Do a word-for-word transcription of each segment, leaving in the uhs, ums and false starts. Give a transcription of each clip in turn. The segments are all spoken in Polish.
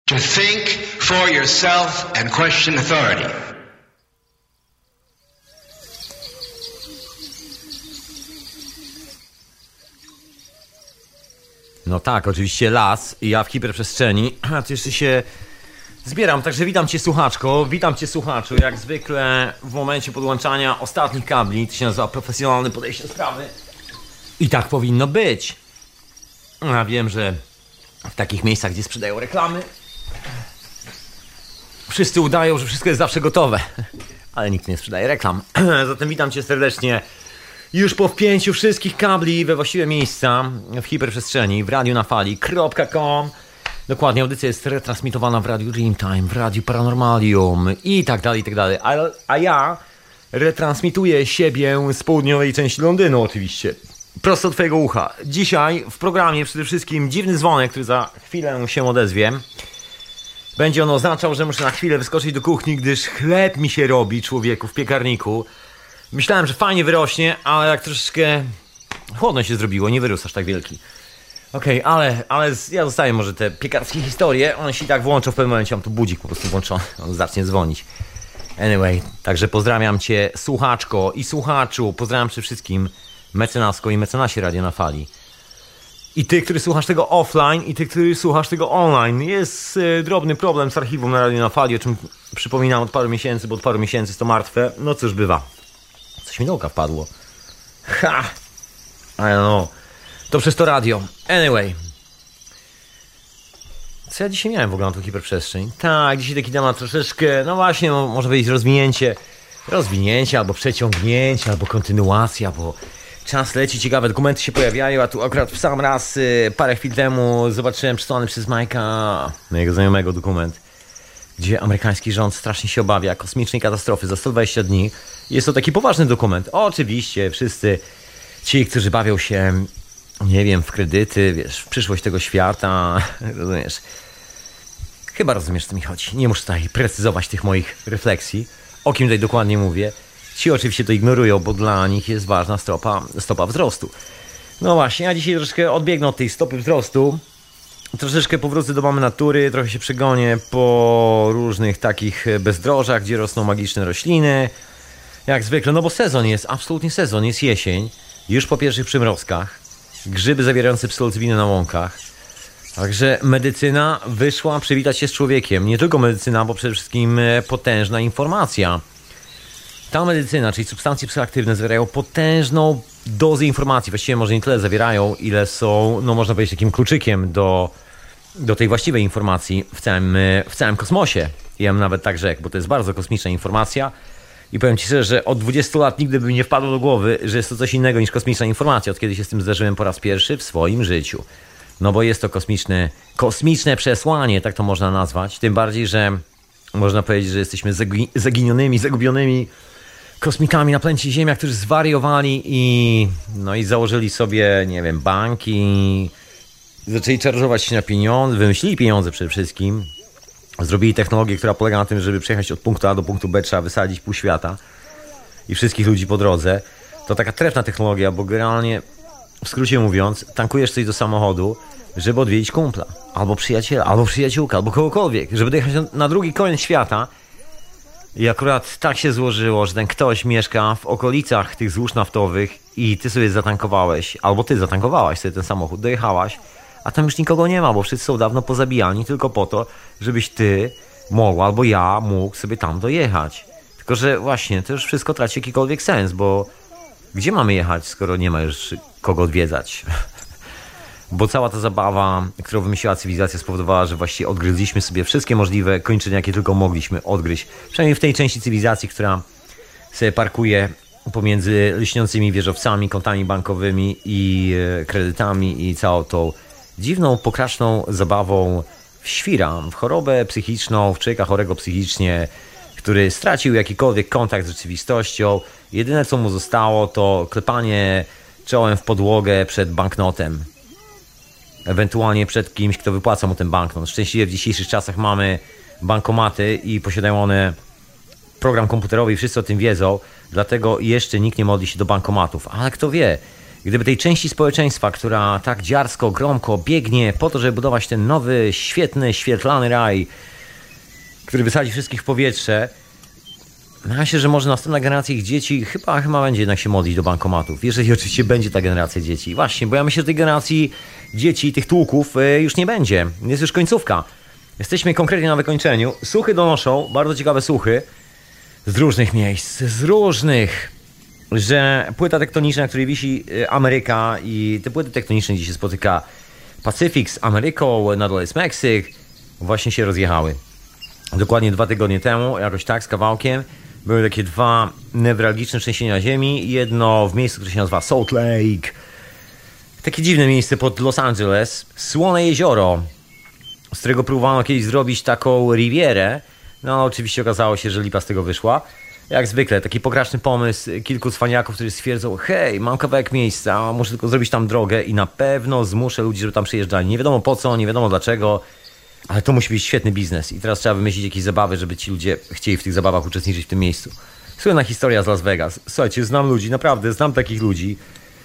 To think for yourself and question authority. No tak, oczywiście las i ja w hiperprzestrzeni. A tu jeszcze się zbieram, także witam cię słuchaczko, witam cię słuchaczu. Jak zwykle w momencie podłączania ostatnich kabli, to się nazywa profesjonalne podejście do sprawy. I tak powinno być. Ja wiem, że w takich miejscach, gdzie sprzedają reklamy, wszyscy udają, że wszystko jest zawsze gotowe. Ale nikt nie sprzedaje reklam. Zatem witam cię serdecznie już po wpięciu wszystkich kabli we właściwe miejsca w hiperprzestrzeni, w radiu na fali kropka com. Dokładnie, audycja jest retransmitowana w Radiu Dreamtime, w Radiu Paranormalium i tak dalej, i tak dalej. A, a ja retransmituję siebie z południowej części Londynu oczywiście. Prosto od twojego ucha. Dzisiaj w programie przede wszystkim dziwny dzwonek, który za chwilę się odezwie. Będzie on oznaczał, że muszę na chwilę wyskoczyć do kuchni, gdyż chleb mi się robi, człowieku, w piekarniku. Myślałem, że fajnie wyrośnie, ale jak troszeczkę chłodno się zrobiło, nie wyrósł aż tak wielki. Okej, okay, ale, ale ja zostawię może te piekarskie historie. One się i tak włączą w pewnym momencie, mam tu budzik po prostu włączony, on zacznie dzwonić. Anyway, także pozdrawiam cię słuchaczko i słuchaczu, pozdrawiam przede wszystkim mecenasko i mecenasie Radio na Fali. I ty, który słuchasz tego offline, i ty, który słuchasz tego online. Jest y, drobny problem z archiwum na Radio na Fali, o czym przypominam od paru miesięcy, bo od paru miesięcy jest to martwe. No cóż bywa. Coś mi do oka wpadło. Ha! I don't know. To przez to radio. Anyway. Co ja dzisiaj miałem w ogóle na tą hiperprzestrzeń? Tak, dzisiaj taki temat troszeczkę, no właśnie, no, może być rozwinięcie. Rozwinięcie, albo przeciągnięcie, albo kontynuacja, bo czas leci, ciekawe dokumenty się pojawiają, a tu akurat w sam raz y, parę chwil temu zobaczyłem przysłany przez Majka, mojego znajomego, dokument, gdzie amerykański rząd strasznie się obawia kosmicznej katastrofy za sto dwadzieścia dni. Jest to taki poważny dokument. Oczywiście wszyscy ci, którzy bawią się, nie wiem, w kredyty, wiesz, w przyszłość tego świata, rozumiesz? Chyba rozumiesz, o co mi chodzi. Nie muszę tutaj precyzować tych moich refleksji, o kim tutaj dokładnie mówię. Ci oczywiście to ignorują, bo dla nich jest ważna stopa, stopa wzrostu. No właśnie, ja dzisiaj troszeczkę odbiegnę od tej stopy wzrostu. Troszeczkę powrócę do mamy natury, trochę się przegonię po różnych takich bezdrożach, gdzie rosną magiczne rośliny. Jak zwykle, no bo sezon jest, absolutnie sezon, jest jesień. Już po pierwszych przymrozkach. Grzyby zawierające psylocybinę na łąkach. Także medycyna wyszła przywitać się z człowiekiem. Nie tylko medycyna, bo przede wszystkim potężna informacja. Ta medycyna, czyli substancje psychoaktywne, zawierają potężną dozę informacji. Właściwie może nie tyle zawierają, ile są, no można powiedzieć, takim kluczykiem do, do tej właściwej informacji w całym, w całym kosmosie. Ja bym nawet tak rzekł, bo to jest bardzo kosmiczna informacja. I powiem ci szczerze, że od dwudziestu lat nigdy by mi nie wpadło do głowy, że jest to coś innego niż kosmiczna informacja, od kiedy się z tym zderzyłem po raz pierwszy w swoim życiu. No bo jest to kosmiczne, kosmiczne przesłanie, tak to można nazwać. Tym bardziej, że można powiedzieć, że jesteśmy zagi- zaginionymi, zagubionymi kosmikami na planecie Ziemia, którzy zwariowali i no i założyli sobie, nie wiem, banki, zaczęli czarżować się na pieniądze, wymyślili pieniądze przede wszystkim, zrobili technologię, która polega na tym, żeby przejechać od punktu A do punktu B, trzeba wysadzić pół świata i wszystkich ludzi po drodze. To taka trefna technologia, bo generalnie, w skrócie mówiąc, tankujesz coś do samochodu, żeby odwiedzić kumpla, albo przyjaciela, albo przyjaciółka, albo kogokolwiek, żeby dojechać na drugi koniec świata. I akurat tak się złożyło, że ten ktoś mieszka w okolicach tych złóż naftowych i ty sobie zatankowałeś, albo ty zatankowałaś sobie ten samochód, dojechałaś, a tam już nikogo nie ma, bo wszyscy są dawno pozabijani tylko po to, żebyś ty mogła, albo ja mógł sobie tam dojechać. Tylko że właśnie, to już wszystko traci jakikolwiek sens, bo gdzie mamy jechać, skoro nie ma już kogo odwiedzać? Bo cała ta zabawa, którą wymyśliła cywilizacja, spowodowała, że właściwie odgryzliśmy sobie wszystkie możliwe kończyny, jakie tylko mogliśmy odgryźć. Przynajmniej w tej części cywilizacji, która sobie parkuje pomiędzy lśniącymi wieżowcami, kontami bankowymi i kredytami i całą tą dziwną, pokraczną zabawą w świra, w chorobę psychiczną, w człowieka chorego psychicznie, który stracił jakikolwiek kontakt z rzeczywistością. Jedyne, co mu zostało, to klepanie czołem w podłogę przed banknotem. Ewentualnie przed kimś, kto wypłaca mu ten banknot. Szczęśliwie w dzisiejszych czasach mamy bankomaty i posiadają one program komputerowy i wszyscy o tym wiedzą, dlatego jeszcze nikt nie modli się do bankomatów. Ale kto wie, Gdyby tej części społeczeństwa, która tak dziarsko, gromko biegnie po to, żeby budować ten nowy, świetny, świetlany raj, który wysadzi wszystkich w powietrze, myślę, że może następna generacja ich dzieci chyba, chyba będzie jednak się modlić do bankomatów. Jeżeli oczywiście będzie ta generacja dzieci. Właśnie, bo ja myślę, że tej generacji dzieci, tych tłuków już nie będzie. Jest już końcówka. Jesteśmy konkretnie na wykończeniu. Słuchy donoszą, bardzo ciekawe słuchy, z różnych miejsc, z różnych, że płyta tektoniczna, na której wisi Ameryka i te płyty tektoniczne, gdzie się spotyka Pacyfik z Ameryką, na dole jest Meksyk, właśnie się rozjechały. Dokładnie dwa tygodnie temu, jakoś tak, z kawałkiem, były takie dwa newralgiczne trzęsienia ziemi. Jedno w miejscu, które się nazywa Salt Lake. Takie dziwne miejsce pod Los Angeles. Słone jezioro, z którego próbowano kiedyś zrobić taką rivierę. No oczywiście okazało się, że lipa z tego wyszła. Jak zwykle, taki pokraczny pomysł kilku cwaniaków, którzy stwierdzą: hej, mam kawałek miejsca, muszę tylko zrobić tam drogę i na pewno zmuszę ludzi, żeby tam przyjeżdżali. Nie wiadomo po co, nie wiadomo dlaczego, ale to musi być świetny biznes. I teraz trzeba wymyślić jakieś zabawy, żeby ci ludzie chcieli w tych zabawach uczestniczyć w tym miejscu. Słynna historia z Las Vegas. Słuchajcie, znam ludzi, naprawdę, znam takich ludzi.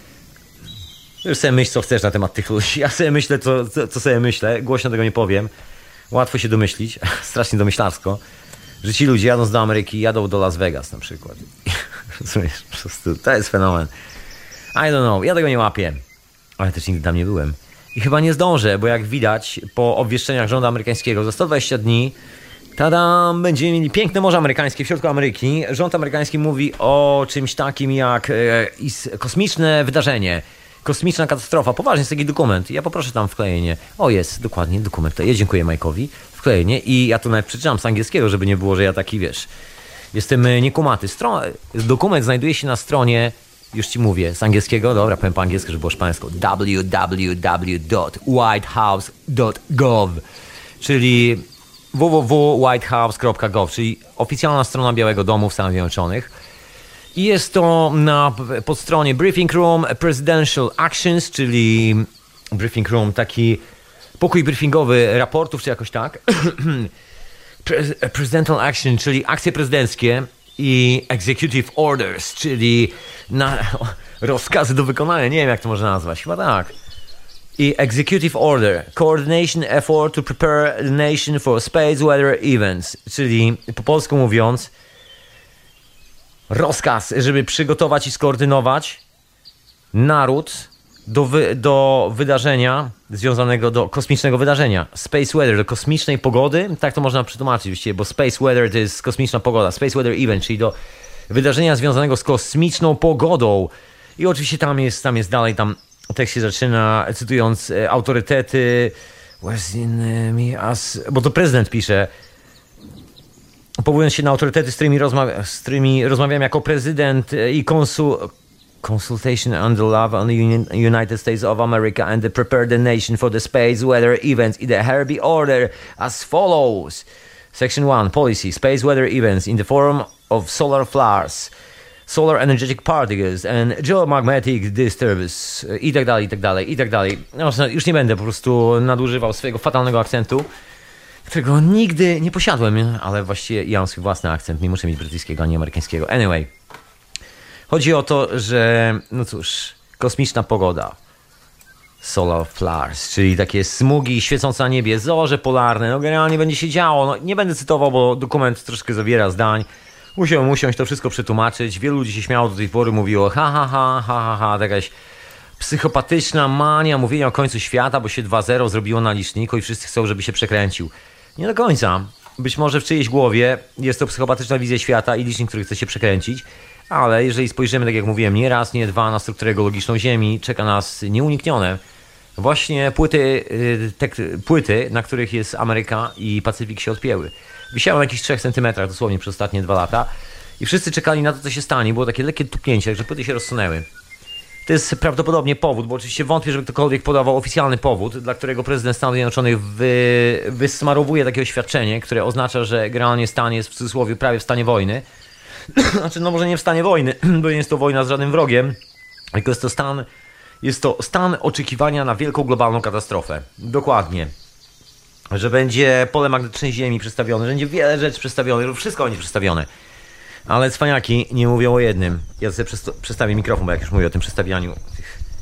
Już sobie myśl, co chcesz na temat tych ludzi. Ja sobie myślę, co, co, co sobie myślę. Głośno tego nie powiem. Łatwo się domyślić. Strasznie domyślarsko. Że ci ludzie jadąc do Ameryki, jadą do Las Vegas na przykład. Rozumiesz? Po prostu to jest fenomen. I don't know. Ja tego nie łapię. Ale też nigdy tam nie byłem. I chyba nie zdążę, bo jak widać po obwieszczeniach rządu amerykańskiego za sto dwadzieścia dni, tada, będziemy mieli piękne Morze Amerykańskie w środku Ameryki. Rząd amerykański mówi o czymś takim jak e, kosmiczne wydarzenie. Kosmiczna katastrofa. Poważnie, jest taki dokument. Ja poproszę tam wklejenie. O, jest, dokładnie, dokument. Ja dziękuję Majkowi. Wklejenie. I ja to nawet przeczytam z angielskiego, żeby nie było, że ja taki, wiesz, jestem niekumaty. Stron... Dokument znajduje się na stronie, już ci mówię, z angielskiego, dobra, powiem po angielsku, żeby było szpańsko, w w w dot white house dot gov, czyli w w w kropka white house kropka gov, czyli oficjalna strona Białego Domu w Stanach Zjednoczonych. I jest to na podstronie Briefing Room Presidential Actions, czyli Briefing Room, taki pokój briefingowy raportów, czy jakoś tak. Presidential Action, czyli akcje prezydenckie, i Executive Orders, czyli na, rozkazy do wykonania, nie wiem jak to można nazwać, chyba tak. I Executive Order, Coordination Effort to Prepare the Nation for Space Weather Events, czyli po polsku mówiąc rozkaz, żeby przygotować i skoordynować naród do, wy, do wydarzenia związanego, do kosmicznego wydarzenia. Space Weather, do kosmicznej pogody, tak to można przetłumaczyć właściwie, bo Space Weather to jest kosmiczna pogoda. Space Weather Event, czyli do wydarzenia związanego z kosmiczną pogodą. I oczywiście tam jest, tam jest dalej, tam tekst się zaczyna cytując e, autorytety, bo to prezydent pisze, powołując się na autorytety, z którymi, rozmawia, z którymi rozmawiam jako prezydent i konsul... Consultation on the law on the United States of America and to prepare the nation for the space weather events in the Herbie order as follows. Section one, Policy, Space weather events in the form of solar flares, solar energetic particles and geomagnetic disturbance i tak dalej, i tak dalej, i tak dalej. No, już nie będę po prostu nadużywał swojego fatalnego akcentu, którego nigdy nie posiadłem, ale właściwie ja mam swój własny akcent, nie muszę mieć brytyjskiego ani amerykańskiego. Anyway. Chodzi o to, że, no cóż, kosmiczna pogoda, solar flares, czyli takie smugi świecące na niebie, zorze polarne, no generalnie będzie się działo. No, nie będę cytował, bo dokument troszkę zawiera zdań. Musiałem usiąść, to wszystko przetłumaczyć. Wielu ludzi się śmiało do tej pory, mówiło ha, ha, ha, ha, ha, ha, jakaś psychopatyczna mania mówienia o końcu świata, bo się dwa zero zrobiło na liczniku i wszyscy chcą, żeby się przekręcił. Nie do końca. Być może w czyjejś głowie jest to psychopatyczna wizja świata i licznik, który chce się przekręcić. Ale jeżeli spojrzymy, tak jak mówiłem, nie raz, nie dwa na strukturę geologiczną Ziemi, czeka nas nieuniknione właśnie płyty, tek, płyty, na których jest Ameryka i Pacyfik się odpięły. Wisiały na jakichś trzech centymetrach dosłownie przez ostatnie dwa lata i wszyscy czekali na to, co się stanie. Było takie lekkie tupnięcie, że płyty się rozsunęły. To jest prawdopodobnie powód, bo oczywiście wątpię, żeby ktokolwiek podawał oficjalny powód, dla którego prezydent Stanów Zjednoczonych wy, wysmarowuje takie oświadczenie, które oznacza, że generalnie stan jest w cudzysłowie prawie w stanie wojny. Znaczy, no może nie w stanie wojny, bo nie jest to wojna z żadnym wrogiem, tylko jest to stan, jest to stan oczekiwania na wielką globalną katastrofę. Dokładnie. Że będzie pole magnetyczne Ziemi przedstawione, że będzie wiele rzeczy przedstawione, wszystko będzie przedstawione. Ale cwaniaki nie mówią o jednym. Ja sobie przestawię mikrofon, bo jak już mówię o tym przedstawianiu tych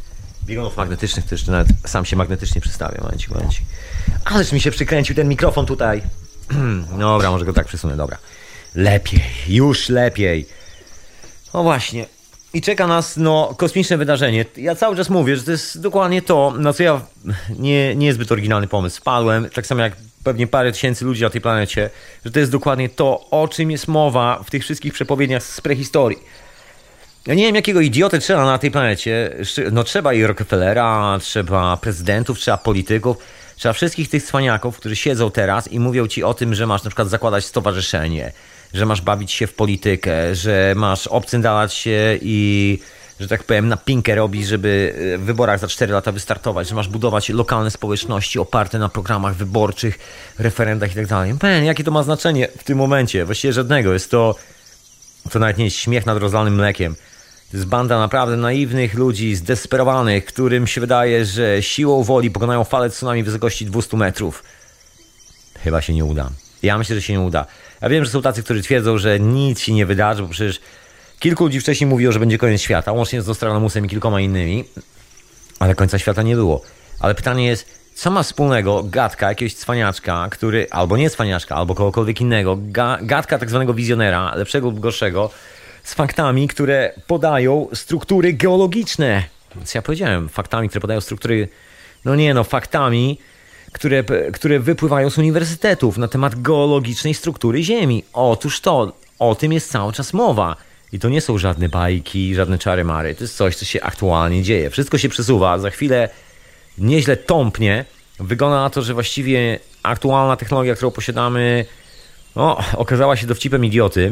biegunów magnetycznych, to jeszcze nawet sam się magnetycznie przestawia. Momencik, momencik. Ależ mi się przykręcił ten mikrofon tutaj. Dobra, może go tak przesunę, dobra. Lepiej, już lepiej. No właśnie. I czeka nas, no, kosmiczne wydarzenie. Ja cały czas mówię, że to jest dokładnie to, na co ja nie, niezbyt oryginalny pomysł wpadłem, tak samo jak pewnie parę tysięcy ludzi na tej planecie, że to jest dokładnie to, o czym jest mowa w tych wszystkich przepowiedniach z prehistorii. Ja nie wiem, jakiego idiotę trzeba na tej planecie. No trzeba i Rockefellera, trzeba prezydentów, trzeba polityków, trzeba wszystkich tych cwaniaków, którzy siedzą teraz i mówią ci o tym, że masz na przykład zakładać stowarzyszenie, że masz bawić się w politykę, że masz obcyndalać się i, że tak powiem, na pinkę robić, żeby w wyborach za cztery lata wystartować, że masz budować lokalne społeczności oparte na programach wyborczych, referendach i tak dalej. Man, jakie to ma znaczenie w tym momencie? Właściwie żadnego. Jest to, to nawet nie jest śmiech nad rozlanym mlekiem. To jest banda naprawdę naiwnych ludzi, zdesperowanych, którym się wydaje, że siłą woli pokonają falę tsunami w wysokości dwieście metrów. Chyba się nie uda. Ja myślę, że się nie uda. Ja wiem, że są tacy, którzy twierdzą, że nic się nie wydarzy, bo przecież kilku ludzi wcześniej mówiło, że będzie koniec świata, łącznie z Nostradamusem i kilkoma innymi, ale końca świata nie było. Ale pytanie jest, co ma wspólnego gadka jakiegoś cwaniaczka, który, albo nie cwaniaczka, albo kogokolwiek innego, ga, gadka tak zwanego wizjonera, lepszego lub gorszego, z faktami, które podają struktury geologiczne. Więc ja powiedziałem, faktami, które podają struktury, no nie no, faktami, które, które wypływają z uniwersytetów na temat geologicznej struktury Ziemi. Otóż to, o tym jest cały czas mowa. I to nie są żadne bajki, żadne czary-mary. To jest coś, co się aktualnie dzieje. Wszystko się przesuwa, za chwilę nieźle tąpnie. Wygląda na to, że właściwie aktualna technologia, którą posiadamy, no, okazała się dowcipem idioty,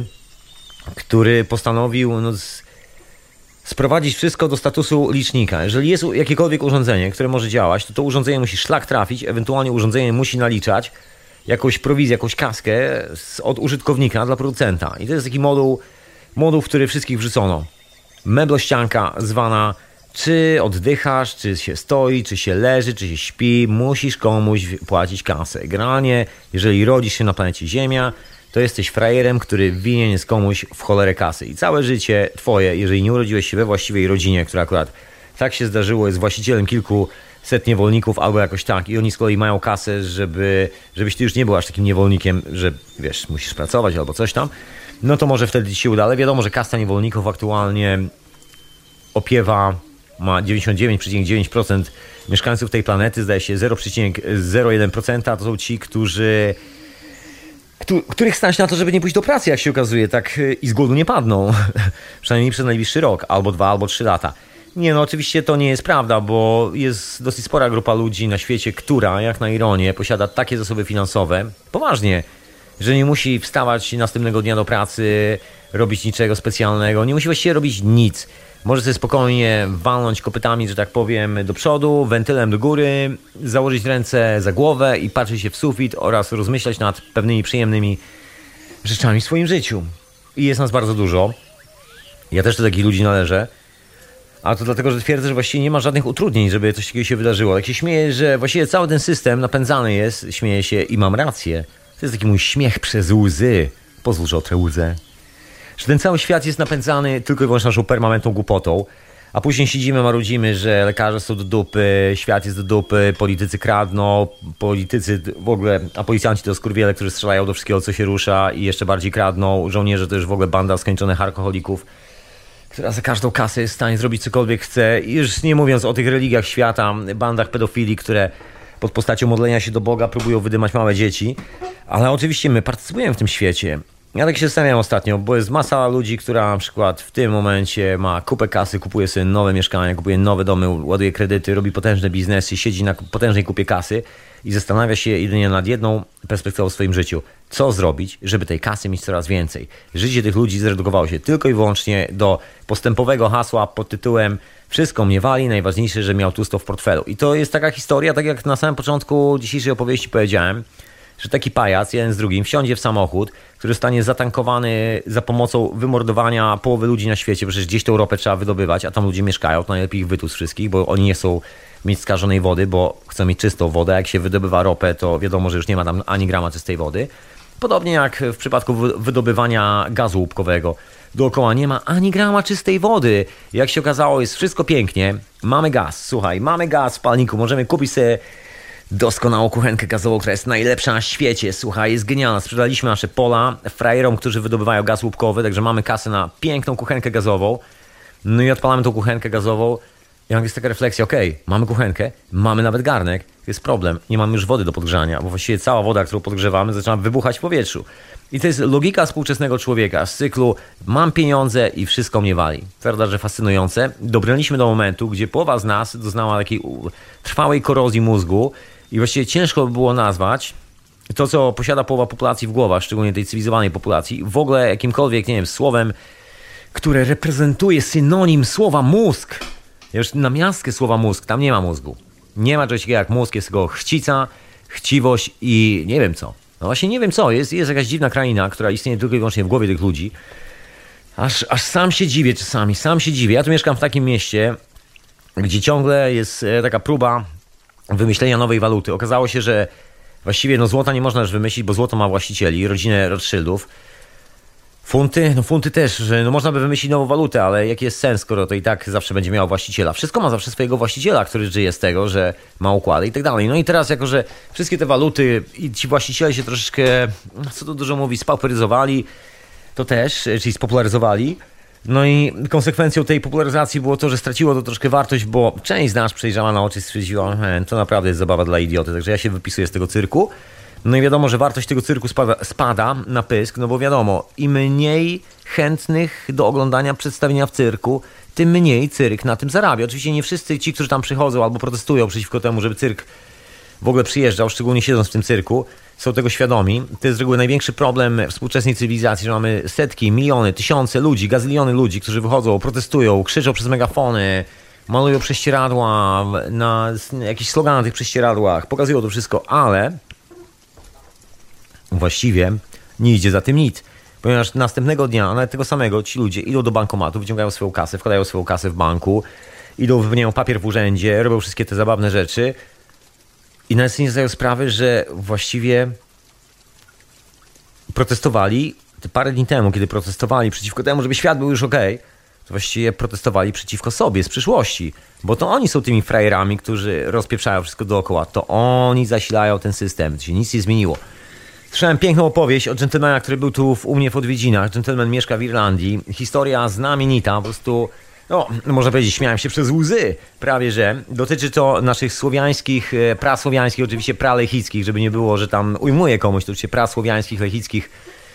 który postanowił no, z, sprowadzić wszystko do statusu licznika. Jeżeli jest jakiekolwiek urządzenie, które może działać, to to urządzenie musi szlak trafić, ewentualnie urządzenie musi naliczać jakąś prowizję, jakąś kaskę z, od użytkownika dla producenta. I to jest taki moduł, moduł, w który wszystkich wrzucono. Meblościanka zwana czy oddychasz, czy się stoi, czy się leży, czy się śpi, musisz komuś płacić kasę. Generalnie, jeżeli rodzisz się na planecie Ziemia, to jesteś frajerem, który winien jest komuś w cholerę kasy. I całe życie twoje, jeżeli nie urodziłeś się we właściwej rodzinie, która akurat tak się zdarzyło, jest właścicielem kilkuset niewolników albo jakoś tak i oni z kolei mają kasę, żeby, żebyś ty już nie był aż takim niewolnikiem, że wiesz, musisz pracować albo coś tam, no to może wtedy ci się uda. Ale wiadomo, że kasta niewolników aktualnie opiewa, ma dziewięćdziesiąt dziewięć przecinek dziewięć procent mieszkańców tej planety, zdaje się zero przecinek zero jeden procent to są ci, którzy których stać na to, żeby nie pójść do pracy, jak się okazuje, tak i z głodu nie padną. Przynajmniej przez najbliższy rok, albo dwa, albo trzy lata. Nie, no oczywiście to nie jest prawda, bo jest dosyć spora grupa ludzi na świecie, która, jak na ironię, posiada takie zasoby finansowe, poważnie, że nie musi wstawać następnego dnia do pracy, robić niczego specjalnego, nie musi właściwie robić nic. Może sobie spokojnie walnąć kopytami, że tak powiem, do przodu, wentylem do góry, założyć ręce za głowę i patrzeć się w sufit oraz rozmyślać nad pewnymi przyjemnymi rzeczami w swoim życiu. I jest nas bardzo dużo. Ja też do takich ludzi należę. A to dlatego, że twierdzę, że właściwie nie ma żadnych utrudnień, żeby coś takiego się wydarzyło. Tak się śmieję, że właściwie cały ten system napędzany jest, śmieję się i mam rację. To jest taki mój śmiech przez łzy. Pozwól, że otrę łzę. Że ten cały świat jest napędzany tylko i wyłącznie naszą permanentną głupotą, a później siedzimy, marudzimy, że lekarze są do dupy, świat jest do dupy, politycy kradną, politycy w ogóle, a policjanci to skurwiele, którzy strzelają do wszystkiego, co się rusza i jeszcze bardziej kradną, żołnierze to już w ogóle banda skończonych alkoholików, która za każdą kasę jest w stanie zrobić cokolwiek chce. I już nie mówiąc o tych religiach świata, bandach pedofili, które pod postacią modlenia się do Boga próbują wydymać małe dzieci, ale oczywiście my partycypujemy w tym świecie. Ja tak się zastanawiam ostatnio, bo jest masa ludzi, która na przykład w tym momencie ma kupę kasy, kupuje sobie nowe mieszkania, kupuje nowe domy, ładuje kredyty, robi potężne biznesy, siedzi na potężnej kupie kasy i zastanawia się jedynie nad jedną perspektywą w swoim życiu. Co zrobić, żeby tej kasy mieć coraz więcej? Życie tych ludzi zredukowało się tylko i wyłącznie do postępowego hasła pod tytułem wszystko mnie wali, najważniejsze, że miał tłusto w portfelu. I to jest taka historia, tak jak na samym początku dzisiejszej opowieści powiedziałem, że taki pajac, jeden z drugim, wsiądzie w samochód, który zostanie zatankowany za pomocą wymordowania połowy ludzi na świecie, bo przecież gdzieś tą ropę trzeba wydobywać, a tam ludzie mieszkają, to najlepiej ich wytłuc wszystkich, bo oni nie chcą mieć skażonej wody, bo chcą mieć czystą wodę. Jak się wydobywa ropę, to wiadomo, że już nie ma tam ani grama czystej wody. Podobnie jak w przypadku wydobywania gazu łupkowego. Dookoła nie ma ani grama czystej wody. Jak się okazało, jest wszystko pięknie. Mamy gaz, słuchaj, mamy gaz w palniku. Możemy kupić sobie doskonałą kuchenkę gazową, która jest najlepsza na świecie. Słuchaj, jest genialna. Sprzedaliśmy nasze pola frajerom, którzy wydobywają gaz łupkowy, także mamy kasę na piękną kuchenkę gazową. No i odpalamy tą kuchenkę gazową. Jak jest taka refleksja, okej, okay, mamy kuchenkę, mamy nawet garnek, jest problem, nie mamy już wody do podgrzania, bo właściwie cała woda, którą podgrzewamy, zaczyna wybuchać w powietrzu. I to jest logika współczesnego człowieka z cyklu mam pieniądze i wszystko mnie wali. Prawda, że fascynujące. Dobrnęliśmy do momentu, gdzie połowa z nas doznała takiej trwałej korozji mózgu i właściwie ciężko by było nazwać to, co posiada połowa populacji w głowach, szczególnie tej cywilizowanej populacji, w ogóle jakimkolwiek, nie wiem, słowem, które reprezentuje synonim słowa mózg. Już na miastkę słowa mózg, tam nie ma mózgu. Nie ma czegoś takiego jak mózg, jest tylko chcica, chciwość i nie wiem co. No właśnie nie wiem co, jest, jest jakaś dziwna kraina, która istnieje tylko i wyłącznie w głowie tych ludzi. Aż, aż sam się dziwię czasami, sam się dziwię. Ja tu mieszkam w takim mieście, gdzie ciągle jest taka próba wymyślenia nowej waluty. Okazało się, że właściwie no złota nie można już wymyślić, bo złoto ma właścicieli, rodzinę Rothschildów. Funty? No funty też, że no można by wymyślić nową walutę, ale jaki jest sens, skoro to i tak zawsze będzie miało właściciela. Wszystko ma zawsze swojego właściciela, który żyje z tego, że ma układy i tak dalej. No i teraz jako, że wszystkie te waluty i ci właściciele się troszeczkę, co tu dużo mówi, spauperyzowali, to też, czyli spopularyzowali. No i konsekwencją tej popularyzacji było to, że straciło to troszkę wartość, bo część z nas przejrzała na oczy i stwierdziła, to naprawdę jest zabawa dla idioty, także ja się wypisuję z tego cyrku. No i wiadomo, że wartość tego cyrku spada, spada na pysk, no bo wiadomo, im mniej chętnych do oglądania przedstawienia w cyrku, tym mniej cyrk na tym zarabia. Oczywiście nie wszyscy ci, którzy tam przychodzą albo protestują przeciwko temu, żeby cyrk w ogóle przyjeżdżał, szczególnie siedząc w tym cyrku, są tego świadomi. To jest z reguły największy problem współczesnej cywilizacji, że mamy setki, miliony, tysiące ludzi, gazyliony ludzi, którzy wychodzą, protestują, krzyczą przez megafony, malują prześcieradła, na jakieś slogany na tych prześcieradłach, pokazują to wszystko, ale właściwie nie idzie za tym nic, ponieważ następnego dnia, a nawet tego samego, ci ludzie idą do bankomatu, wyciągają swoją kasę, wkładają swoją kasę w banku, idą, wypełniają papier w urzędzie, robią wszystkie te zabawne rzeczy i nawet sobie nie zdają sprawy, że właściwie protestowali te parę dni temu, kiedy protestowali przeciwko temu, żeby świat był już okej, to właściwie protestowali przeciwko sobie z przyszłości, bo to oni są tymi frajerami, którzy rozpieprzają wszystko dookoła, to oni zasilają ten system, to się nic nie zmieniło. Słyszałem piękną opowieść o dżentelmena, który był tu w, u mnie w odwiedzinach. Dżentelmen mieszka w Irlandii. Historia znamienita, po prostu, no, można powiedzieć, śmiałem się przez łzy, prawie że. Dotyczy to naszych słowiańskich, prasłowiańskich, oczywiście pralechickich, żeby nie było, że tam ujmuję komuś, to oczywiście prasłowiańskich, lechickich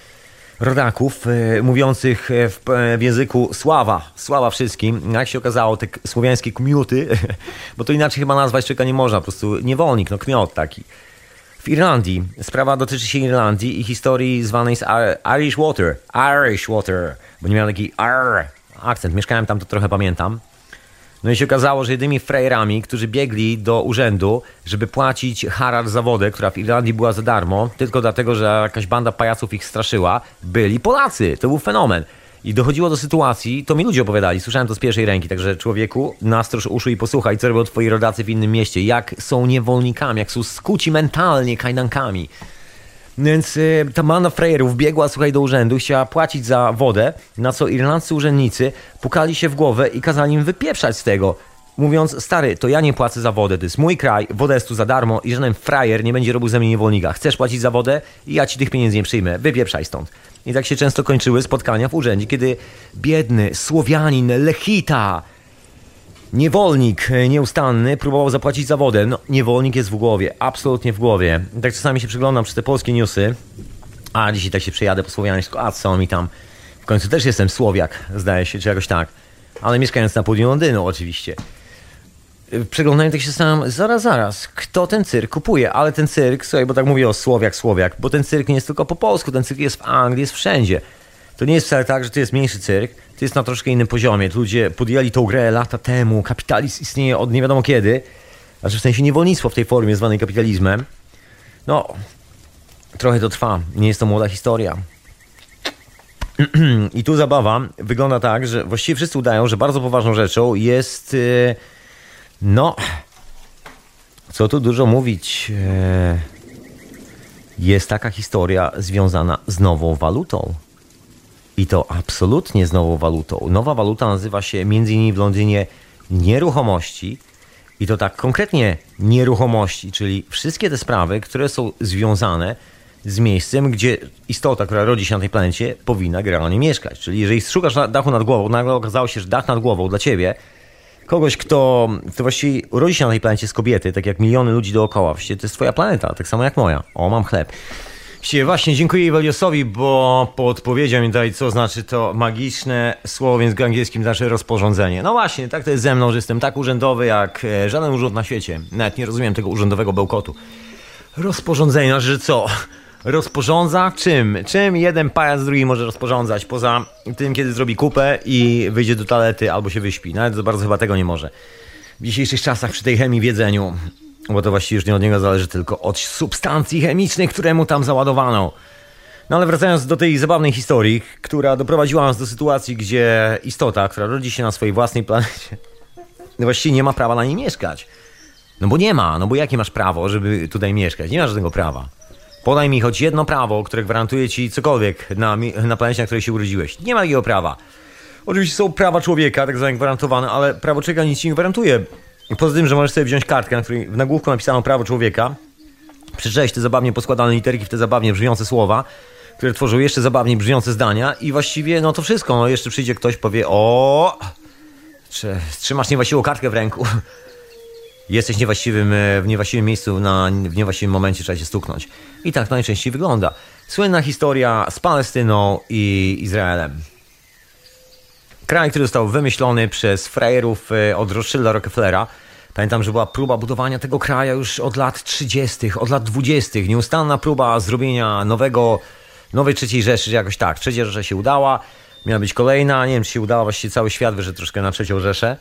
rodaków, e, mówiących w, w języku sława, sława wszystkim. Jak się okazało, te słowiańskie kmiuty, bo to inaczej chyba nazwać człowieka nie można, po prostu niewolnik, no kmiot taki. W Irlandii. Sprawa dotyczy się Irlandii i historii zwanej z Irish Water. Irish Water. Bo nie miał taki R akcent. Mieszkałem tam, to trochę pamiętam. No i się okazało, że jedynymi frajerami, którzy biegli do urzędu, żeby płacić haracz za wodę, która w Irlandii była za darmo, tylko dlatego, że jakaś banda pajaców ich straszyła, byli Polacy. To był fenomen. I dochodziło do sytuacji, to mi ludzie opowiadali, słyszałem to z pierwszej ręki, także człowieku, nastrąż uszu i posłuchaj, co robią twoi rodacy w innym mieście, jak są niewolnikami, jak są skuci mentalnie kajdankami. Więc y, ta banda frajerów biegła, słuchaj, do urzędu, chciała płacić za wodę, na co irlandzcy urzędnicy pukali się w głowę i kazali im wypieprzać z tego, mówiąc, stary, to ja nie płacę za wodę, to jest mój kraj, woda jest tu za darmo i żaden frajer nie będzie robił ze mnie niewolnika. Chcesz płacić za wodę i ja ci tych pieniędzy nie przyjmę, wypieprzaj stąd. I tak się często kończyły spotkania w urzędzie, kiedy biedny Słowianin, Lechita, niewolnik nieustanny próbował zapłacić za wodę. No, niewolnik jest w głowie, absolutnie w głowie. Tak czasami się przyglądam przez te polskie newsy, a dzisiaj tak się przejadę po słowiańsku, a co mi tam, w końcu też jestem Słowiak, zdaje się, czy jakoś tak, ale mieszkając na południu Londynu oczywiście. Przeglądałem tak się sam, zaraz, zaraz, kto ten cyrk kupuje? Ale ten cyrk, słuchaj, bo tak mówię o Słowiak, Słowiak, bo ten cyrk nie jest tylko po polsku, ten cyrk jest w Anglii, jest wszędzie. To nie jest wcale tak, że to jest mniejszy cyrk, to jest na troszkę innym poziomie. Ludzie podjęli tą grę lata temu, kapitalizm istnieje od nie wiadomo kiedy, znaczy w sensie niewolnictwo w tej formie zwanej kapitalizmem. No, trochę to trwa, nie jest to młoda historia. I tu zabawa wygląda tak, że właściwie wszyscy udają, że bardzo poważną rzeczą jest... Yy, No, co tu dużo mówić, jest taka historia związana z nową walutą. I to absolutnie z nową walutą. Nowa waluta nazywa się między innymi w Londynie nieruchomości. I to tak konkretnie nieruchomości, czyli wszystkie te sprawy, które są związane z miejscem, gdzie istota, która rodzi się na tej planecie, powinna generalnie mieszkać. Czyli jeżeli szukasz dachu nad głową, nagle okazało się, że dach nad głową dla ciebie, kogoś, kto, kto właściwie urodzi się na tej planecie z kobiety, tak jak miliony ludzi dookoła, właściwie to jest twoja planeta, tak samo jak moja. O, mam chleb. Właściwie właśnie dziękuję Iweliosowi, bo podpowiedział mi tutaj, co znaczy to magiczne słowo w języku angielskim, znaczy rozporządzenie. No właśnie, tak to jest ze mną, że jestem tak urzędowy jak żaden urząd na świecie. Nawet nie rozumiem tego urzędowego bełkotu. Rozporządzenie, znaczy, że co? Rozporządza czym? Czym jeden pajac drugi może rozporządzać? Poza tym, kiedy zrobi kupę i wyjdzie do toalety albo się wyśpi. Nawet za bardzo chyba tego nie może. W dzisiejszych czasach przy tej chemii w jedzeniu, bo to właściwie już nie od niego zależy, tylko od substancji chemicznej, które mu tam załadowano. No ale wracając do tej zabawnej historii, która doprowadziła nas do sytuacji, gdzie istota, która rodzi się na swojej własnej planecie, no właściwie nie ma prawa na niej mieszkać. No bo nie ma, no bo jakie masz prawo, żeby tutaj mieszkać? Nie masz żadnego prawa. Podaj mi choć jedno prawo, które gwarantuje ci cokolwiek na, na planecie, na której się urodziłeś. Nie ma takiego prawa. Oczywiście są prawa człowieka, tak zwane gwarantowane, ale prawo człowieka nic ci nie gwarantuje. Poza tym, że możesz sobie wziąć kartkę, na której w nagłówku napisano prawo człowieka, przeczytać te zabawnie poskładane literki w te zabawnie brzmiące słowa, które tworzą jeszcze zabawniej brzmiące zdania i właściwie no to wszystko. No jeszcze przyjdzie ktoś, powie o, czy trzymasz niewłaściwą kartkę w ręku. Jesteś niewłaściwym, w niewłaściwym miejscu, na, w niewłaściwym momencie trzeba się stuknąć. I tak to najczęściej wygląda. Słynna historia z Palestyną i Izraelem. Kraj, który został wymyślony przez frajerów od Rothschilda Rockefellera. Pamiętam, że była próba budowania tego kraju już od lat trzydziestych, od lat dwudziestych. Nieustanna próba zrobienia nowego, nowej trzeciej Rzeszy, jakoś tak. Trzecia Rzesza się udała, miała być kolejna. Nie wiem, czy się udała, właściwie cały świat wyszedł troszkę na trzecią Rzeszę.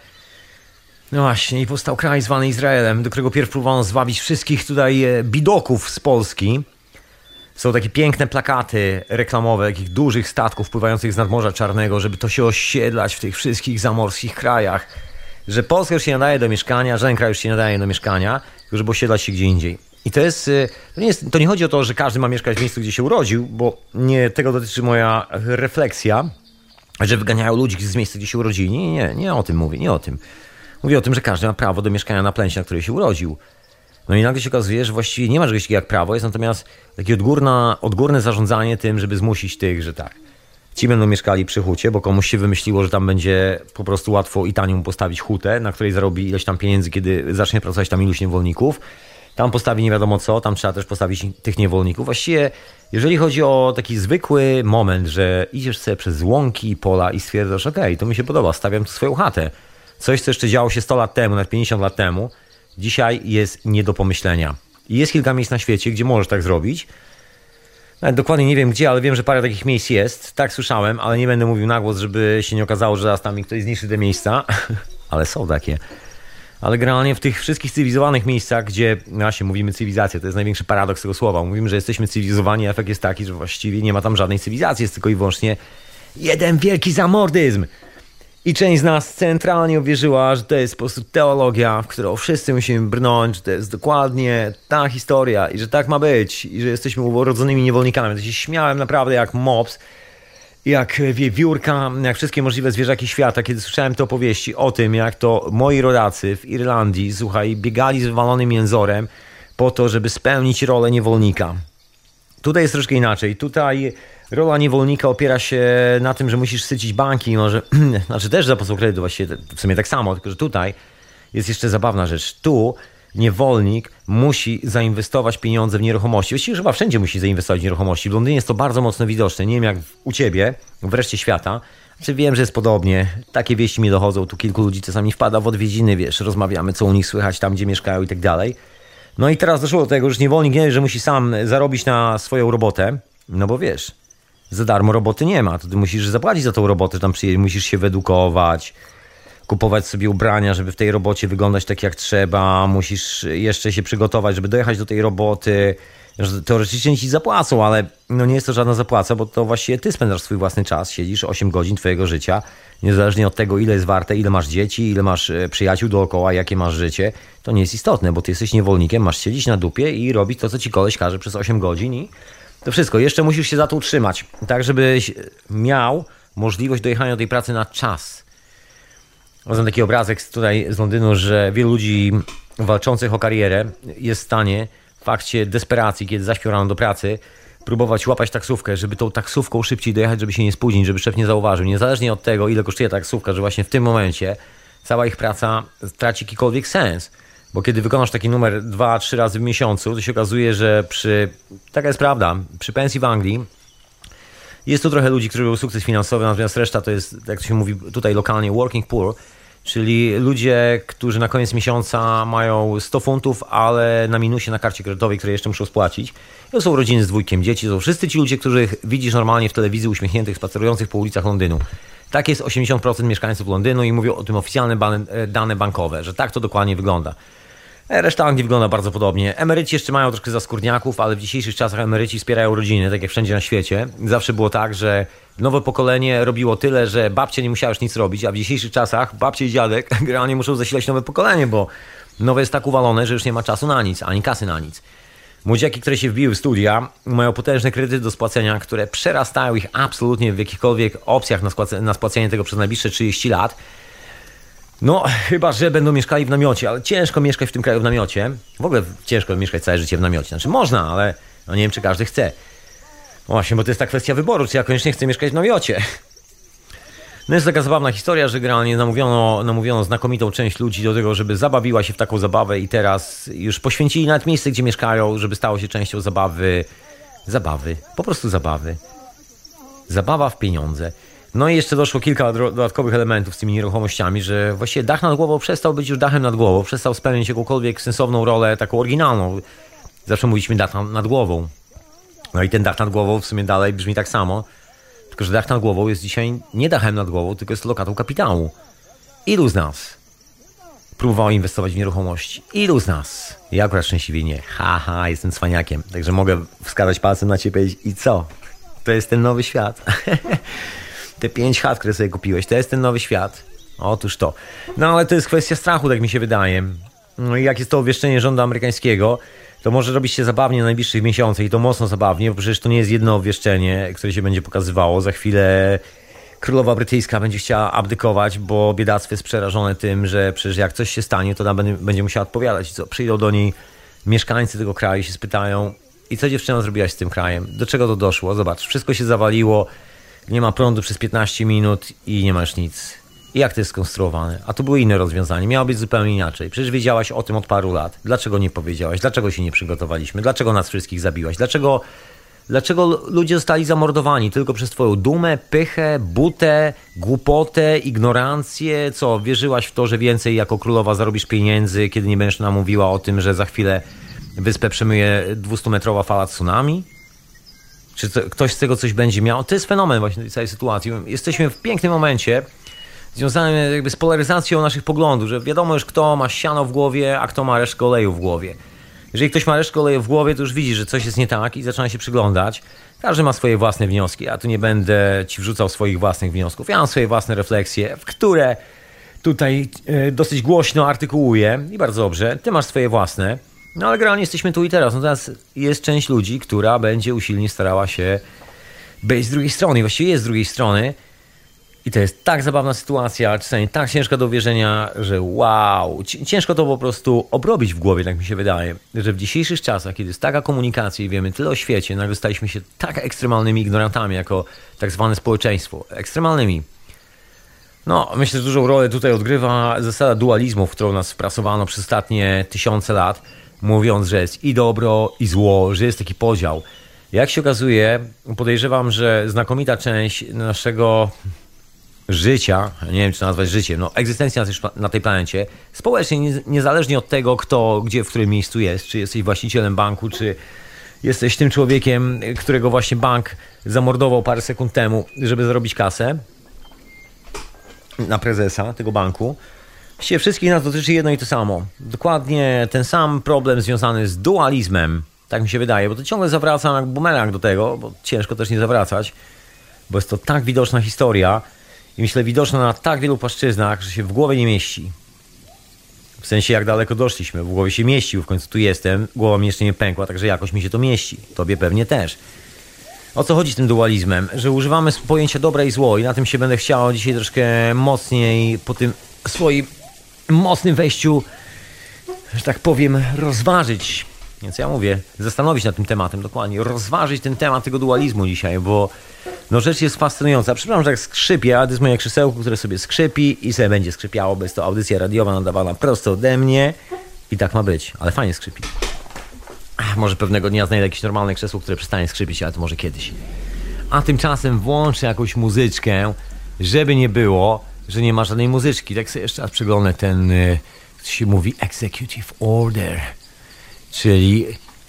No właśnie, i powstał kraj zwany Izraelem, do którego pierw próbowano zwabić wszystkich tutaj bidoków z Polski. Są takie piękne plakaty reklamowe takich dużych statków pływających z nadmorza Czarnego, żeby to się osiedlać w tych wszystkich zamorskich krajach. Że Polska już się nadaje do mieszkania, żaden kraj już się nadaje do mieszkania, tylko żeby osiedlać się gdzie indziej. I to jest, to nie jest, to nie chodzi o to, że każdy ma mieszkać w miejscu, gdzie się urodził, bo nie tego dotyczy moja refleksja, że wyganiają ludzi z miejsca, gdzie się urodzili. Nie, nie, nie o tym mówię, nie o tym. Mówię o tym, że każdy ma prawo do mieszkania na planecie, na której się urodził. No i nagle się okazuje, że właściwie nie ma czegoś takiego jak prawo, jest natomiast takie odgórna, odgórne zarządzanie tym, żeby zmusić tych, że tak, ci będą mieszkali przy hucie, bo komuś się wymyśliło, że tam będzie po prostu łatwo i tanio mu postawić hutę, na której zarobi ileś tam pieniędzy, kiedy zacznie pracować tam iluś niewolników. Tam postawi nie wiadomo co, tam trzeba też postawić tych niewolników. Właściwie, jeżeli chodzi o taki zwykły moment, że idziesz sobie przez łąki i pola i stwierdzasz, okej, okay, to mi się podoba, stawiam tu swoją chatę. Coś, co jeszcze działo się sto lat temu, nawet pięćdziesiąt lat temu, dzisiaj jest nie do pomyślenia. I jest kilka miejsc na świecie, gdzie możesz tak zrobić. Nawet dokładnie nie wiem gdzie, ale wiem, że parę takich miejsc jest. Tak słyszałem, ale nie będę mówił na głos, żeby się nie okazało, że zaraz tam mi ktoś zniszczy te miejsca. Ale są takie. Ale generalnie w tych wszystkich cywilizowanych miejscach, gdzie właśnie mówimy cywilizacja, to jest największy paradoks tego słowa. Mówimy, że jesteśmy cywilizowani, a efekt jest taki, że właściwie nie ma tam żadnej cywilizacji. Jest tylko i wyłącznie jeden wielki zamordyzm. I część z nas centralnie uwierzyła, że to jest po prostu teologia, w którą wszyscy musimy brnąć, że to jest dokładnie ta historia i że tak ma być i że jesteśmy urodzonymi niewolnikami. To się śmiałem naprawdę jak mops, jak wiewiórka, jak wszystkie możliwe zwierzaki świata, kiedy słyszałem te opowieści o tym, jak to moi rodacy w Irlandii, słuchaj, biegali z wywalonym jęzorem po to, żeby spełnić rolę niewolnika. Tutaj jest troszkę inaczej. Tutaj rola niewolnika opiera się na tym, że musisz sycić banki, może, znaczy też za pomocą kredytu właściwie, w sumie tak samo, tylko że tutaj jest jeszcze zabawna rzecz. Tu niewolnik musi zainwestować pieniądze w nieruchomości. Właściwie chyba wszędzie musi zainwestować w nieruchomości. W Londynie jest to bardzo mocno widoczne. Nie wiem jak u ciebie, w reszcie świata. Znaczy wiem, że jest podobnie. Takie wieści mi dochodzą. Tu kilku ludzi czasami wpada w odwiedziny, wiesz, rozmawiamy, co u nich słychać, tam gdzie mieszkają i tak dalej. No i teraz doszło do tego, że niewolnik nie, że musi sam zarobić na swoją robotę, no bo wiesz, za darmo roboty nie ma, to ty musisz zapłacić za tą robotę, że tam przyjedziesz, musisz się wyedukować, kupować sobie ubrania, żeby w tej robocie wyglądać tak jak trzeba, musisz jeszcze się przygotować, żeby dojechać do tej roboty. Teoretycznie ci zapłacą, ale no nie jest to żadna zapłaca, bo to właściwie ty spędzasz swój własny czas, siedzisz osiem godzin twojego życia, niezależnie od tego, ile jest warte, ile masz dzieci, ile masz przyjaciół dookoła, jakie masz życie, to nie jest istotne, bo ty jesteś niewolnikiem, masz siedzieć na dupie i robić to, co ci koleś każe przez osiem godzin i to wszystko. Jeszcze musisz się za to utrzymać, tak żebyś miał możliwość dojechania do tej pracy na czas. Mam taki obrazek tutaj z Londynu, że wielu ludzi walczących o karierę jest w stanie w fakcie desperacji, kiedy zaśpią rano do pracy, próbować łapać taksówkę, żeby tą taksówką szybciej dojechać, żeby się nie spóźnić, żeby szef nie zauważył. Niezależnie od tego, ile kosztuje taksówka, że właśnie w tym momencie cała ich praca traci jakikolwiek sens. Bo kiedy wykonasz taki numer dwa, trzy razy w miesiącu, to się okazuje, że przy, taka jest prawda, przy pensji w Anglii jest tu trochę ludzi, którzy mają sukces finansowy, natomiast reszta to jest, jak to się mówi tutaj lokalnie, working poor, czyli ludzie, którzy na koniec miesiąca mają sto funtów, ale na minusie na karcie kredytowej, które jeszcze muszą spłacić. To są rodziny z dwójkiem dzieci, to są wszyscy ci ludzie, których widzisz normalnie w telewizji uśmiechniętych, spacerujących po ulicach Londynu. Tak jest osiemdziesiąt procent mieszkańców Londynu i mówią o tym oficjalne dane bankowe, że tak to dokładnie wygląda. Reszta Anglii wygląda bardzo podobnie. Emeryci jeszcze mają troszkę zaskórniaków, ale w dzisiejszych czasach emeryci wspierają rodziny, tak jak wszędzie na świecie. Zawsze było tak, że nowe pokolenie robiło tyle, że babcia nie musiała już nic robić, a w dzisiejszych czasach babcie i dziadek generalnie muszą zasilać nowe pokolenie, bo nowe jest tak uwalone, że już nie ma czasu na nic, ani kasy na nic. Młodziaki, które się wbiły w studia, mają potężne kredyty do spłacenia, które przerastają ich absolutnie w jakichkolwiek opcjach na, spłac- na spłacenie tego przez najbliższe trzydzieści lat. No, chyba że będą mieszkali w namiocie, ale ciężko mieszkać w tym kraju w namiocie. W ogóle ciężko mieszkać całe życie w namiocie. Znaczy można, ale no nie wiem, czy każdy chce. Właśnie, bo to jest ta kwestia wyboru, czy ja koniecznie chcę mieszkać w namiocie. No jest taka zabawna historia, że generalnie namówiono, namówiono znakomitą część ludzi do tego, żeby zabawiła się w taką zabawę i teraz już poświęcili nawet miejsce, gdzie mieszkają, żeby stało się częścią zabawy. Zabawy. Po prostu zabawy. Zabawa w pieniądze. No i jeszcze doszło kilka dodatkowych elementów z tymi nieruchomościami, że właściwie dach nad głową przestał być już dachem nad głową, przestał spełniać jakąkolwiek sensowną rolę, taką oryginalną. Zawsze mówiliśmy dach nad głową. No i ten dach nad głową w sumie dalej brzmi tak samo, tylko że dach nad głową jest dzisiaj nie dachem nad głową, tylko jest lokatą kapitału. Ilu z nas próbowało inwestować w nieruchomości? Ilu z nas? Ja akurat szczęśliwie nie. Haha, jestem cwaniakiem, także mogę wskazać palcem na ciebie i powiedzieć, i co? To jest ten nowy świat. Te pięć chat, które sobie kupiłeś, to jest ten nowy świat. Otóż to. No ale to jest kwestia strachu, tak mi się wydaje. No i jak jest to obwieszczenie rządu amerykańskiego, to może robić się zabawnie na najbliższych miesiącach i to mocno zabawnie, bo przecież to nie jest jedno obwieszczenie, które się będzie pokazywało. Za chwilę królowa brytyjska będzie chciała abdykować, bo biedactwo jest przerażone tym, że przecież jak coś się stanie, to ona będzie musiała odpowiadać. Co? Przyjdą do niej mieszkańcy tego kraju i się spytają, i co dziewczyna zrobiłaś z tym krajem? Do czego to doszło? Zobacz, wszystko się zawaliło, nie ma prądu przez piętnaście minut i nie masz nic. I jak to jest skonstruowane? A to było inne rozwiązanie. Miało być zupełnie inaczej. Przecież wiedziałaś o tym od paru lat. Dlaczego nie powiedziałaś? Dlaczego się nie przygotowaliśmy? Dlaczego nas wszystkich zabiłaś? Dlaczego, dlaczego ludzie zostali zamordowani? Tylko przez twoją dumę, pychę, butę, głupotę, ignorancję? Co, wierzyłaś w to, że więcej jako królowa zarobisz pieniędzy, kiedy nie będziesz nam mówiła o tym, że za chwilę wyspę przemyje dwustumetrowa fala tsunami? Czy to, ktoś z tego coś będzie miał? To jest fenomen właśnie tej całej sytuacji. Jesteśmy w pięknym momencie związanym jakby z polaryzacją naszych poglądów, że wiadomo już, kto ma siano w głowie, a kto ma resztkę oleju w głowie. Jeżeli ktoś ma resztkę oleju w głowie, to już widzi, że coś jest nie tak i zaczyna się przyglądać. Każdy ma swoje własne wnioski. Ja tu nie będę ci wrzucał swoich własnych wniosków. Ja mam swoje własne refleksje, w które tutaj dosyć głośno artykułuję i bardzo dobrze. Ty masz swoje własne. No ale generalnie jesteśmy tu i teraz. No teraz jest część ludzi, która będzie usilnie starała się być z drugiej strony. I właściwie jest z drugiej strony. I to jest tak zabawna sytuacja, czasami tak ciężka do uwierzenia, że wow, ciężko to po prostu obrobić w głowie, tak mi się wydaje, że w dzisiejszych czasach, kiedy jest taka komunikacja i wiemy tyle o świecie, nagle staliśmy się tak ekstremalnymi ignorantami jako tak zwane społeczeństwo. Ekstremalnymi. No, myślę, że dużą rolę tutaj odgrywa zasada dualizmu, w którą nas wprasowano przez ostatnie tysiące lat, mówiąc, że jest i dobro, i zło, że jest taki podział. Jak się okazuje, podejrzewam, że znakomita część naszego życia, nie wiem, czy to nazwać życiem, no egzystencja na tej planecie, społecznie, niezależnie od tego, kto, gdzie, w którym miejscu jest, czy jesteś właścicielem banku, czy jesteś tym człowiekiem, którego właśnie bank zamordował parę sekund temu, żeby zarobić kasę. na prezesa tego banku. Właściwie wszystkich nas dotyczy jedno i to samo. Dokładnie ten sam problem związany z dualizmem. Tak mi się wydaje, bo to ciągle zawracam jak bumerang do tego, bo ciężko też nie zawracać, bo jest to tak widoczna historia i myślę widoczna na tak wielu płaszczyznach, że się w głowie nie mieści. W sensie jak daleko doszliśmy, w głowie się mieścił, w końcu tu jestem, głowa mi jeszcze nie pękła, także jakoś mi się to mieści. Tobie pewnie też. O co chodzi z tym dualizmem? Że używamy pojęcia dobra i zło i na tym się będę chciał dzisiaj troszkę mocniej po tym swoim mocnym wejściu, że tak powiem, rozważyć. Więc ja mówię, zastanowić nad tym tematem dokładnie, rozważyć ten temat tego dualizmu dzisiaj, bo no rzecz jest fascynująca. Przepraszam, że tak skrzypię, ale to jest moje krzesełko, które sobie skrzypi i sobie będzie skrzypiało, bo jest to audycja radiowa nadawana prosto ode mnie i tak ma być, ale fajnie skrzypi. Ach, może pewnego dnia znajdę jakieś normalne krzesło, które przestanie skrzypić, ale to może kiedyś. A tymczasem włączę jakąś muzyczkę, żeby nie było, że nie ma żadnej muzyczki. Tak sobie jeszcze raz przeglądnę ten, jak się mówi, executive order, czyli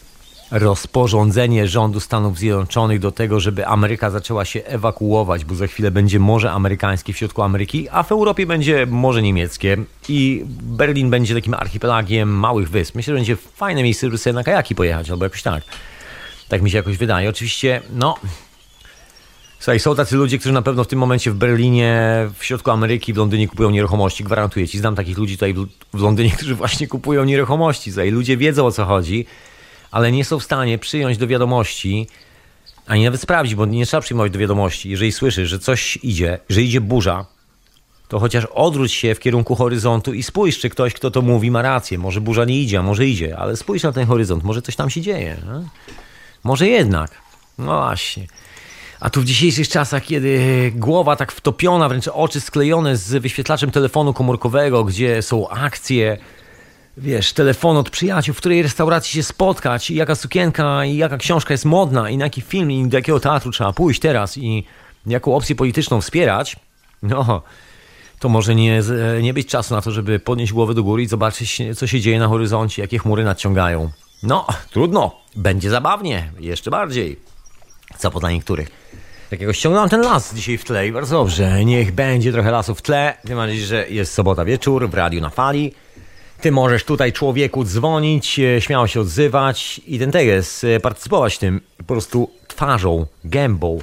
rozporządzenie rządu Stanów Zjednoczonych do tego, żeby Ameryka zaczęła się ewakuować, bo za chwilę będzie Morze Amerykańskie w środku Ameryki, a w Europie będzie Morze Niemieckie i Berlin będzie takim archipelagiem małych wysp. Myślę, że będzie fajne miejsce, żeby sobie na kajaki pojechać, albo jakoś tak. Tak mi się jakoś wydaje. Oczywiście, no... Słuchaj, są tacy ludzie, którzy na pewno w tym momencie w Berlinie, w środku Ameryki, w Londynie kupują nieruchomości. Gwarantuję ci, znam takich ludzi tutaj w Londynie, którzy właśnie kupują nieruchomości. Słuchaj, ludzie wiedzą, o co chodzi, ale nie są w stanie przyjąć do wiadomości, ani nawet sprawdzić, bo nie trzeba przyjmować do wiadomości. Jeżeli słyszysz, że coś idzie, że idzie burza, to chociaż odwróć się w kierunku horyzontu i spójrz, czy ktoś, kto to mówi, ma rację. Może burza nie idzie, a może idzie, ale spójrz na ten horyzont, może coś tam się dzieje. Nie? Może jednak. No właśnie. A tu w dzisiejszych czasach, kiedy głowa tak wtopiona, wręcz oczy sklejone z wyświetlaczem telefonu komórkowego, gdzie są akcje, wiesz, telefon od przyjaciół, w której restauracji się spotkać, i jaka sukienka, i jaka książka jest modna, i na jaki film, i do jakiego teatru trzeba pójść teraz, i jaką opcję polityczną wspierać, no, to może nie, nie być czasu na to, żeby podnieść głowę do góry i zobaczyć, co się dzieje na horyzoncie, jakie chmury nadciągają. No, trudno, będzie zabawnie, jeszcze bardziej. Co po dla niektórych. Takiego ściągnąłem ten las dzisiaj w tle i bardzo dobrze. Niech będzie trochę lasu w tle. Tym bardziej, że jest sobota wieczór w Radiu na Fali. Ty możesz tutaj człowieku dzwonić, śmiało się odzywać i ten tekst, partycypować w tym po prostu twarzą, gębą.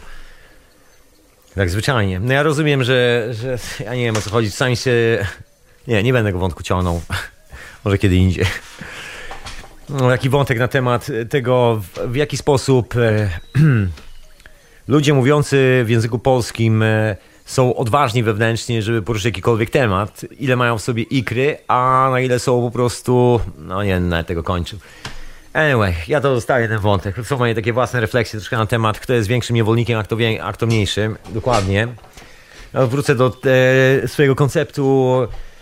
Tak zwyczajnie. No ja rozumiem, że, że ja nie wiem, o co chodzi. Sami się... Nie, nie będę go wątku ciągnął. Może kiedy indziej. No, jaki wątek na temat tego, w, w jaki sposób e, ludzie mówiący w języku polskim e, są odważni wewnętrznie, żeby poruszyć jakikolwiek temat. Ile mają w sobie ikry, a na ile są po prostu... No nie, nawet tego kończył. Anyway, ja to zostawię ten wątek. To są moje takie własne refleksje troszkę na temat, kto jest większym niewolnikiem, a kto, wie, a kto mniejszym. Dokładnie. No, wrócę do e, swojego konceptu...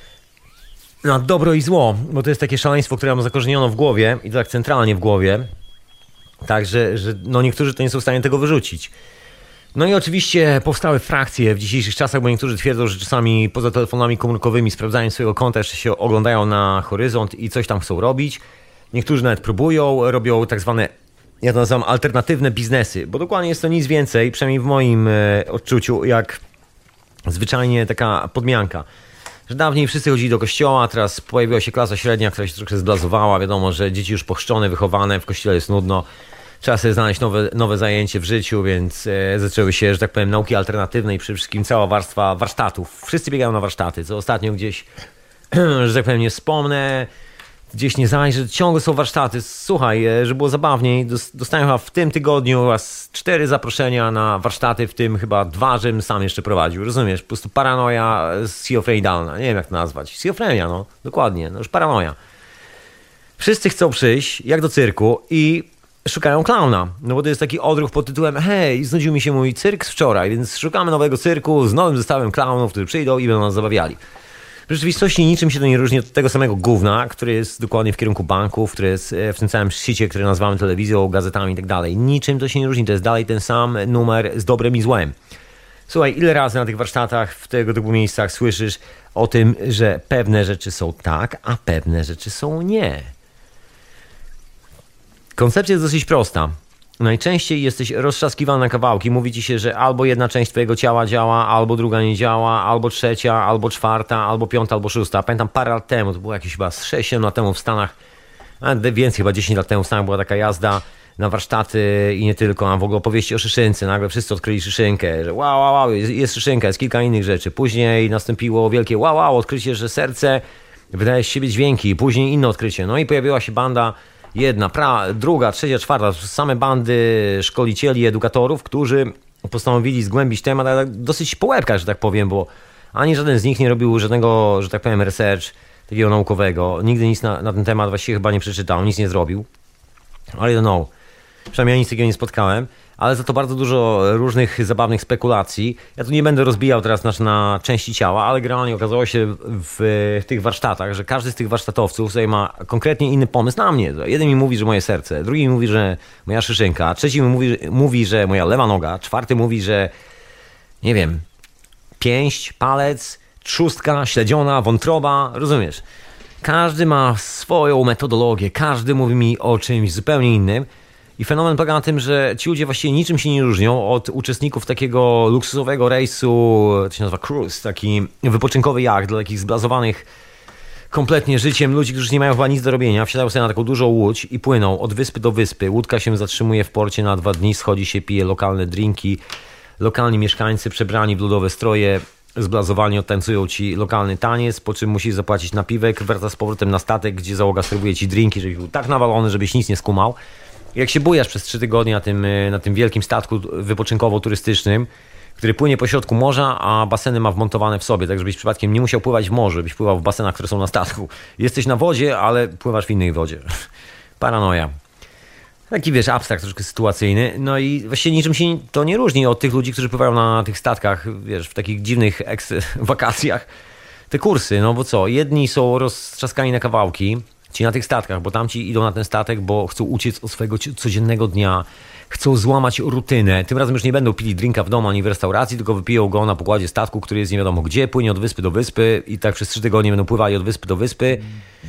No, dobro i zło, bo to jest takie szaleństwo, które mam zakorzeniono w głowie i to tak centralnie w głowie. Także, że no niektórzy to nie są w stanie tego wyrzucić. No i oczywiście powstały frakcje w dzisiejszych czasach, bo niektórzy twierdzą, że czasami poza telefonami komórkowymi sprawdzają swojego konta, jeszcze się oglądają na horyzont i coś tam chcą robić. Niektórzy nawet próbują, robią tak zwane, ja to nazywam alternatywne biznesy, bo dokładnie jest to nic więcej, przynajmniej w moim e, odczuciu, jak zwyczajnie taka podmianka. Że dawniej wszyscy chodzili do kościoła, a teraz pojawiła się klasa średnia, która się troszkę zblazowała. Wiadomo, że dzieci już pochrzczone, wychowane, w kościele jest nudno. Trzeba sobie znaleźć nowe, nowe zajęcie w życiu, więc e, zaczęły się, że tak powiem, nauki alternatywne i przede wszystkim cała warstwa warsztatów. Wszyscy biegają na warsztaty, co ostatnio gdzieś, że tak powiem, nie wspomnę, gdzieś nie zajrzę, ciągle są warsztaty. Słuchaj, e, żeby było zabawniej, dostałem chyba w tym tygodniu raz cztery zaproszenia na warsztaty, w tym chyba dwa, żebym sam jeszcze prowadził. Rozumiesz? Po prostu paranoja schizofrenidalna. Nie wiem, jak to nazwać. Schizofrenia, no. Dokładnie. No już paranoja. Wszyscy chcą przyjść, jak do cyrku i szukają klauna. No bo to jest taki odruch pod tytułem hej, znudził mi się mój cyrk z wczoraj, więc szukamy nowego cyrku z nowym zestawem klaunów, którzy przyjdą i będą nas zabawiali. W rzeczywistości niczym się to nie różni od tego samego gówna, który jest dokładnie w kierunku banków, który jest w tym całym siecie, który nazywamy telewizją, gazetami i tak dalej. Niczym to się nie różni, to jest dalej ten sam numer z dobrem i złem. Słuchaj, ile razy na tych warsztatach, w tego typu miejscach słyszysz o tym, że pewne rzeczy są tak, a pewne rzeczy są nie. Koncepcja jest dosyć prosta. najczęściej jesteś roztrzaskiwany na kawałki. Mówi ci się, że albo jedna część twojego ciała działa, albo druga nie działa, albo trzecia, albo czwarta, albo piąta, albo szósta. Pamiętam parę lat temu, to było jakieś chyba sześć siedem lat temu w Stanach, a więcej, chyba dziesięć lat temu w Stanach była taka jazda na warsztaty i nie tylko, a w ogóle opowieści o szyszynce. Nagle wszyscy odkryli szyszynkę, że wow, wow, wow, jest, jest szyszynka, jest kilka innych rzeczy. Później nastąpiło wielkie wow, wow, odkrycie, że serce wydaje z siebie dźwięki. Później inne odkrycie. No i pojawiła się banda jedna, pra, druga, trzecia, czwarta. Same bandy szkolicieli, edukatorów, którzy postanowili zgłębić temat, ale dosyć po łebkach, że tak powiem, bo ani żaden z nich nie robił żadnego, że tak powiem, research takiego naukowego. Nigdy nic na, na ten temat właściwie chyba nie przeczytał, nic nie zrobił. I don't know. Przynajmniej ja nic takiego nie spotkałem, ale za to bardzo dużo różnych zabawnych spekulacji. Ja tu nie będę rozbijał teraz na, na części ciała, ale generalnie okazało się w, w tych warsztatach, że każdy z tych warsztatowców sobie ma konkretnie inny pomysł na mnie. Jeden mi mówi, że moje serce, drugi mi mówi, że moja szyszynka, trzeci mi mówi, mówi, że moja lewa noga, czwarty mówi, że nie wiem, pięść, palec, trzustka, śledziona, wątroba, rozumiesz? Każdy ma swoją metodologię, każdy mówi mi o czymś zupełnie innym. I fenomen polega na tym, że ci ludzie właściwie niczym się nie różnią od uczestników takiego luksusowego rejsu, to się nazywa cruise, taki wypoczynkowy jacht dla takich zblazowanych kompletnie życiem ludzi, którzy nie mają chyba nic do robienia. Wsiadają sobie na taką dużą łódź i płyną od wyspy do wyspy. Łódka się zatrzymuje w porcie na dwa dni, schodzi się, pije lokalne drinki. Lokalni mieszkańcy przebrani w ludowe stroje, zblazowani odtańcują ci lokalny taniec, po czym musisz zapłacić napiwek, wracasz z powrotem na statek, gdzie załoga serwuje ci drinki, żebyś był tak nawalony, żebyś nic nie skumał. Jak się bujasz przez trzy tygodnie na tym, na tym wielkim statku wypoczynkowo-turystycznym, który płynie po środku morza, a baseny ma wmontowane w sobie, tak żebyś przypadkiem nie musiał pływać w morzu, byś pływał w basenach, które są na statku. Jesteś na wodzie, ale pływasz w innej wodzie. Paranoja. Taki, wiesz, abstrakt troszkę sytuacyjny. No i właściwie niczym się to nie różni od tych ludzi, którzy pływają na tych statkach, wiesz, w takich dziwnych eks- wakacjach. Te kursy, no bo co, jedni są roztrzaskani na kawałki, ci na tych statkach, bo tamci idą na ten statek, bo chcą uciec od swojego codziennego dnia, chcą złamać rutynę. Tym razem już nie będą pili drinka w domu ani w restauracji, tylko wypiją go na pokładzie statku, który jest nie wiadomo gdzie, płynie od wyspy do wyspy i tak przez trzy tygodnie będą pływali od wyspy do wyspy.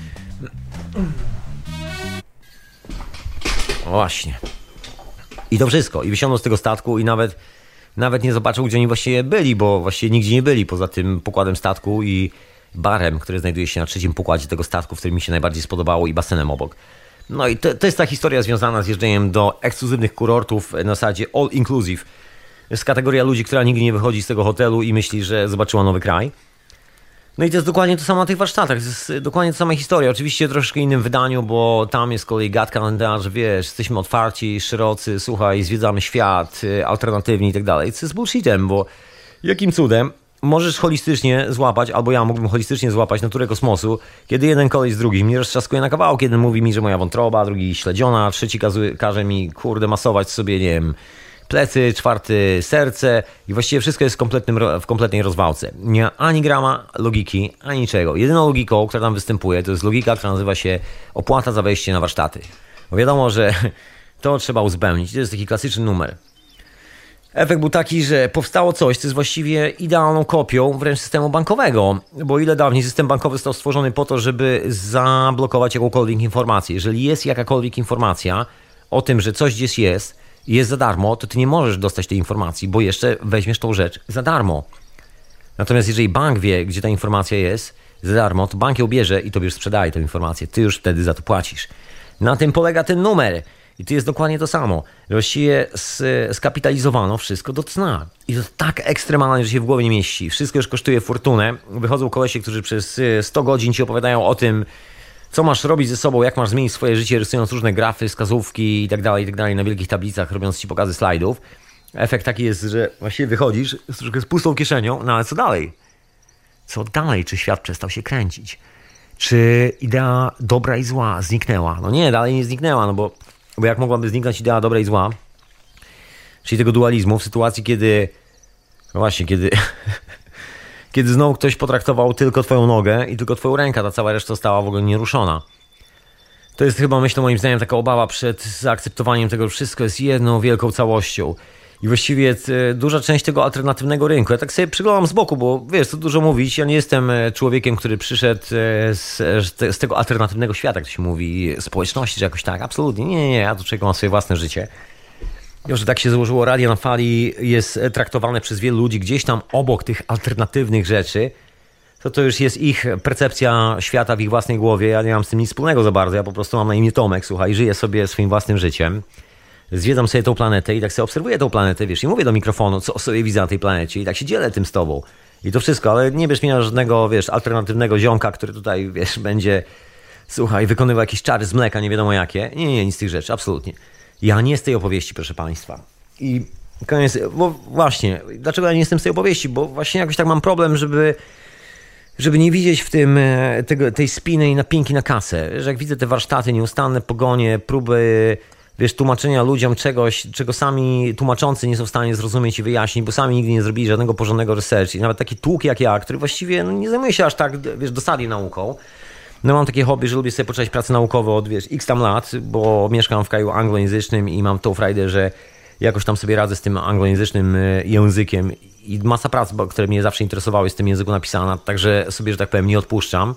O właśnie. I to wszystko. I wysiądą z tego statku i nawet, nawet nie zobaczą, gdzie oni właściwie byli, bo właściwie nigdzie nie byli poza tym pokładem statku i barem, który znajduje się na trzecim pokładzie tego statku, w którym mi się najbardziej spodobało, i basenem obok. No i to, to jest ta historia związana z jeżdżeniem do ekskluzywnych kurortów na zasadzie all inclusive. Jest kategoria ludzi, która nigdy nie wychodzi z tego hotelu i myśli, że zobaczyła nowy kraj. No i to jest dokładnie to samo na tych warsztatach. To jest dokładnie ta sama historia. Oczywiście w troszkę innym wydaniu, bo tam jest z kolei gadka na ten, że wiesz, jesteśmy otwarci, szerocy, słuchaj, zwiedzamy świat, alternatywni i tak dalej. Co jest bullshitem, bo jakim cudem możesz holistycznie złapać, albo ja mógłbym holistycznie złapać naturę kosmosu, kiedy jeden koleś z drugim mnie roztrzaskuje na kawałki. Jeden mówi mi, że moja wątroba, drugi śledziona, trzeci każe, każe mi, kurde, masować sobie, nie wiem, plecy, czwarty serce i właściwie wszystko jest w, kompletnym, w kompletnej rozwałce. Nie ma ani grama logiki, ani niczego. Jedyną logiką, która tam występuje, to jest logika, która nazywa się opłata za wejście na warsztaty. Bo wiadomo, że to trzeba uzupełnić. To jest taki klasyczny numer. Efekt był taki, że powstało coś, co jest właściwie idealną kopią wręcz systemu bankowego, bo ile dawniej system bankowy został stworzony po to, żeby zablokować jakąkolwiek informację. Jeżeli jest jakakolwiek informacja o tym, że coś gdzieś jest i jest za darmo, to ty nie możesz dostać tej informacji, bo jeszcze weźmiesz tą rzecz za darmo. Natomiast jeżeli bank wie, gdzie ta informacja jest za darmo, to bank ją bierze i tobie już sprzedaje tę informację. Ty już wtedy za to płacisz. Na tym polega ten numer. I tu jest dokładnie to samo. Właściwie skapitalizowano wszystko do cna. I to tak ekstremalnie, że się w głowie nie mieści. Wszystko już kosztuje fortunę. Wychodzą kolesie, którzy przez sto godzin ci opowiadają o tym, co masz robić ze sobą, jak masz zmienić swoje życie, rysując różne grafy, wskazówki i tak dalej, i tak dalej na wielkich tablicach, robiąc ci pokazy slajdów. Efekt taki jest, że właściwie wychodzisz z troszkę z pustą kieszenią, no ale co dalej? Co dalej? Czy świat przestał się kręcić? Czy idea dobra i zła zniknęła? No nie, dalej nie zniknęła, no bo Bo jak mogłaby zniknąć idea dobra i zła, czyli tego dualizmu w sytuacji, kiedy, no właśnie, kiedy, kiedy znowu ktoś potraktował tylko twoją nogę i tylko twoją rękę, ta cała reszta została w ogóle nieruszona. To jest chyba, myślę, moim zdaniem, taka obawa przed zaakceptowaniem tego, że wszystko jest jedną wielką całością. I właściwie duża część tego alternatywnego rynku, ja tak sobie przyglądam z boku, bo wiesz, co dużo mówić, ja nie jestem człowiekiem, który przyszedł z, z tego alternatywnego świata, jak to się mówi, społeczności, czy jakoś tak, absolutnie, nie, nie, nie, ja tu człowiek mam swoje własne życie. że tak się złożyło, Radio na Fali jest traktowane przez wielu ludzi gdzieś tam obok tych alternatywnych rzeczy, to to już jest ich percepcja świata w ich własnej głowie. Ja nie mam z tym nic wspólnego za bardzo. Ja po prostu mam na imię Tomek, słuchaj, żyję sobie swoim własnym życiem. Zwiedzam sobie tą planetę i tak sobie obserwuję tą planetę, wiesz, i mówię do mikrofonu, co sobie widzę na tej planecie i tak się dzielę tym z tobą. I to wszystko, ale nie bierz mnie na żadnego, wiesz, alternatywnego ziomka, który tutaj, wiesz, będzie, słuchaj, wykonywał jakieś czary z mleka, nie wiadomo jakie. Nie, nie, nic z tych rzeczy, absolutnie. Ja nie z tej opowieści, proszę państwa. I koniec, bo właśnie, dlaczego ja nie jestem z tej opowieści? Bo właśnie jakoś tak mam problem, żeby... żeby nie widzieć w tym tego, tej spiny i napinki na kasę. Że jak widzę te warsztaty, nieustanne pogonie, próby, wiesz, tłumaczenia ludziom czegoś, czego sami tłumaczący nie są w stanie zrozumieć i wyjaśnić, bo sami nigdy nie zrobili żadnego porządnego research. I nawet taki tłuk jak ja, który właściwie no, nie zajmuje się aż tak, wiesz, dosadnie nauką. No mam takie hobby, że lubię sobie poczytać prace naukowe od, wiesz, x tam lat, bo mieszkam w kraju anglojęzycznym i mam tą frajdę, że jakoś tam sobie radzę z tym anglojęzycznym językiem. I masa prac, które mnie zawsze interesowały, jest w tym języku napisana, także sobie, że tak powiem, nie odpuszczam.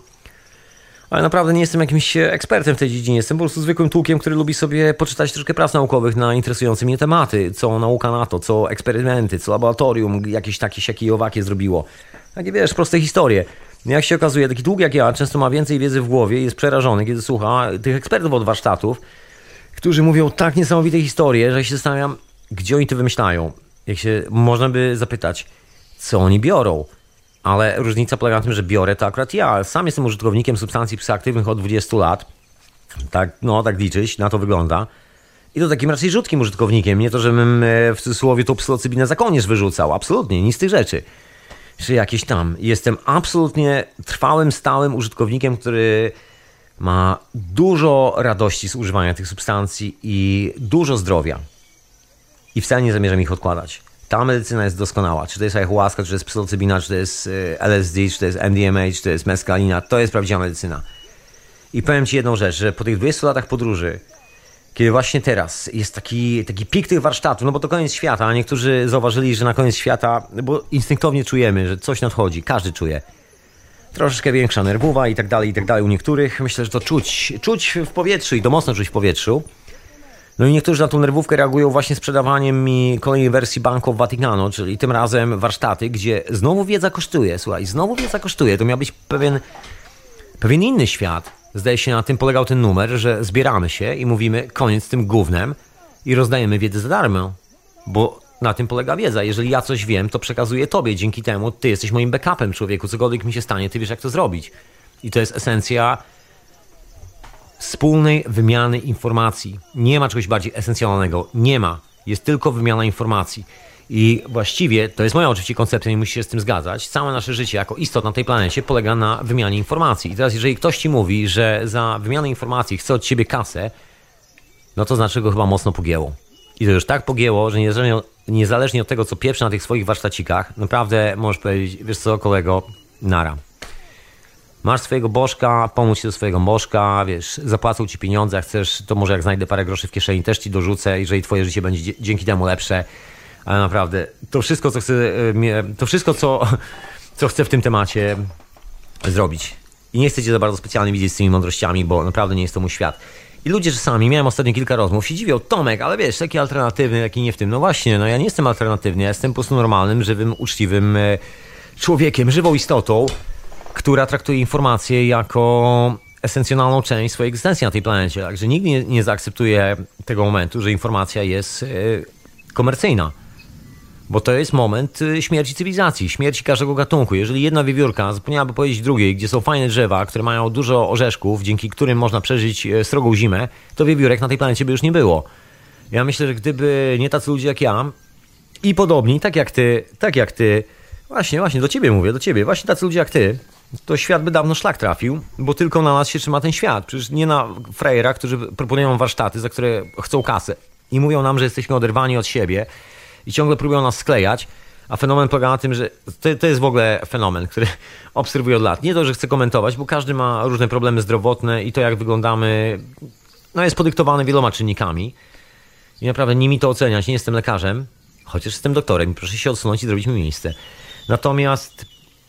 Ale naprawdę nie jestem jakimś ekspertem w tej dziedzinie, jestem po prostu zwykłym tłukiem, który lubi sobie poczytać troszkę prac naukowych na interesujące mnie tematy, co nauka na to, co eksperymenty, co laboratorium, jakieś takie, siakie i owakie zrobiło. Takie, wiesz, proste historie. Jak się okazuje, taki tłuk jak ja często ma więcej wiedzy w głowie i jest przerażony, kiedy słucha tych ekspertów od warsztatów, którzy mówią tak niesamowite historie, że ja się zastanawiam, gdzie oni to wymyślają. Jak się można by zapytać, co oni biorą. Ale różnica polega na tym, że biorę to akurat ja. Sam jestem użytkownikiem substancji psychoaktywnych od dwudziestu lat. Tak, no, tak liczyć, na to wygląda. I to takim raczej rzutkim użytkownikiem. Nie to, żebym w cudzysłowie tą psylocybinę za kołnierz wyrzucał. Absolutnie, nic z tych rzeczy. Czy jakieś tam. Jestem absolutnie trwałym, stałym użytkownikiem, który ma dużo radości z używania tych substancji i dużo zdrowia. I wcale nie zamierzam ich odkładać. Ta medycyna jest doskonała. Czy to jest ayahuasca, czy to jest psylocybina, czy to jest L S D, czy to jest M D M A, czy to jest meskalina. To jest prawdziwa medycyna. I powiem ci jedną rzecz, że po tych dwudziestu latach podróży, kiedy właśnie teraz jest taki, taki pik tych warsztatów, no bo to koniec świata, a niektórzy zauważyli, że na koniec świata, bo instynktownie czujemy, że coś nadchodzi, każdy czuje. Troszeczkę większa nerwowa i tak dalej, i tak dalej u niektórych. Myślę, że to czuć, czuć w powietrzu i to mocno czuć w powietrzu. No i niektórzy na tą nerwówkę reagują właśnie sprzedawaniem mi kolejnej wersji Banco Vaticano, czyli tym razem warsztaty, gdzie znowu wiedza kosztuje. Słuchaj, znowu wiedza kosztuje. To miał być pewien, pewien inny świat. Zdaje się, na tym polegał ten numer, że zbieramy się i mówimy koniec z tym gównem i rozdajemy wiedzę za darmo. Bo na tym polega wiedza. Jeżeli ja coś wiem, to przekazuję tobie. Dzięki temu ty jesteś moim backupem, człowieku. Cokolwiek mi się stanie, ty wiesz, jak to zrobić. I to jest esencja wspólnej wymiany informacji. Nie ma czegoś bardziej esencjalnego. Nie ma. Jest tylko wymiana informacji. I właściwie, to jest moja oczywiście koncepcja, nie musisz się z tym zgadzać, całe nasze życie jako istot na tej planecie polega na wymianie informacji. I teraz jeżeli ktoś ci mówi, że za wymianę informacji chce od ciebie kasę, no to znaczy go chyba mocno pogięło. I to już tak pogięło, że niezależnie od, niezależnie od tego, co pieprzy na tych swoich warsztacikach, naprawdę możesz powiedzieć, wiesz co, kolego, nara. Masz swojego bożka, pomóc ci do swojego bożka, wiesz, zapłacą ci pieniądze, jak chcesz, to może jak znajdę parę groszy w kieszeni, też ci dorzucę, jeżeli twoje życie będzie dzięki temu lepsze. Ale naprawdę, to wszystko, co chcę, to wszystko, co, co chcę w tym temacie zrobić. I nie chcę cię za bardzo specjalnie widzieć z tymi mądrościami, bo naprawdę nie jest to mój świat. I ludzie czasami, miałem ostatnio kilka rozmów, się dziwią, Tomek, ale wiesz, taki alternatywny, taki nie w tym. No właśnie, no ja nie jestem alternatywny, ja jestem po prostu normalnym, żywym, uczciwym człowiekiem, żywą istotą, która traktuje informacje jako esencjonalną część swojej egzystencji na tej planecie. Także nikt nie, nie zaakceptuje tego momentu, że informacja jest yy, komercyjna. Bo to jest moment śmierci cywilizacji, śmierci każdego gatunku. Jeżeli jedna wiewiórka zapomniałaby powiedzieć drugiej, gdzie są fajne drzewa, które mają dużo orzeszków, dzięki którym można przeżyć srogą zimę, to wiewiórek na tej planecie by już nie było. Ja myślę, że gdyby nie tacy ludzie jak ja i podobni, tak jak ty, tak jak ty, właśnie, właśnie, do ciebie mówię, do ciebie, właśnie tacy ludzie jak ty, to świat by dawno szlak trafił, bo tylko na nas się trzyma ten świat. Przecież nie na frajerach, którzy proponują warsztaty, za które chcą kasę i mówią nam, że jesteśmy oderwani od siebie i ciągle próbują nas sklejać, a fenomen polega na tym, że to, to jest w ogóle fenomen, który obserwuję od lat. Nie to, że chcę komentować, bo każdy ma różne problemy zdrowotne i to, jak wyglądamy, no jest podyktowane wieloma czynnikami i naprawdę nie mi to oceniać, nie jestem lekarzem, chociaż jestem doktorem, proszę się odsunąć i zrobić mi miejsce. Natomiast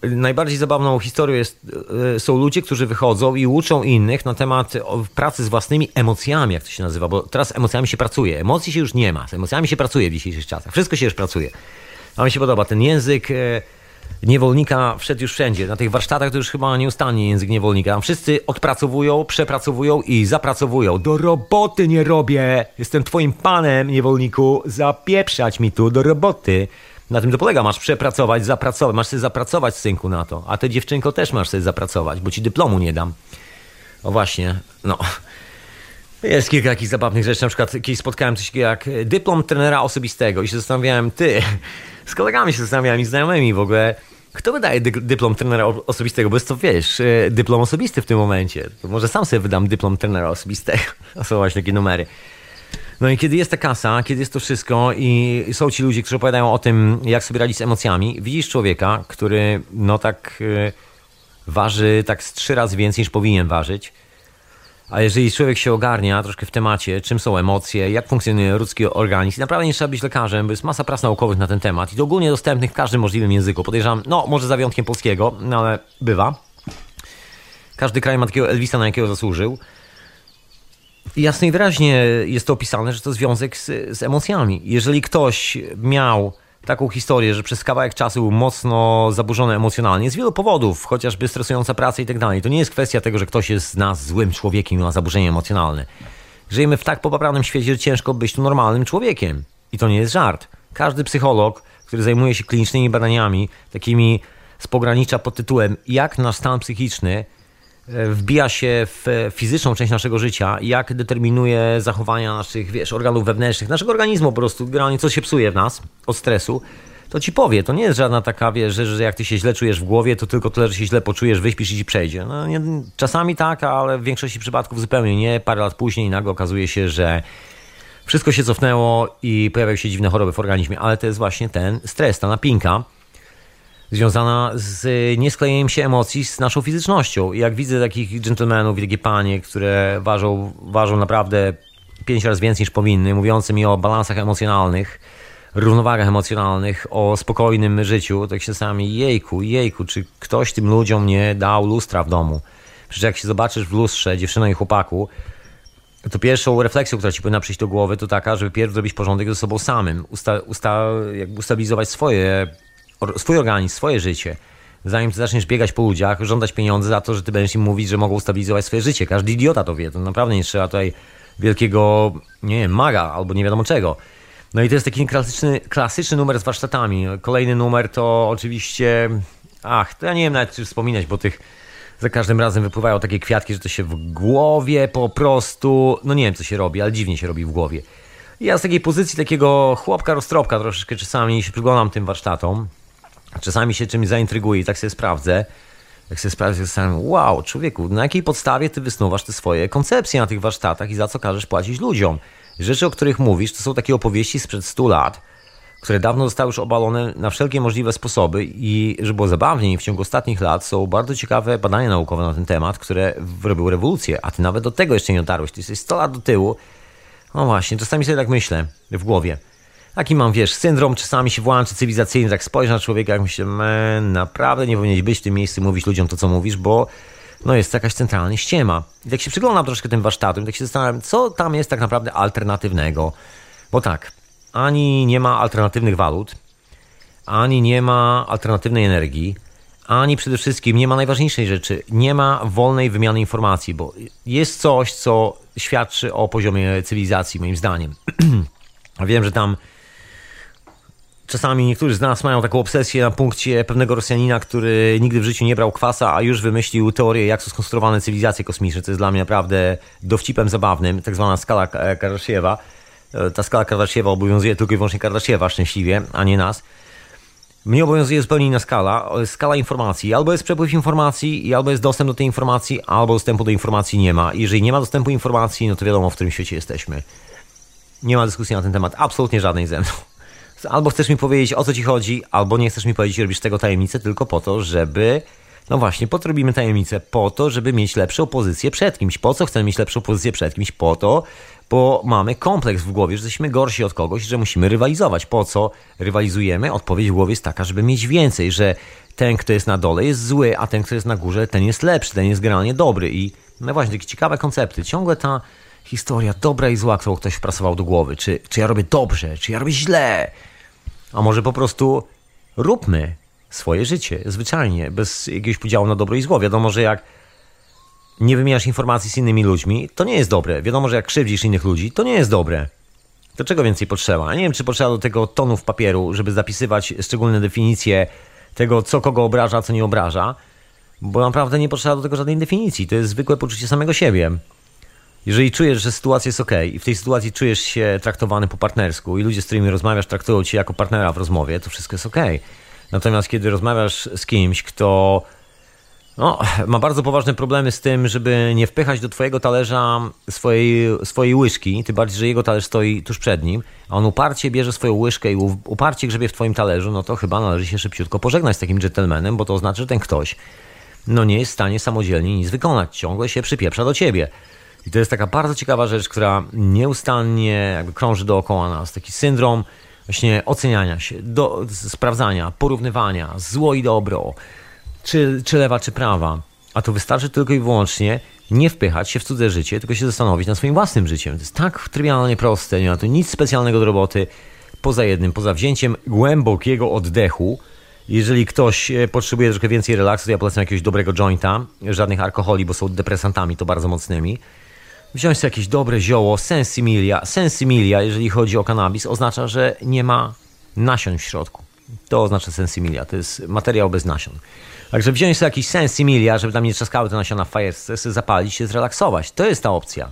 najbardziej zabawną historią jest, są ludzie, którzy wychodzą i uczą innych na temat pracy z własnymi emocjami, jak to się nazywa, bo teraz emocjami się pracuje. Emocji się już nie ma, z emocjami się pracuje w dzisiejszych czasach. Wszystko się już pracuje. A mi się podoba ten język niewolnika, wszedł już wszędzie. Na tych warsztatach to już chyba nieustannie język niewolnika. Tam wszyscy odpracowują, przepracowują i zapracowują. Do roboty nie robię! Jestem twoim panem, niewolniku. Zapieprzać mi tu do roboty. Na tym to polega. Masz przepracować, zapracować. Masz sobie zapracować, synku, na to. A ty, dziewczynko, też masz sobie zapracować, bo ci dyplomu nie dam. O właśnie, no. Jest kilka takich zabawnych rzeczy. Na przykład kiedyś spotkałem coś takiego jak dyplom trenera osobistego i się zastanawiałem, ty, z kolegami się zastanawiałem i znajomymi w ogóle, kto wydaje dy- dyplom trenera osobistego, bo jest to, wiesz, dyplom osobisty w tym momencie. To może sam sobie wydam dyplom trenera osobistego. To są właśnie takie numery. No i kiedy jest ta kasa, kiedy jest to wszystko i są ci ludzie, którzy opowiadają o tym, jak sobie radzić z emocjami, widzisz człowieka, który no tak yy, waży tak z trzy razy więcej niż powinien ważyć. A jeżeli człowiek się ogarnia troszkę w temacie, czym są emocje, jak funkcjonuje ludzki organizm, naprawdę nie trzeba być lekarzem, bo jest masa prac naukowych na ten temat i to ogólnie dostępnych w każdym możliwym języku. Podejrzewam, no może za wyjątkiem polskiego, no ale bywa. Każdy kraj ma takiego Elvisa, na jakiego zasłużył. I jasno i wyraźnie jest to opisane, że to związek z, z emocjami. Jeżeli ktoś miał taką historię, że przez kawałek czasu był mocno zaburzony emocjonalnie, z wielu powodów, chociażby stresująca praca i tak dalej. To nie jest kwestia tego, że ktoś jest z nas złym człowiekiem i ma zaburzenie emocjonalne. Żyjemy w tak popapranym świecie, że ciężko być tu normalnym człowiekiem. I to nie jest żart. Każdy psycholog, który zajmuje się klinicznymi badaniami, takimi z pogranicza pod tytułem jak nasz stan psychiczny wbija się w fizyczną część naszego życia, jak determinuje zachowania naszych, wiesz, organów wewnętrznych, naszego organizmu po prostu, generalnie co się psuje w nas od stresu, to ci powie, to nie jest żadna taka, wiesz, że, że jak ty się źle czujesz w głowie, to tylko tyle, że się źle poczujesz, wyśpisz i ci przejdzie. No, nie, czasami tak, ale w większości przypadków zupełnie nie. Parę lat później nagle okazuje się, że wszystko się cofnęło i pojawiają się dziwne choroby w organizmie, ale to jest właśnie ten stres, ta napinka związana z niesklejeniem się emocji z naszą fizycznością. I jak widzę takich dżentelmenów i takie panie, które ważą, ważą naprawdę pięć razy więcej niż powinny, mówiące mi o balansach emocjonalnych, równowagach emocjonalnych, o spokojnym życiu, tak się zastanawiam, jejku, jejku, czy ktoś tym ludziom nie dał lustra w domu? Przecież jak się zobaczysz w lustrze, dziewczyno i chłopaku, to pierwszą refleksją, która ci powinna przyjść do głowy, to taka, żeby pierw zrobić porządek ze sobą samym, usta, usta, jakby ustabilizować swoje swój organizm, swoje życie. Zanim ty zaczniesz biegać po ludziach, żądać pieniędzy za to, że ty będziesz im mówić, że mogą ustabilizować swoje życie. Każdy idiota to wie. To naprawdę nie trzeba tutaj wielkiego, nie wiem, maga albo nie wiadomo czego. No i to jest taki klasyczny, klasyczny numer z warsztatami. Kolejny numer to oczywiście... Ach, to ja nie wiem nawet czy wspominać, bo tych za każdym razem wypływają takie kwiatki, że to się w głowie po prostu... No nie wiem, co się robi, ale dziwnie się robi w głowie. I ja z takiej pozycji takiego chłopka roztropka troszeczkę czasami się przyglądam tym warsztatom. Czasami się czymś zaintryguję i tak sobie sprawdzę. Jak sobie sprawdzę, sobie wow, człowieku, na jakiej podstawie ty wysnuwasz te swoje koncepcje na tych warsztatach i za co każesz płacić ludziom? Rzeczy, o których mówisz, to są takie opowieści sprzed stu lat, które dawno zostały już obalone na wszelkie możliwe sposoby i żeby było zabawniej, w ciągu ostatnich lat są bardzo ciekawe badania naukowe na ten temat, które robiły rewolucję, a ty nawet do tego jeszcze nie dotarłeś. Ty jesteś sto lat do tyłu. No właśnie, czasami sobie tak myślę w głowie. Taki mam, wiesz, syndrom czasami się włączy cywilizacyjny, tak spojrzę na człowieka, jak myślę, man, naprawdę nie powinieneś być w tym miejscu, mówić ludziom to, co mówisz, bo no jest jakaś centralna ściema. I tak się przyglądam troszkę tym warsztatom i tak się zastanawiam, co tam jest tak naprawdę alternatywnego. Bo tak, ani nie ma alternatywnych walut, ani nie ma alternatywnej energii, ani przede wszystkim nie ma najważniejszej rzeczy, nie ma wolnej wymiany informacji, bo jest coś, co świadczy o poziomie cywilizacji, moim zdaniem. A wiem, że tam czasami niektórzy z nas mają taką obsesję na punkcie pewnego Rosjanina, który nigdy w życiu nie brał kwasa, a już wymyślił teorię, jak są skonstruowane cywilizacje kosmiczne. To jest dla mnie naprawdę dowcipem zabawnym, tak zwana skala Kardashewa. Ta skala Kardashewa obowiązuje tylko i wyłącznie Kardashewa szczęśliwie, a nie nas. Mnie obowiązuje zupełnie inna skala, skala informacji. Albo jest przepływ informacji, albo jest dostęp do tej informacji, albo dostępu do informacji nie ma. I jeżeli nie ma dostępu do informacji, no to wiadomo, w którym świecie jesteśmy. Nie ma dyskusji na ten temat, absolutnie żadnej ze mną. Albo chcesz mi powiedzieć, o co ci chodzi, albo nie chcesz mi powiedzieć, robisz z tego tajemnicę tylko po to, żeby... No właśnie, po to robimy tajemnicę? Po to, żeby mieć lepszą pozycję przed kimś. Po co chcemy mieć lepszą pozycję przed kimś? Po to, bo mamy kompleks w głowie, że jesteśmy gorsi od kogoś, że musimy rywalizować. Po co rywalizujemy? Odpowiedź w głowie jest taka, żeby mieć więcej, że ten, kto jest na dole, jest zły, a ten, kto jest na górze, ten jest lepszy, ten jest generalnie dobry. I no właśnie, takie ciekawe koncepty. Ciągle ta historia dobra i zła, którą ktoś wprasował do głowy. Czy, czy ja robię dobrze, czy ja robię źle? A może po prostu róbmy swoje życie, zwyczajnie, bez jakiegoś podziału na dobro i zło. Wiadomo, że jak nie wymieniasz informacji z innymi ludźmi, to nie jest dobre. Wiadomo, że jak krzywdzisz innych ludzi, to nie jest dobre. To czego więcej potrzeba? Nie wiem, czy potrzeba do tego tonów papieru, żeby zapisywać szczególne definicje tego, co kogo obraża, co nie obraża, bo naprawdę nie potrzeba do tego żadnej definicji. To jest zwykłe poczucie samego siebie. Jeżeli czujesz, że sytuacja jest okej i w tej sytuacji czujesz się traktowany po partnersku i ludzie, z którymi rozmawiasz, traktują cię jako partnera w rozmowie, to wszystko jest okej. Natomiast kiedy rozmawiasz z kimś, kto no, ma bardzo poważne problemy z tym, żeby nie wpychać do twojego talerza swojej, swojej łyżki, tym bardziej, że jego talerz stoi tuż przed nim, a on uparcie bierze swoją łyżkę i uparcie grzebie w twoim talerzu, no to chyba należy się szybciutko pożegnać z takim dżentelmenem, bo to oznacza, że ten ktoś no nie jest w stanie samodzielnie nic wykonać, ciągle się przypieprza do ciebie. I to jest taka bardzo ciekawa rzecz, która nieustannie jakby krąży dookoła nas, taki syndrom właśnie oceniania się, do, sprawdzania, porównywania, zło i dobro, czy, czy lewa, czy prawa. A to wystarczy tylko i wyłącznie nie wpychać się w cudze życie, tylko się zastanowić nad swoim własnym życiem. To jest tak trywialnie proste, nie ma tu nic specjalnego do roboty, poza jednym, poza wzięciem głębokiego oddechu. Jeżeli ktoś potrzebuje troszkę więcej relaksu, to ja polecam jakiegoś dobrego jointa, żadnych alkoholi, bo są depresantami, to bardzo mocnymi. Wziąć sobie jakieś dobre zioło, sensimilia. Sensimilia, jeżeli chodzi o kanabis, oznacza, że nie ma nasion w środku. To oznacza sensimilia, to jest materiał bez nasion. Także wziąć sobie jakiś sensimilia, żeby tam nie trzaskały te nasiona w fajerce, sobie zapalić się, zrelaksować. To jest ta opcja.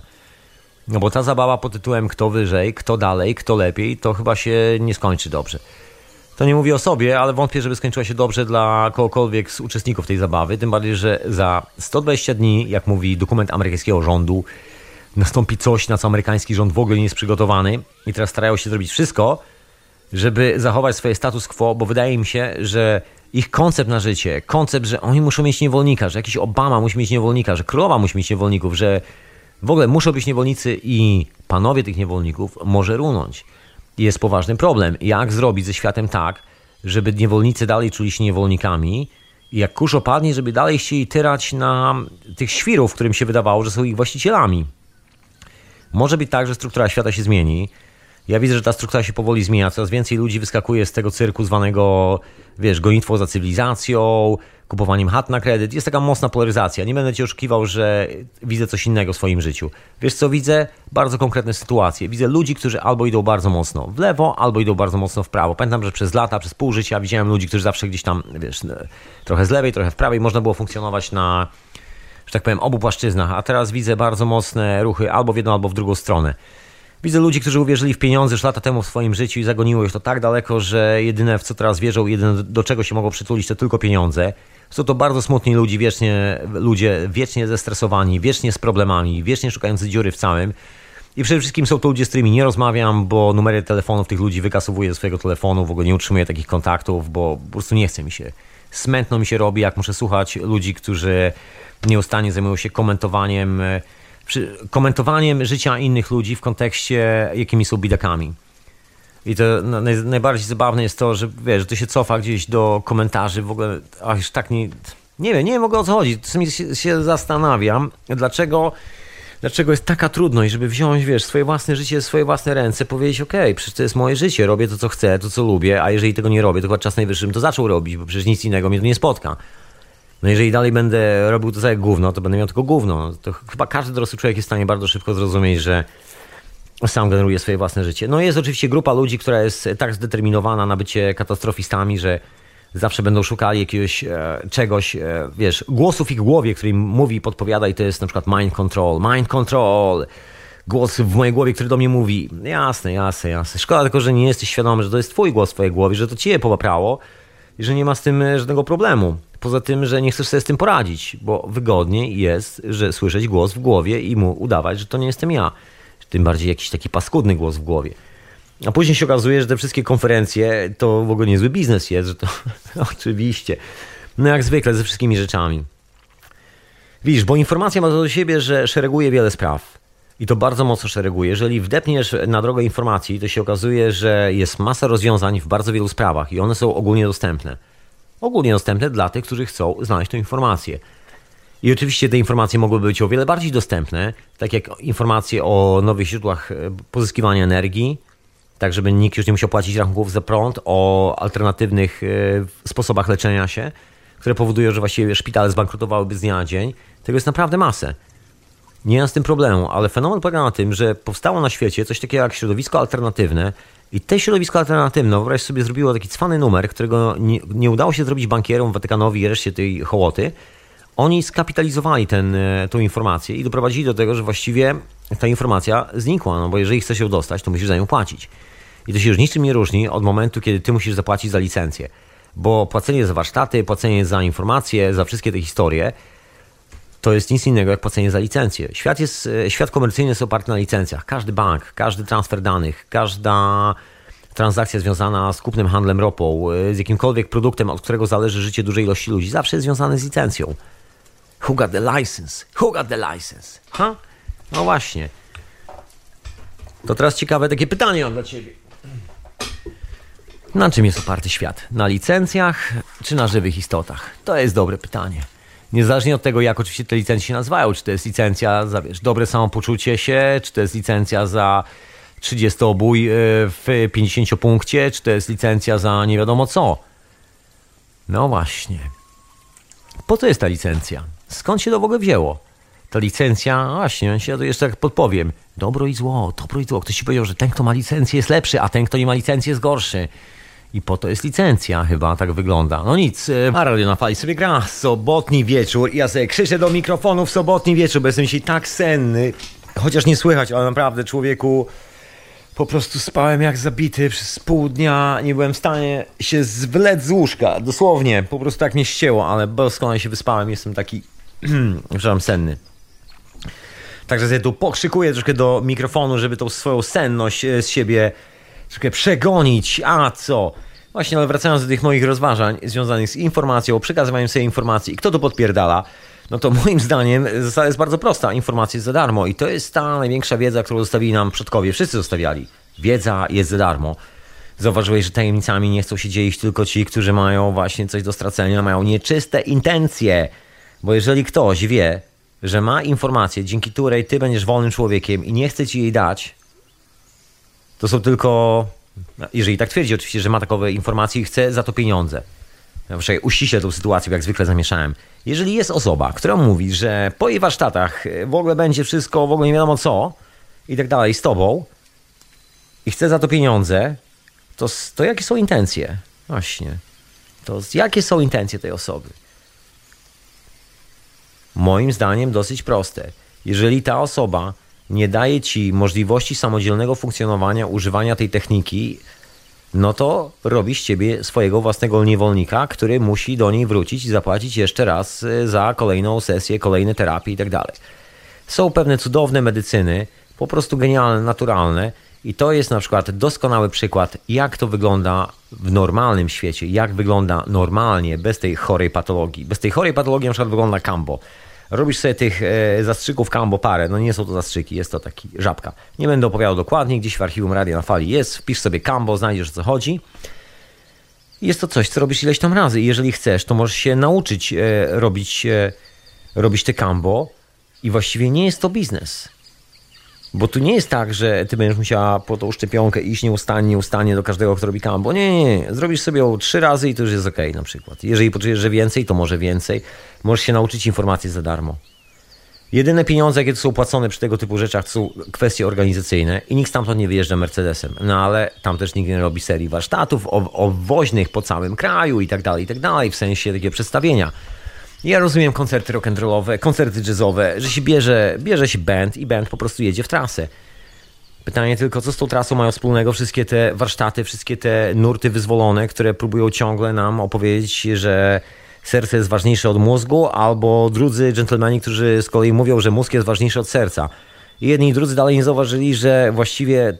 No bo ta zabawa pod tytułem kto wyżej, kto dalej, kto lepiej, to chyba się nie skończy dobrze. To nie mówię o sobie, ale wątpię, żeby skończyła się dobrze dla kogokolwiek z uczestników tej zabawy. Tym bardziej, że za sto dwadzieścia dni, jak mówi dokument amerykańskiego rządu, nastąpi coś, na co amerykański rząd w ogóle nie jest przygotowany i teraz starają się zrobić wszystko, żeby zachować swoje status quo, bo wydaje mi się, że ich koncept na życie, koncept, że oni muszą mieć niewolnika, że jakiś Obama musi mieć niewolnika, że królowa musi mieć niewolników, że w ogóle muszą być niewolnicy i panowie tych niewolników może runąć. Jest poważny problem. Jak zrobić ze światem tak, żeby niewolnicy dalej czuli się niewolnikami i jak kurz opadnie, żeby dalej chcieli tyrać na tych świrów, którym się wydawało, że są ich właścicielami. Może być tak, że struktura świata się zmieni. Ja widzę, że ta struktura się powoli zmienia. Coraz więcej ludzi wyskakuje z tego cyrku zwanego, wiesz, gonitwą za cywilizacją, kupowaniem chat na kredyt. Jest taka mocna polaryzacja. Nie będę cię oszukiwał, że widzę coś innego w swoim życiu. Wiesz co widzę? Bardzo konkretne sytuacje. Widzę ludzi, którzy albo idą bardzo mocno w lewo, albo idą bardzo mocno w prawo. Pamiętam, że przez lata, przez pół życia widziałem ludzi, którzy zawsze gdzieś tam, wiesz, trochę z lewej, trochę w prawej. Można było funkcjonować na, że tak powiem, obu płaszczyznach. A teraz widzę bardzo mocne ruchy albo w jedną, albo w drugą stronę. Widzę ludzi, którzy uwierzyli w pieniądze już lata temu w swoim życiu i zagoniło ich to tak daleko, że jedyne w co teraz wierzą, jedyne do czego się mogą przytulić, to tylko pieniądze. Są to bardzo smutni ludzie, wiecznie, ludzie wiecznie zestresowani, wiecznie z problemami, wiecznie szukający dziury w całym. I przede wszystkim są to ludzie, z którymi nie rozmawiam, bo numery telefonów tych ludzi wykasowuję ze swojego telefonu, w ogóle nie utrzymuję takich kontaktów, bo po prostu nie chce mi się. Smętno mi się robi, jak muszę słuchać ludzi, którzy nieustannie zajmują się komentowaniem Przy komentowaniem życia innych ludzi w kontekście, jakimi są bidakami. I to naj, najbardziej zabawne jest to, że wiesz, że to się cofa gdzieś do komentarzy, w ogóle aż tak nie... Nie wiem, nie wiem w ogóle o co chodzi. Czasami się, się zastanawiam, dlaczego, dlaczego jest taka trudność, żeby wziąć, wiesz, swoje własne życie w swoje własne ręce, powiedzieć, okej, okay, przecież to jest moje życie, robię to, co chcę, to, co lubię, a jeżeli tego nie robię, to chyba czas najwyższy bym to zaczął robić, bo przecież nic innego mnie tu nie spotka. No jeżeli dalej będę robił to całe gówno, to będę miał tylko gówno. No to chyba każdy dorosły człowiek jest w stanie bardzo szybko zrozumieć, że sam generuje swoje własne życie. No jest oczywiście grupa ludzi, która jest tak zdeterminowana na bycie katastrofistami, że zawsze będą szukali jakiegoś e, czegoś, e, wiesz, głosu w ich głowie, który im mówi i podpowiada i to jest na przykład mind control, mind control. Głos w mojej głowie, który do mnie mówi, jasne, jasne, jasne. Szkoda tylko, że nie jesteś świadomy, że to jest twój głos w twojej głowie, że to ciebie popaprało i że nie ma z tym żadnego problemu. Poza tym, że nie chcesz sobie z tym poradzić, bo wygodniej jest, że słyszeć głos w głowie i mu udawać, że to nie jestem ja. Tym bardziej jakiś taki paskudny głos w głowie. A później się okazuje, że te wszystkie konferencje to w ogóle niezły biznes jest, że to oczywiście. No jak zwykle ze wszystkimi rzeczami. Widzisz, bo informacja ma to do siebie, że szereguje wiele spraw. I to bardzo mocno szereguje. Jeżeli wdepniesz na drogę informacji, to się okazuje, że jest masa rozwiązań w bardzo wielu sprawach i one są ogólnie dostępne. Ogólnie dostępne dla tych, którzy chcą znaleźć tę informację. I oczywiście te informacje mogłyby być o wiele bardziej dostępne, tak jak informacje o nowych źródłach pozyskiwania energii, tak żeby nikt już nie musiał płacić rachunków za prąd, o alternatywnych sposobach leczenia się, które powodują, że właściwie szpitale zbankrutowałyby z dnia na dzień. Tego jest naprawdę masę. Nie ma z tym problemu, ale fenomen polega na tym, że powstało na świecie coś takiego jak środowisko alternatywne i te środowisko alternatywne, wyobraź sobie, zrobiło taki cwany numer, którego nie, nie udało się zrobić bankierom, Watykanowi i reszcie tej hołoty. Oni skapitalizowali ten, tą informację i doprowadzili do tego, że właściwie ta informacja znikła, no bo jeżeli chcesz ją dostać, to musisz za nią płacić. I to się już niczym nie różni od momentu, kiedy ty musisz zapłacić za licencję. Bo płacenie za warsztaty, płacenie za informacje, za wszystkie te historie, to jest nic innego jak płacenie za licencję. Świat, jest, świat komercyjny jest oparty na licencjach. Każdy bank, każdy transfer danych, każda transakcja związana z kupnem, handlem ropą, z jakimkolwiek produktem, od którego zależy życie dużej ilości ludzi, zawsze jest związane z licencją. Who got the license? Who got the license? Ha? No właśnie. To teraz ciekawe takie pytanie mam dla ciebie. Na czym jest oparty świat? Na licencjach czy na żywych istotach? To jest dobre pytanie. Niezależnie od tego, jak oczywiście te licencje się nazywają, czy to jest licencja za, wiesz, dobre samopoczucie się, czy to jest licencja za trzydziestobój w pięćdziesięciopunkcie, czy to jest licencja za nie wiadomo co. No właśnie. Po co jest ta licencja? Skąd się to w ogóle wzięło? Ta licencja, no właśnie, ja to jeszcze tak podpowiem. Dobro i zło, dobro i zło. Ktoś ci powiedział, że ten, kto ma licencję, jest lepszy, a ten, kto nie ma licencji, jest gorszy. I po to jest licencja, chyba tak wygląda. No nic, a Radio na Fali sobie gra. Sobotni wieczór. Ja sobie krzyczę do mikrofonu w sobotni wieczór, bo jestem dzisiaj tak senny. Chociaż nie słychać, ale naprawdę, człowieku, po prostu spałem jak zabity przez pół dnia. Nie byłem w stanie się zwlec z łóżka. Dosłownie, po prostu tak mnie ścięło, ale doskonale się wyspałem. Jestem taki, przepraszam, senny. Także sobie tu pokrzykuję troszkę do mikrofonu, żeby tą swoją senność z siebie troszkę przegonić. A co? Właśnie, ale wracając do tych moich rozważań związanych z informacją, przekazywaniem sobie informacji i kto to podpierdala, no to moim zdaniem zasada jest bardzo prosta. Informacja jest za darmo i to jest ta największa wiedza, którą zostawili nam przodkowie. Wszyscy zostawiali. Wiedza jest za darmo. Zauważyłeś, że tajemnicami nie chcą się dzielić tylko ci, którzy mają właśnie coś do stracenia, mają nieczyste intencje. Bo jeżeli ktoś wie, że ma informację, dzięki której ty będziesz wolnym człowiekiem i nie chce ci jej dać, to są tylko, jeżeli tak twierdzi oczywiście, że ma takowe informacje i chce za to pieniądze. Ja muszę uściśle tą sytuację, jak zwykle zamieszałem. Jeżeli jest osoba, która mówi, że po jej warsztatach w ogóle będzie wszystko, w ogóle nie wiadomo co i tak dalej z tobą i chce za to pieniądze, to, to jakie są intencje? Właśnie. To jakie są intencje tej osoby? Moim zdaniem dosyć proste. Jeżeli ta osoba nie daje ci możliwości samodzielnego funkcjonowania, używania tej techniki, no to robi z ciebie swojego własnego niewolnika, który musi do niej wrócić i zapłacić jeszcze raz za kolejną sesję, kolejne terapie i tak dalej. Są pewne cudowne medycyny, po prostu genialne, naturalne i to jest na przykład doskonały przykład, jak to wygląda w normalnym świecie, jak wygląda normalnie, bez tej chorej patologii. Bez tej chorej patologii na przykład wygląda kambo. Robisz sobie tych e, zastrzyków kambo parę, no nie są to zastrzyki, jest to taki żabka. Nie będę opowiadał dokładnie, gdzieś w archiwum Radia na Fali jest, wpisz sobie kambo, znajdziesz o co chodzi. Jest to coś, co robisz ileś tam razy i jeżeli chcesz, to możesz się nauczyć e, robić, e, robić te kambo i właściwie nie jest to biznes. Bo tu nie jest tak, że ty będziesz musiała po tą szczepionkę iść nieustannie, nieustannie do każdego, kto robi kambo. Nie, nie, nie. Zrobisz sobie ją trzy razy i to już jest okej na przykład. Jeżeli poczujesz, że więcej, to może więcej. Możesz się nauczyć informacji za darmo. Jedyne pieniądze, jakie są płacone przy tego typu rzeczach, to są kwestie organizacyjne i nikt stamtąd nie wyjeżdża Mercedesem. No ale tam też nikt nie robi serii warsztatów obwoźnych po całym kraju i tak dalej, i tak dalej, w sensie takiego przedstawienia. Ja rozumiem koncerty rock'n'rollowe, koncerty jazzowe, że się bierze, bierze się band i band po prostu jedzie w trasę. Pytanie tylko, co z tą trasą mają wspólnego wszystkie te warsztaty, wszystkie te nurty wyzwolone, które próbują ciągle nam opowiedzieć, że serce jest ważniejsze od mózgu, albo drudzy dżentelmeni, którzy z kolei mówią, że mózg jest ważniejszy od serca. I jedni i drudzy dalej nie zauważyli, że właściwie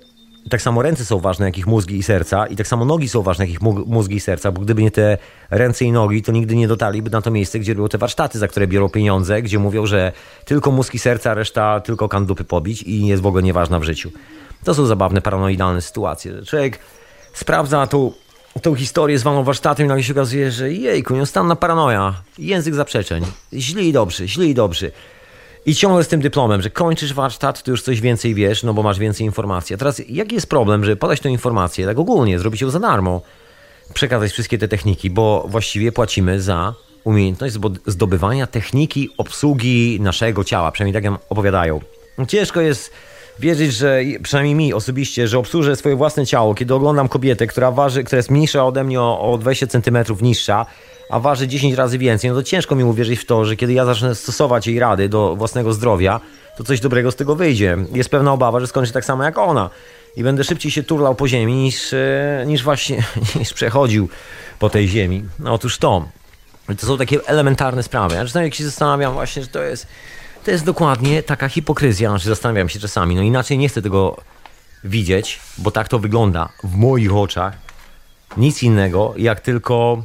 tak samo ręce są ważne, jak ich mózgi i serca, i tak samo nogi są ważne, jak ich mózgi i serca, bo gdyby nie te ręce i nogi, to nigdy nie dotarliby na to miejsce, gdzie robią te warsztaty, za które biorą pieniądze, gdzie mówią, że tylko mózg i serca, reszta tylko kan dupy pobić i jest w ogóle nieważna w życiu. To są zabawne, paranoidalne sytuacje. Człowiek sprawdza tą, tą historię zwaną warsztatem i nagle się okazuje, że jejku, nieustanna paranoja, język zaprzeczeń, źli i dobrzy, źli i dobrzy. I ciągle z tym dyplomem, że kończysz warsztat, to już coś więcej wiesz, no bo masz więcej informacji. A teraz jaki jest problem, żeby podać tę informację tak ogólnie, zrobić ją za darmo, przekazać wszystkie te techniki, bo właściwie płacimy za umiejętność zdobywania techniki obsługi naszego ciała, przynajmniej tak nam opowiadają. Ciężko jest wierzyć, że przynajmniej mi osobiście, że obsłużę swoje własne ciało, kiedy oglądam kobietę, która waży, która jest mniejsza ode mnie o, o dwadzieścia centymetrów niższa, a waży dziesięć razy więcej, no to ciężko mi uwierzyć w to, że kiedy ja zacznę stosować jej rady do własnego zdrowia, to coś dobrego z tego wyjdzie. Jest pewna obawa, że skończy tak samo jak ona i będę szybciej się turlał po ziemi niż, niż właśnie niż przechodził po tej ziemi. No otóż to. To są takie elementarne sprawy. Ja czasami jak się zastanawiam właśnie, że to jest to jest dokładnie taka hipokryzja, że zastanawiam się czasami. No inaczej nie chcę tego widzieć, bo tak to wygląda w moich oczach. Nic innego, jak tylko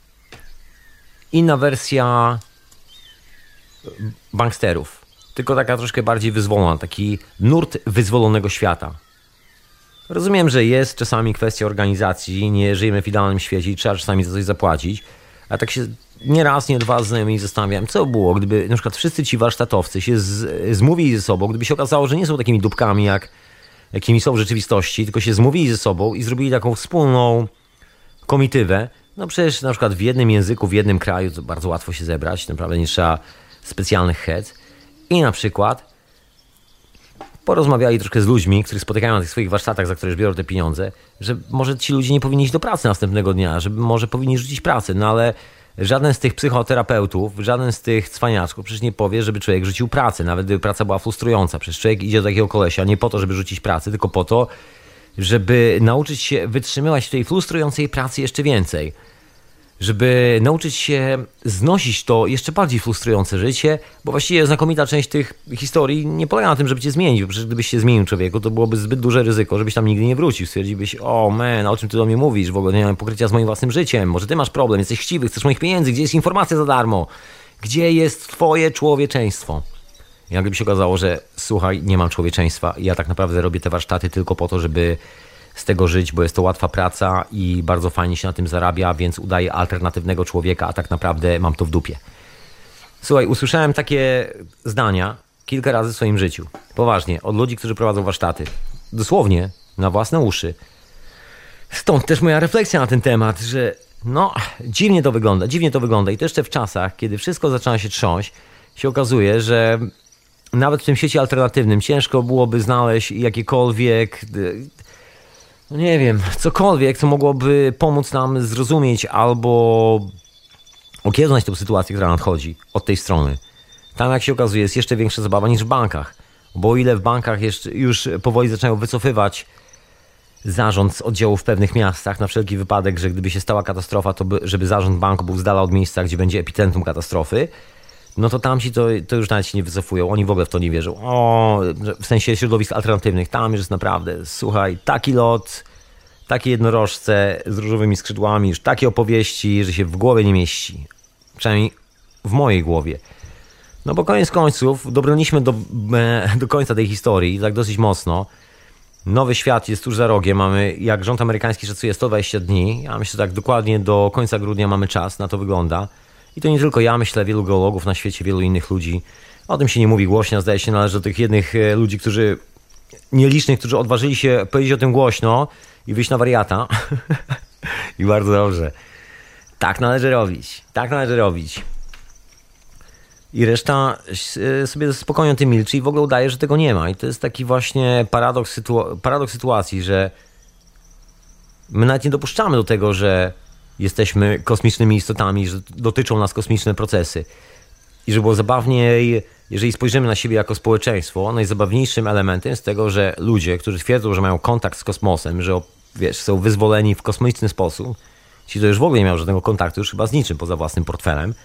inna wersja banksterów. Tylko taka troszkę bardziej wyzwolona. Taki nurt wyzwolonego świata. Rozumiem, że jest czasami kwestia organizacji. Nie żyjemy w idealnym świecie i trzeba czasami za coś zapłacić. A tak się nie raz, nie dwa z znajomymi zastanawiałem, co było, gdyby na przykład wszyscy ci warsztatowcy się z, zmówili ze sobą, gdyby się okazało, że nie są takimi dupkami, jak, jakimi są w rzeczywistości, tylko się zmówili ze sobą i zrobili taką wspólną komitywę. No przecież na przykład w jednym języku, w jednym kraju to bardzo łatwo się zebrać, naprawdę nie trzeba specjalnych hec. I na przykład porozmawiali troszkę z ludźmi, których spotykają na tych swoich warsztatach, za które biorą te pieniądze, że może ci ludzie nie powinni iść do pracy następnego dnia, że może powinni rzucić pracę, no ale żaden z tych psychoterapeutów, żaden z tych cwaniaczków przecież nie powie, żeby człowiek rzucił pracę, nawet gdyby praca była frustrująca. Przecież człowiek idzie do takiego kolesia nie po to, żeby rzucić pracę, tylko po to, żeby nauczyć się wytrzymywać w tej frustrującej pracy jeszcze więcej. Żeby nauczyć się znosić to jeszcze bardziej frustrujące życie, bo właściwie znakomita część tych historii nie polega na tym, żeby cię zmienić, bo przecież gdybyś się zmienił człowieku, to byłoby zbyt duże ryzyko, żebyś tam nigdy nie wrócił. Stwierdziłbyś, o man, o czym ty do mnie mówisz, w ogóle nie mam pokrycia z moim własnym życiem, może ty masz problem, jesteś chciwy, chcesz moich pieniędzy, gdzie jest informacja za darmo, gdzie jest twoje człowieczeństwo? I nagle by się okazało, że słuchaj, nie mam człowieczeństwa i ja tak naprawdę robię te warsztaty tylko po to, żeby z tego żyć, bo jest to łatwa praca i bardzo fajnie się na tym zarabia, więc udaję alternatywnego człowieka, a tak naprawdę mam to w dupie. Słuchaj, usłyszałem takie zdania kilka razy w swoim życiu. Poważnie, od ludzi, którzy prowadzą warsztaty. Dosłownie, na własne uszy. Stąd też moja refleksja na ten temat, że no, dziwnie to wygląda, dziwnie to wygląda i to jeszcze w czasach, kiedy wszystko zaczyna się trząść, się okazuje, że nawet w tym świecie alternatywnym ciężko byłoby znaleźć jakiekolwiek, no nie wiem, cokolwiek, co mogłoby pomóc nam zrozumieć albo okiełznać tę sytuację, która nadchodzi od tej strony. Tam, jak się okazuje, jest jeszcze większa zabawa niż w bankach. Bo o ile w bankach jeszcze już powoli zaczynają wycofywać zarząd z oddziałów w pewnych miastach na wszelki wypadek, że gdyby się stała katastrofa, to by, żeby zarząd banku był z dala od miejsca, gdzie będzie epicentrum katastrofy, no to tamci to, to już nawet się nie wycofują. Oni w ogóle w to nie wierzą. O, w sensie środowisk alternatywnych. Tam już jest naprawdę, słuchaj, taki lot, takie jednorożce z różowymi skrzydłami, już takie opowieści, że się w głowie nie mieści. Przynajmniej w mojej głowie. No bo koniec końców dobraliśmy do, do końca tej historii, tak dosyć mocno. Nowy świat jest tuż za rogiem. Mamy, jak rząd amerykański szacuje, sto dwadzieścia dni. Ja myślę, że tak dokładnie do końca grudnia mamy czas, na to wygląda. I to nie tylko ja, myślę, wielu geologów na świecie, wielu innych ludzi. O tym się nie mówi głośno, zdaje się, należy do tych jednych ludzi, którzy, nielicznych, którzy odważyli się powiedzieć o tym głośno i wyjść na wariata. I bardzo dobrze. Tak należy robić. Tak należy robić. I reszta sobie spokojnie o tym milczy i w ogóle udaje, że tego nie ma. I to jest taki właśnie paradoks, sytu- paradoks sytuacji, że my nawet nie dopuszczamy do tego, że jesteśmy kosmicznymi istotami, że dotyczą nas kosmiczne procesy. I żeby było zabawniej, jeżeli spojrzymy na siebie jako społeczeństwo, najzabawniejszym elementem jest tego, że ludzie, którzy twierdzą, że mają kontakt z kosmosem, że wiesz, są wyzwoleni w kosmiczny sposób, ci to już w ogóle nie miał żadnego kontaktu już chyba z niczym poza własnym portfelem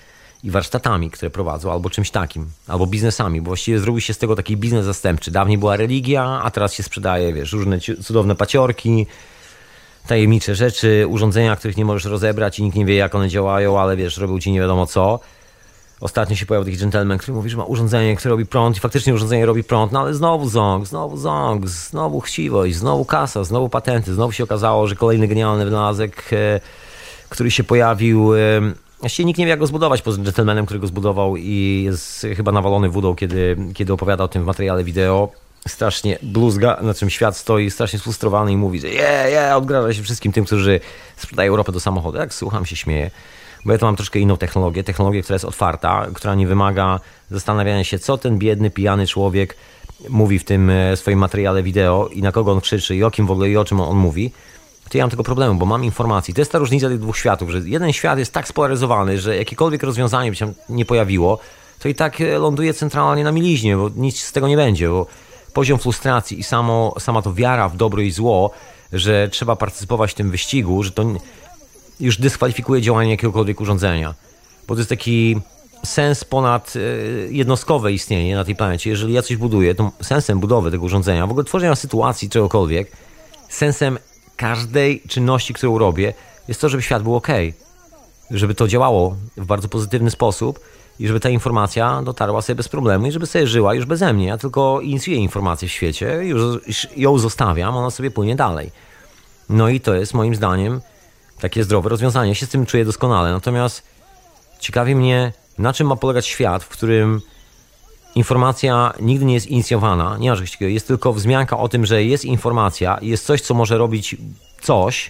i warsztatami, które prowadzą, albo czymś takim, albo biznesami, bo właściwie zrobił się z tego taki biznes zastępczy. Dawniej była religia, a teraz się sprzedaje, wiesz, różne cudowne paciorki, tajemnicze rzeczy, urządzenia, których nie możesz rozebrać i nikt nie wie, jak one działają, ale wiesz, robią ci nie wiadomo co. Ostatnio się pojawił taki dżentelmen, który mówi, że ma urządzenie, które robi prąd i faktycznie urządzenie robi prąd, no ale znowu ząg, znowu ząg, znowu chciwość, znowu kasa, znowu patenty. Znowu się okazało, że kolejny genialny wynalazek, e, który się pojawił, e, właściwie nikt nie wie, jak go zbudować poza dżentelmenem, który go zbudował i jest chyba nawalony wódą, kiedy, kiedy opowiada o tym w materiale wideo. Strasznie bluzga, na czym świat stoi, strasznie sfrustrowany i mówi, że je, yeah, je, yeah, odgraża się wszystkim tym, którzy sprzedają Europę do samochodu. Jak słucham, się śmieję. Bo ja to mam troszkę inną technologię, technologię, która jest otwarta, która nie wymaga zastanawiania się, co ten biedny, pijany człowiek mówi w tym swoim materiale wideo i na kogo on krzyczy i o kim w ogóle i o czym on mówi. To ja mam tego problemu, bo mam informacji. To jest ta różnica tych dwóch światów, że jeden świat jest tak spolaryzowany, że jakiekolwiek rozwiązanie by się nie pojawiło, to i tak ląduje centralnie na mieliźnie, bo nic z tego nie będzie, bo poziom frustracji i samo, sama to wiara w dobro i zło, że trzeba partycypować w tym wyścigu, że to już dyskwalifikuje działanie jakiegokolwiek urządzenia. Bo to jest taki sens ponad jednostkowe istnienie na tej planecie. Jeżeli ja coś buduję, to sensem budowy tego urządzenia, w ogóle tworzenia sytuacji czegokolwiek, sensem każdej czynności, którą robię, jest to, żeby świat był ok. Żeby to działało w bardzo pozytywny sposób i żeby ta informacja dotarła sobie bez problemu i żeby sobie żyła już beze mnie. Ja tylko inicjuję informację w świecie, już ją zostawiam, ona sobie płynie dalej. No i to jest moim zdaniem takie zdrowe rozwiązanie. Ja się z tym czuję doskonale. Natomiast ciekawi mnie, na czym ma polegać świat, w którym informacja nigdy nie jest inicjowana. Nie ma czegoś takiego. Jest tylko wzmianka o tym, że jest informacja i jest coś, co może robić coś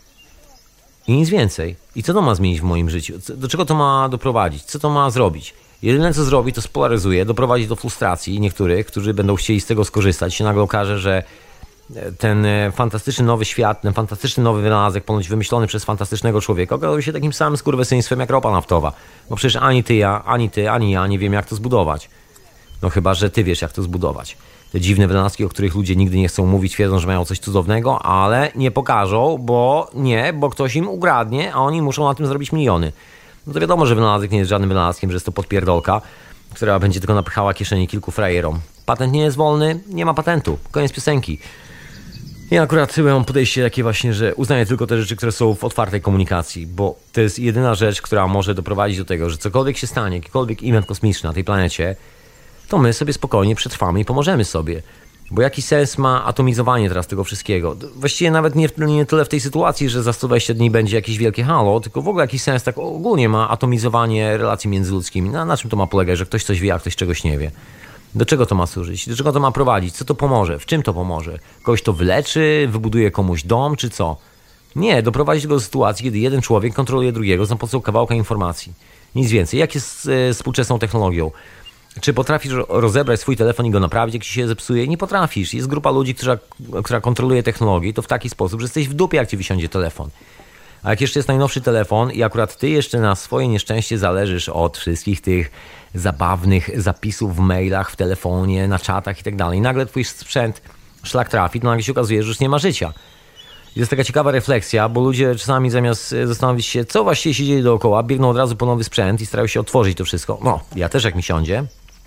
i nic więcej. I co to ma zmienić w moim życiu? Do czego to ma doprowadzić? Co to ma zrobić? Jedyne, co zrobi, to spolaryzuje, doprowadzi do frustracji niektórych, którzy będą chcieli z tego skorzystać. Się nagle okaże, że ten fantastyczny nowy świat, ten fantastyczny nowy wynalazek, ponoć wymyślony przez fantastycznego człowieka, okazał się takim samym skurwysyństwem jak ropa naftowa. Bo przecież ani ty, ja, ani ty, ani ja nie wiem, jak to zbudować. No chyba, że ty wiesz, jak to zbudować. Te dziwne wynalazki, o których ludzie nigdy nie chcą mówić, twierdzą, że mają coś cudownego, ale nie pokażą, bo nie, bo ktoś im ukradnie, a oni muszą na tym zrobić miliony. No to wiadomo, że wynalazek nie jest żadnym wynalazkiem, że jest to podpierdolka, która będzie tylko napychała kieszeni kilku frajerom. Patent nie jest wolny, nie ma patentu. Koniec piosenki. Ja akurat mam podejście takie właśnie, że uznaję tylko te rzeczy, które są w otwartej komunikacji, bo to jest jedyna rzecz, która może doprowadzić do tego, że cokolwiek się stanie, jakikolwiek event kosmiczny na tej planecie, to my sobie spokojnie przetrwamy i pomożemy sobie. Bo jaki sens ma atomizowanie teraz tego wszystkiego? Właściwie nawet nie, nie tyle w tej sytuacji, że za sto dwadzieścia dni będzie jakieś wielkie halo, tylko w ogóle jaki sens tak ogólnie ma atomizowanie relacji międzyludzkimi. Na, na czym to ma polegać, że ktoś coś wie, a ktoś czegoś nie wie? Do czego to ma służyć? Do czego to ma prowadzić? Co to pomoże? W czym to pomoże? Kogoś to wyleczy? Wybuduje komuś dom? Czy co? Nie, doprowadzić go do sytuacji, kiedy jeden człowiek kontroluje drugiego za pomocą kawałka informacji. Nic więcej. Jak jest z współczesną technologią? Czy potrafisz rozebrać swój telefon i go naprawić, jak ci się zepsuje? Nie potrafisz. Jest grupa ludzi, która, która kontroluje technologię, to w taki sposób, że jesteś w dupie, jak ci wysiądzie telefon. A jak jeszcze jest najnowszy telefon i akurat ty jeszcze na swoje nieszczęście zależysz od wszystkich tych zabawnych zapisów w mailach, w telefonie, na czatach i tak dalej. Nagle twój sprzęt szlak trafi, to nagle się okazuje, że już nie ma życia. I to jest taka ciekawa refleksja, bo ludzie czasami zamiast zastanowić się, co właściwie się dzieje dookoła, biegną od razu po nowy sprzęt i starają się otworzyć to wszystko. No, ja też jak mi siądzie.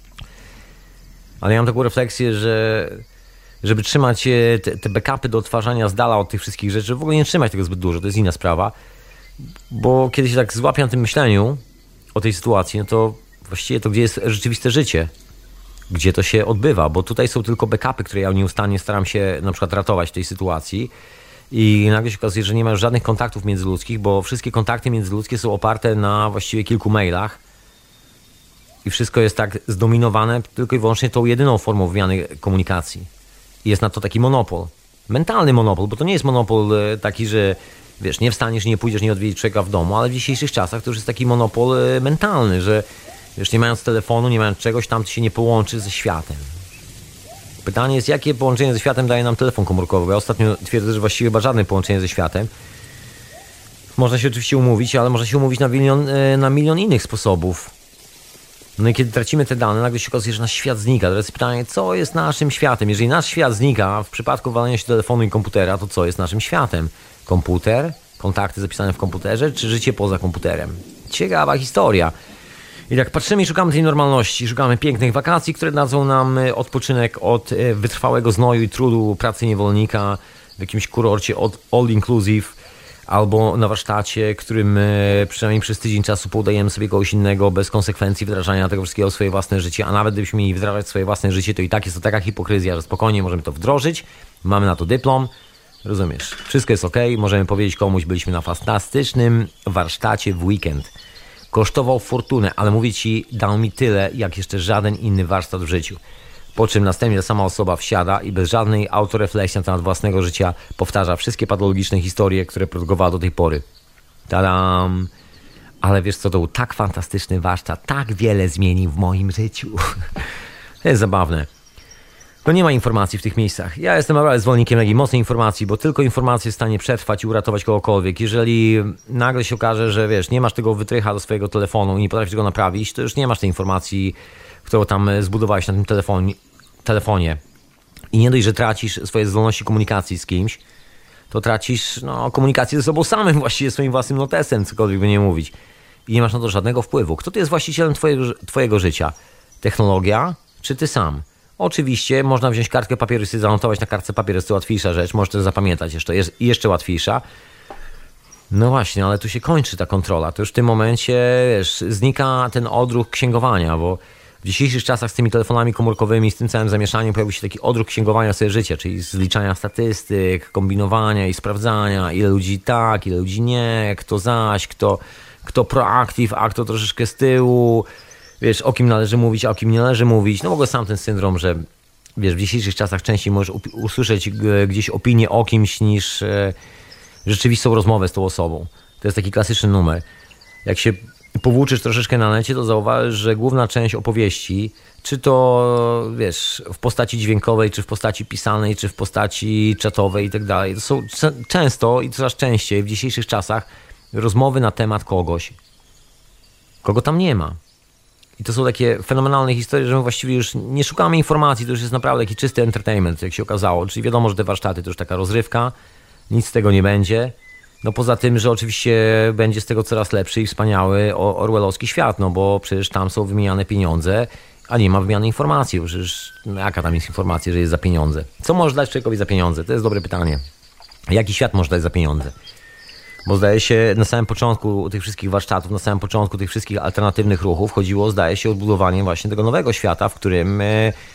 Ale ja mam taką refleksję, że żeby trzymać te, te backupy do odtwarzania z dala od tych wszystkich rzeczy, w ogóle nie trzymać tego zbyt dużo, to jest inna sprawa. Bo kiedy się tak złapię na tym myśleniu o tej sytuacji, no to właściwie to gdzie jest rzeczywiste życie? Gdzie to się odbywa? Bo tutaj są tylko backupy, które ja nieustannie staram się na przykład ratować w tej sytuacji. I nagle się okazuje, że nie ma już żadnych kontaktów międzyludzkich, bo wszystkie kontakty międzyludzkie są oparte na właściwie kilku mailach. I wszystko jest tak zdominowane tylko i wyłącznie tą jedyną formą wymiany komunikacji. I jest na to taki monopol. Mentalny monopol, bo to nie jest monopol taki, że wiesz, nie wstaniesz, nie pójdziesz, nie odwiedzisz człowieka w domu, ale w dzisiejszych czasach to już jest taki monopol mentalny, że wiesz, nie mając telefonu, nie mając czegoś, tam się nie połączy ze światem. Pytanie jest, jakie połączenie ze światem daje nam telefon komórkowy? Ja ostatnio twierdzę, że właściwie chyba żadne połączenie ze światem. Można się oczywiście umówić, ale można się umówić na milion, na milion innych sposobów. No i kiedy tracimy te dane, nagle się okazuje, że nasz świat znika. Teraz jest pytanie, co jest naszym światem? Jeżeli nasz świat znika w przypadku walenia się telefonu i komputera, to co jest naszym światem? Komputer? Kontakty zapisane w komputerze? Czy życie poza komputerem? Ciekawa historia. I tak patrzymy i szukamy tej normalności, szukamy pięknych wakacji, które dadzą nam odpoczynek od wytrwałego znoju i trudu pracy niewolnika w jakimś kurorcie all inclusive albo na warsztacie, którym przynajmniej przez tydzień czasu podajemy sobie kogoś innego bez konsekwencji wdrażania tego wszystkiego w swoje własne życie, a nawet gdybyśmy mieli wdrażać swoje własne życie, to i tak jest to taka hipokryzja, że spokojnie możemy to wdrożyć, mamy na to dyplom, rozumiesz, wszystko jest okej, możemy powiedzieć komuś, byliśmy na fantastycznym warsztacie w weekend. Kosztował fortunę, ale mówię ci, dał mi tyle, jak jeszcze żaden inny warsztat w życiu. Po czym następnie ta sama osoba wsiada i bez żadnej autorefleksji na temat własnego życia powtarza wszystkie patologiczne historie, które produkowała do tej pory. Tadam! Ale wiesz co, to był tak fantastyczny warsztat, tak wiele zmienił w moim życiu. To jest zabawne. To nie ma informacji w tych miejscach. Ja jestem naprawdę zwolennikiem takiej mocnej informacji, bo tylko informacja jest w stanie przetrwać i uratować kogokolwiek. Jeżeli nagle się okaże, że wiesz, nie masz tego wytrycha do swojego telefonu i nie potrafisz tego naprawić, to już nie masz tej informacji, którą tam zbudowałeś na tym telefonie, telefonie. I nie dość, że tracisz swoje zdolności komunikacji z kimś, to tracisz no, komunikację ze sobą samym, właściwie swoim własnym notesem, cokolwiek by nie mówić. I nie masz na to żadnego wpływu. Kto tu jest właścicielem twojego, twojego życia? Technologia czy ty sam? Oczywiście można wziąć kartkę papieru i sobie zanotować na kartce papieru, jest to łatwiejsza rzecz, możesz to zapamiętać, jeszcze, jest jeszcze łatwiejsza. No właśnie, ale tu się kończy ta kontrola, to już w tym momencie wiesz, znika ten odruch księgowania, bo w dzisiejszych czasach z tymi telefonami komórkowymi, z tym całym zamieszaniem pojawił się taki odruch księgowania sobie życia, czyli zliczania statystyk, kombinowania i sprawdzania, ile ludzi tak, ile ludzi nie, kto zaś, kto, kto proactive, a kto troszeczkę z tyłu. Wiesz, o kim należy mówić, a o kim nie należy mówić. No w ogóle sam ten syndrom, że wiesz, w dzisiejszych czasach częściej możesz usłyszeć gdzieś opinię o kimś niż e, rzeczywistą rozmowę z tą osobą. To jest taki klasyczny numer. Jak się powłóczysz troszeczkę na necie, to zauważysz, że główna część opowieści, czy to wiesz, w postaci dźwiękowej, czy w postaci pisanej, czy w postaci czatowej i tak dalej, to są często i coraz częściej w dzisiejszych czasach rozmowy na temat kogoś, kogo tam nie ma. I to są takie fenomenalne historie, że my właściwie już nie szukamy informacji, to już jest naprawdę taki czysty entertainment, jak się okazało. Czyli wiadomo, że te warsztaty to już taka rozrywka, nic z tego nie będzie. No poza tym, że oczywiście będzie z tego coraz lepszy i wspaniały orwellowski świat, no bo przecież tam są wymieniane pieniądze, a nie ma wymiany informacji. Przecież no jaka tam jest informacja, że jest za pieniądze? Co możesz dać człowiekowi za pieniądze? To jest dobre pytanie. Jaki świat możesz dać za pieniądze? Bo zdaje się, na samym początku tych wszystkich warsztatów, na samym początku tych wszystkich alternatywnych ruchów chodziło, zdaje się, o odbudowanie właśnie tego nowego świata, w którym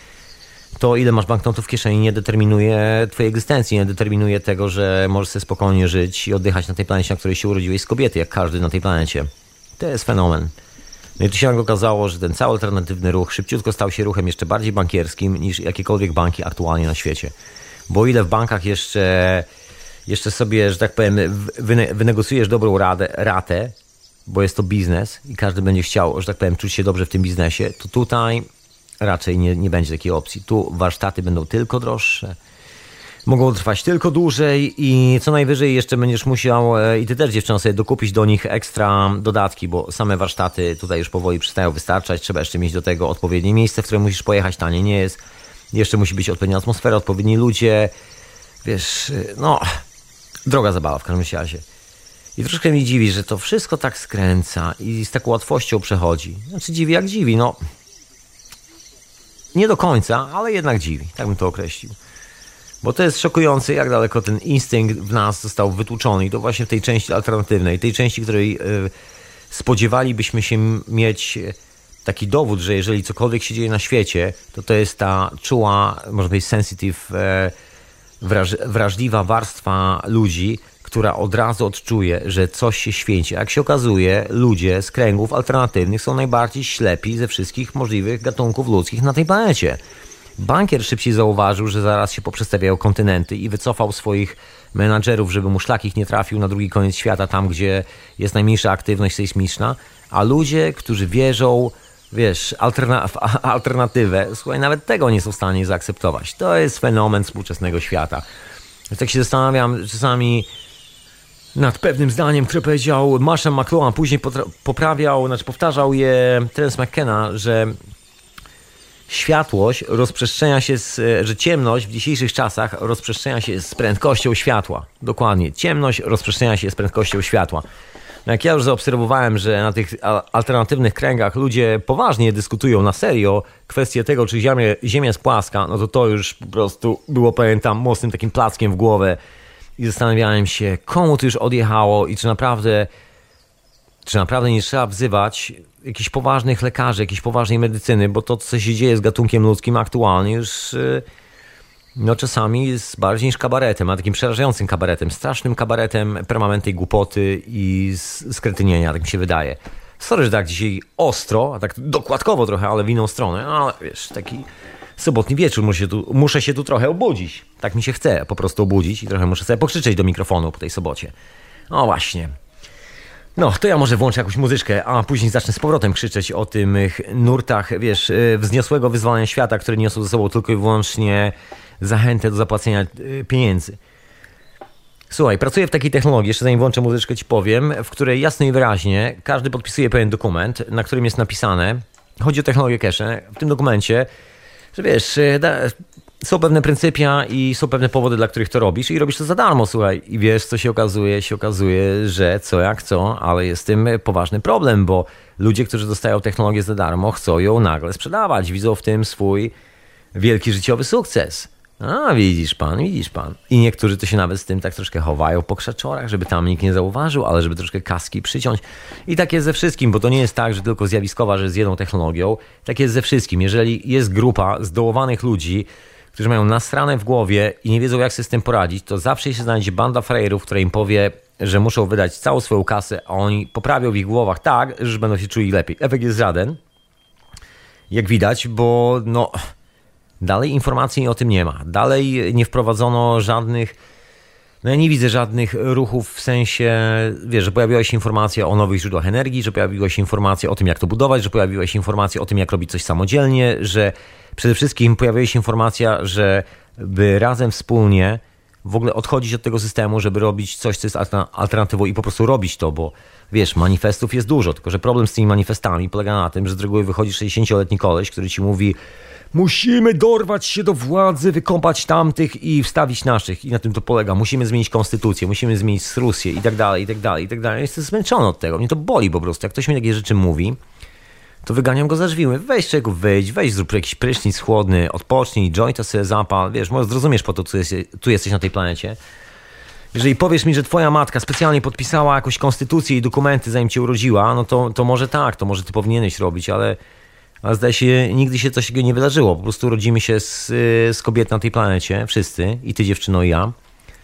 to, ile masz banknotów w kieszeni, nie determinuje twojej egzystencji, nie determinuje tego, że możesz sobie spokojnie żyć i oddychać na tej planecie, na której się urodziłeś z kobiety, jak każdy na tej planecie. To jest fenomen. No i tu się okazało, że ten cały alternatywny ruch szybciutko stał się ruchem jeszcze bardziej bankierskim niż jakiekolwiek banki aktualnie na świecie. Bo o ile w bankach jeszcze... jeszcze sobie, że tak powiem, wynegocjujesz dobrą radę, ratę, bo jest to biznes i każdy będzie chciał, że tak powiem, czuć się dobrze w tym biznesie, to tutaj raczej nie, nie będzie takiej opcji. Tu warsztaty będą tylko droższe, mogą trwać tylko dłużej i co najwyżej jeszcze będziesz musiał, i ty też dziewczyno, sobie dokupić do nich ekstra dodatki, bo same warsztaty tutaj już powoli przestają wystarczać, trzeba jeszcze mieć do tego odpowiednie miejsce, w które musisz pojechać, tanie nie jest, jeszcze musi być odpowiednia atmosfera, odpowiedni ludzie, wiesz, no... droga zabawa w każdym razie. I troszkę mnie dziwi, że to wszystko tak skręca i z taką łatwością przechodzi. Znaczy dziwi jak dziwi, no. Nie do końca, ale jednak dziwi. Tak bym to określił. Bo to jest szokujące, jak daleko ten instynkt w nas został wytłuczony. I to właśnie w tej części alternatywnej. Tej części, której yy, spodziewalibyśmy się mieć taki dowód, że jeżeli cokolwiek się dzieje na świecie, to to jest ta czuła, można powiedzieć sensitive, yy, wrażliwa warstwa ludzi, która od razu odczuje, że coś się święci. Jak się okazuje, ludzie z kręgów alternatywnych są najbardziej ślepi ze wszystkich możliwych gatunków ludzkich na tej planecie. Bankier szybciej zauważył, że zaraz się poprzestawiają kontynenty i wycofał swoich menadżerów, żeby mu szlak ich nie trafił na drugi koniec świata, tam gdzie jest najmniejsza aktywność sejsmiczna, a ludzie, którzy wierzą, wiesz, alterna- w alternatywę, słuchaj, nawet tego nie są w stanie zaakceptować. To jest fenomen współczesnego świata. Tak się zastanawiam czasami nad pewnym zdaniem, które powiedział Marshall McLuhan, później potra- poprawiał, znaczy powtarzał je Terence McKenna, że światłość rozprzestrzenia się, z, że ciemność w dzisiejszych czasach rozprzestrzenia się z prędkością światła. Dokładnie. Ciemność rozprzestrzenia się z prędkością światła. Jak ja już zaobserwowałem, że na tych alternatywnych kręgach ludzie poważnie dyskutują na serio kwestię tego, czy ziemia, ziemia jest płaska, no to to już po prostu było, pamiętam, mocnym takim plackiem w głowę i zastanawiałem się, komu to już odjechało i czy naprawdę, czy naprawdę nie trzeba wzywać jakichś poważnych lekarzy, jakiejś poważnej medycyny, bo to, co się dzieje z gatunkiem ludzkim aktualnie już... No czasami jest bardziej niż kabaretem, a takim przerażającym kabaretem, strasznym kabaretem permanentnej głupoty i skretynienia, tak mi się wydaje. Sorry, że tak dzisiaj ostro, a tak dokładkowo trochę, ale w inną stronę, ale wiesz, taki sobotni wieczór, muszę się, tu, muszę się tu trochę obudzić. Tak mi się chce po prostu obudzić i trochę muszę sobie pokrzyczeć do mikrofonu po tej sobocie. No właśnie. No, to ja może włączę jakąś muzyczkę, a później zacznę z powrotem krzyczeć o tych nurtach, wiesz, wzniosłego wyzwalania świata, które niosą ze sobą tylko i wyłącznie zachętę do zapłacenia pieniędzy. Słuchaj, pracuję w takiej technologii, jeszcze zanim włączę muzyczkę ci powiem, w której jasno i wyraźnie każdy podpisuje pewien dokument, na którym jest napisane, chodzi o technologię cache, w tym dokumencie, że wiesz, da, są pewne pryncypia i są pewne powody, dla których to robisz i robisz to za darmo, słuchaj. I wiesz, co się okazuje? Się okazuje, że co jak co, ale jest z tym poważny problem, bo ludzie, którzy dostają technologię za darmo, chcą ją nagle sprzedawać. Widzą w tym swój wielki życiowy sukces. A, widzisz pan, widzisz pan. I niektórzy to się nawet z tym tak troszkę chowają po krzaczorach, żeby tam nikt nie zauważył, ale żeby troszkę kaski przyciąć. I tak jest ze wszystkim, bo to nie jest tak, że tylko zjawiskowa, że z jedną technologią. Tak jest ze wszystkim. Jeżeli jest grupa zdołowanych ludzi, którzy mają nasrane w głowie i nie wiedzą, jak sobie z tym poradzić, to zawsze się znajdzie banda frajerów, która im powie, że muszą wydać całą swoją kasę, a oni poprawią w ich głowach tak, że będą się czuli lepiej. Efekt jest żaden, jak widać, bo no... Dalej informacji o tym nie ma. Dalej nie wprowadzono żadnych... No ja nie widzę żadnych ruchów w sensie, wiesz, że pojawiła się informacja o nowych źródłach energii, że pojawiła się informacja o tym, jak to budować, że pojawiła się informacja o tym, jak robić coś samodzielnie, że przede wszystkim pojawiła się informacja, że by razem wspólnie w ogóle odchodzić od tego systemu, żeby robić coś, co jest alternatywą i po prostu robić to, bo wiesz, manifestów jest dużo, tylko że problem z tymi manifestami polega na tym, że z reguły wychodzi sześćdziesięcioletni koleś, który ci mówi: musimy dorwać się do władzy, wykąpać tamtych i wstawić naszych. I na tym to polega. Musimy zmienić konstytucję, musimy zmienić Rusję i tak dalej, i tak dalej, i tak dalej. Jestem zmęczony od tego. Mnie to boli po prostu. Jak ktoś mi takie rzeczy mówi, to wyganiam go za drzwi. Weź człowieku, wyjdź, weź zrób jakiś prysznic chłodny, odpocznij, jointa sobie zapal. Wiesz, może zrozumiesz po to, co jest, tu jesteś na tej planecie. Jeżeli powiesz mi, że twoja matka specjalnie podpisała jakąś konstytucję i dokumenty, zanim cię urodziła, no to, to może tak, to może ty powinieneś robić, ale... Ale zdaje się, nigdy się coś takiego nie wydarzyło. Po prostu rodzimy się z, z kobiet na tej planecie, wszyscy, i ty dziewczyno, i ja.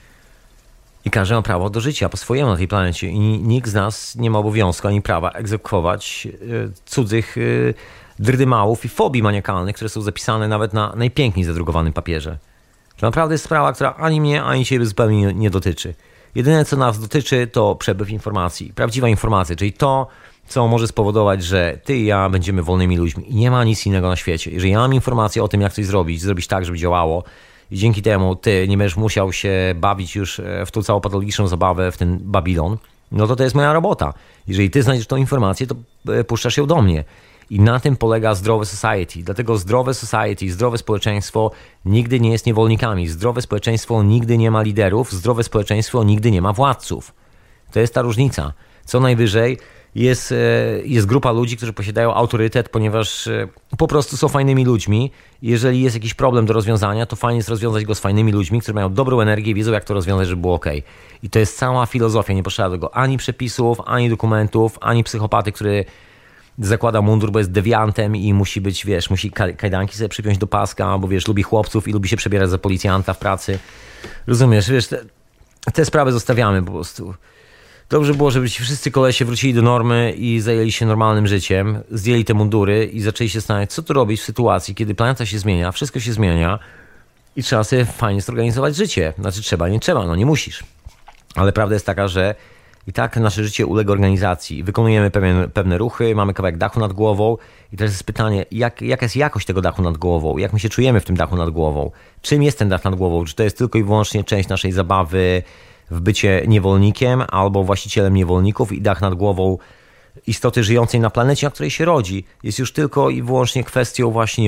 I każdy ma prawo do życia po swojemu na tej planecie. I nikt z nas nie ma obowiązku ani prawa egzekwować cudzych drdymałów i fobii maniakalnych, które są zapisane nawet na najpiękniej zadrukowanym papierze. To naprawdę jest sprawa, która ani mnie, ani ciebie zupełnie nie, nie dotyczy. Jedyne, co nas dotyczy, to przepływ informacji. Prawdziwa informacja, czyli to, co może spowodować, że ty i ja będziemy wolnymi ludźmi. I nie ma nic innego na świecie. Jeżeli ja mam informację o tym, jak coś zrobić, zrobić tak, żeby działało, i dzięki temu ty nie będziesz musiał się bawić już w tą całą patologiczną zabawę, w ten Babilon, no to to jest moja robota. Jeżeli ty znajdziesz tą informację, to puszczasz ją do mnie. I na tym polega zdrowe society. Dlatego zdrowe society, zdrowe społeczeństwo nigdy nie jest niewolnikami. Zdrowe społeczeństwo nigdy nie ma liderów. Zdrowe społeczeństwo nigdy nie ma władców. To jest ta różnica. Co najwyżej jest, jest grupa ludzi, którzy posiadają autorytet, ponieważ po prostu są fajnymi ludźmi. Jeżeli jest jakiś problem do rozwiązania, to fajnie jest rozwiązać go z fajnymi ludźmi, którzy mają dobrą energię i wiedzą, jak to rozwiązać, żeby było ok. I to jest cała filozofia. Nie potrzeba do tego ani przepisów, ani dokumentów, ani psychopaty, który zakłada mundur, bo jest dewiantem i musi być, wiesz, musi kajdanki sobie przypiąć do paska, bo wiesz, lubi chłopców i lubi się przebierać za policjanta w pracy. Rozumiesz, wiesz, te, te sprawy zostawiamy po prostu. Dobrze było, żeby ci wszyscy kolesie wrócili do normy i zajęli się normalnym życiem, zdjęli te mundury i zaczęli się zastanawiać, co tu robić w sytuacji, kiedy planeta się zmienia, wszystko się zmienia i trzeba sobie fajnie zorganizować życie. Znaczy trzeba, nie trzeba, no nie musisz. Ale prawda jest taka, że i tak nasze życie ulega organizacji. Wykonujemy pewien, pewne ruchy, mamy kawałek dachu nad głową i teraz jest pytanie, jak, jaka jest jakość tego dachu nad głową? Jak my się czujemy w tym dachu nad głową? Czym jest ten dach nad głową? Czy to jest tylko i wyłącznie część naszej zabawy w bycie niewolnikiem albo właścicielem niewolników i dach nad głową istoty żyjącej na planecie, na której się rodzi, jest już tylko i wyłącznie kwestią właśnie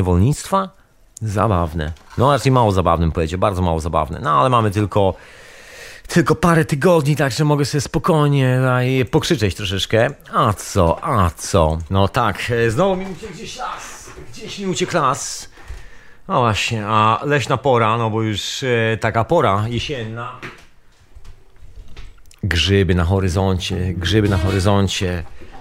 tylko parę tygodni, także mogę sobie spokojnie tutaj pokrzyczeć troszeczkę. A co, a co? No tak, znowu mi uciekł gdzieś las, gdzieś mi uciekł las. No właśnie, a leśna pora, no bo już e, taka pora jesienna. Grzyby na horyzoncie, grzyby na horyzoncie.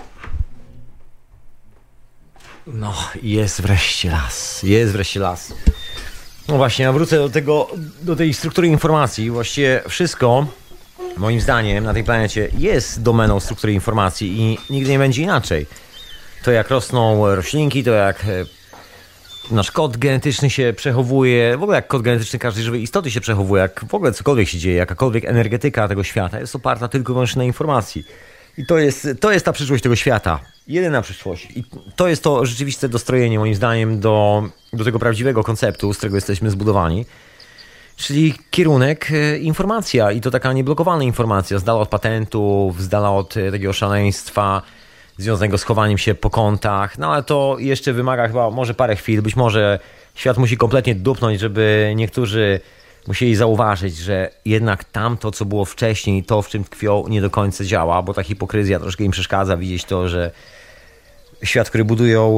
No, jest wreszcie las, jest wreszcie las. No właśnie, ja wrócę do tego, do tej struktury informacji. Właściwie wszystko, moim zdaniem, na tej planecie jest domeną struktury informacji i nigdy nie będzie inaczej. To jak rosną roślinki, to jak nasz kod genetyczny się przechowuje, w ogóle jak kod genetyczny każdej żywej istoty się przechowuje, jak w ogóle cokolwiek się dzieje, jakakolwiek energetyka tego świata jest oparta tylko i wyłącznie na informacji. I to jest, to jest ta przyszłość tego świata. Jedyna przyszłość. I to jest to rzeczywiste dostrojenie, moim zdaniem, do, do tego prawdziwego konceptu, z którego jesteśmy zbudowani. Czyli kierunek informacja i to taka nieblokowana informacja, z dala od patentów, z dala od takiego szaleństwa związanego z chowaniem się po kątach. No ale to jeszcze wymaga chyba może parę chwil. Być może świat musi kompletnie dupnąć, żeby niektórzy musieli zauważyć, że jednak tamto, co było wcześniej, to w czym tkwią, nie do końca działa, bo ta hipokryzja troszkę im przeszkadza widzieć to, że świat, który budują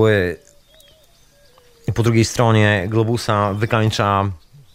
po drugiej stronie globusa, wykańcza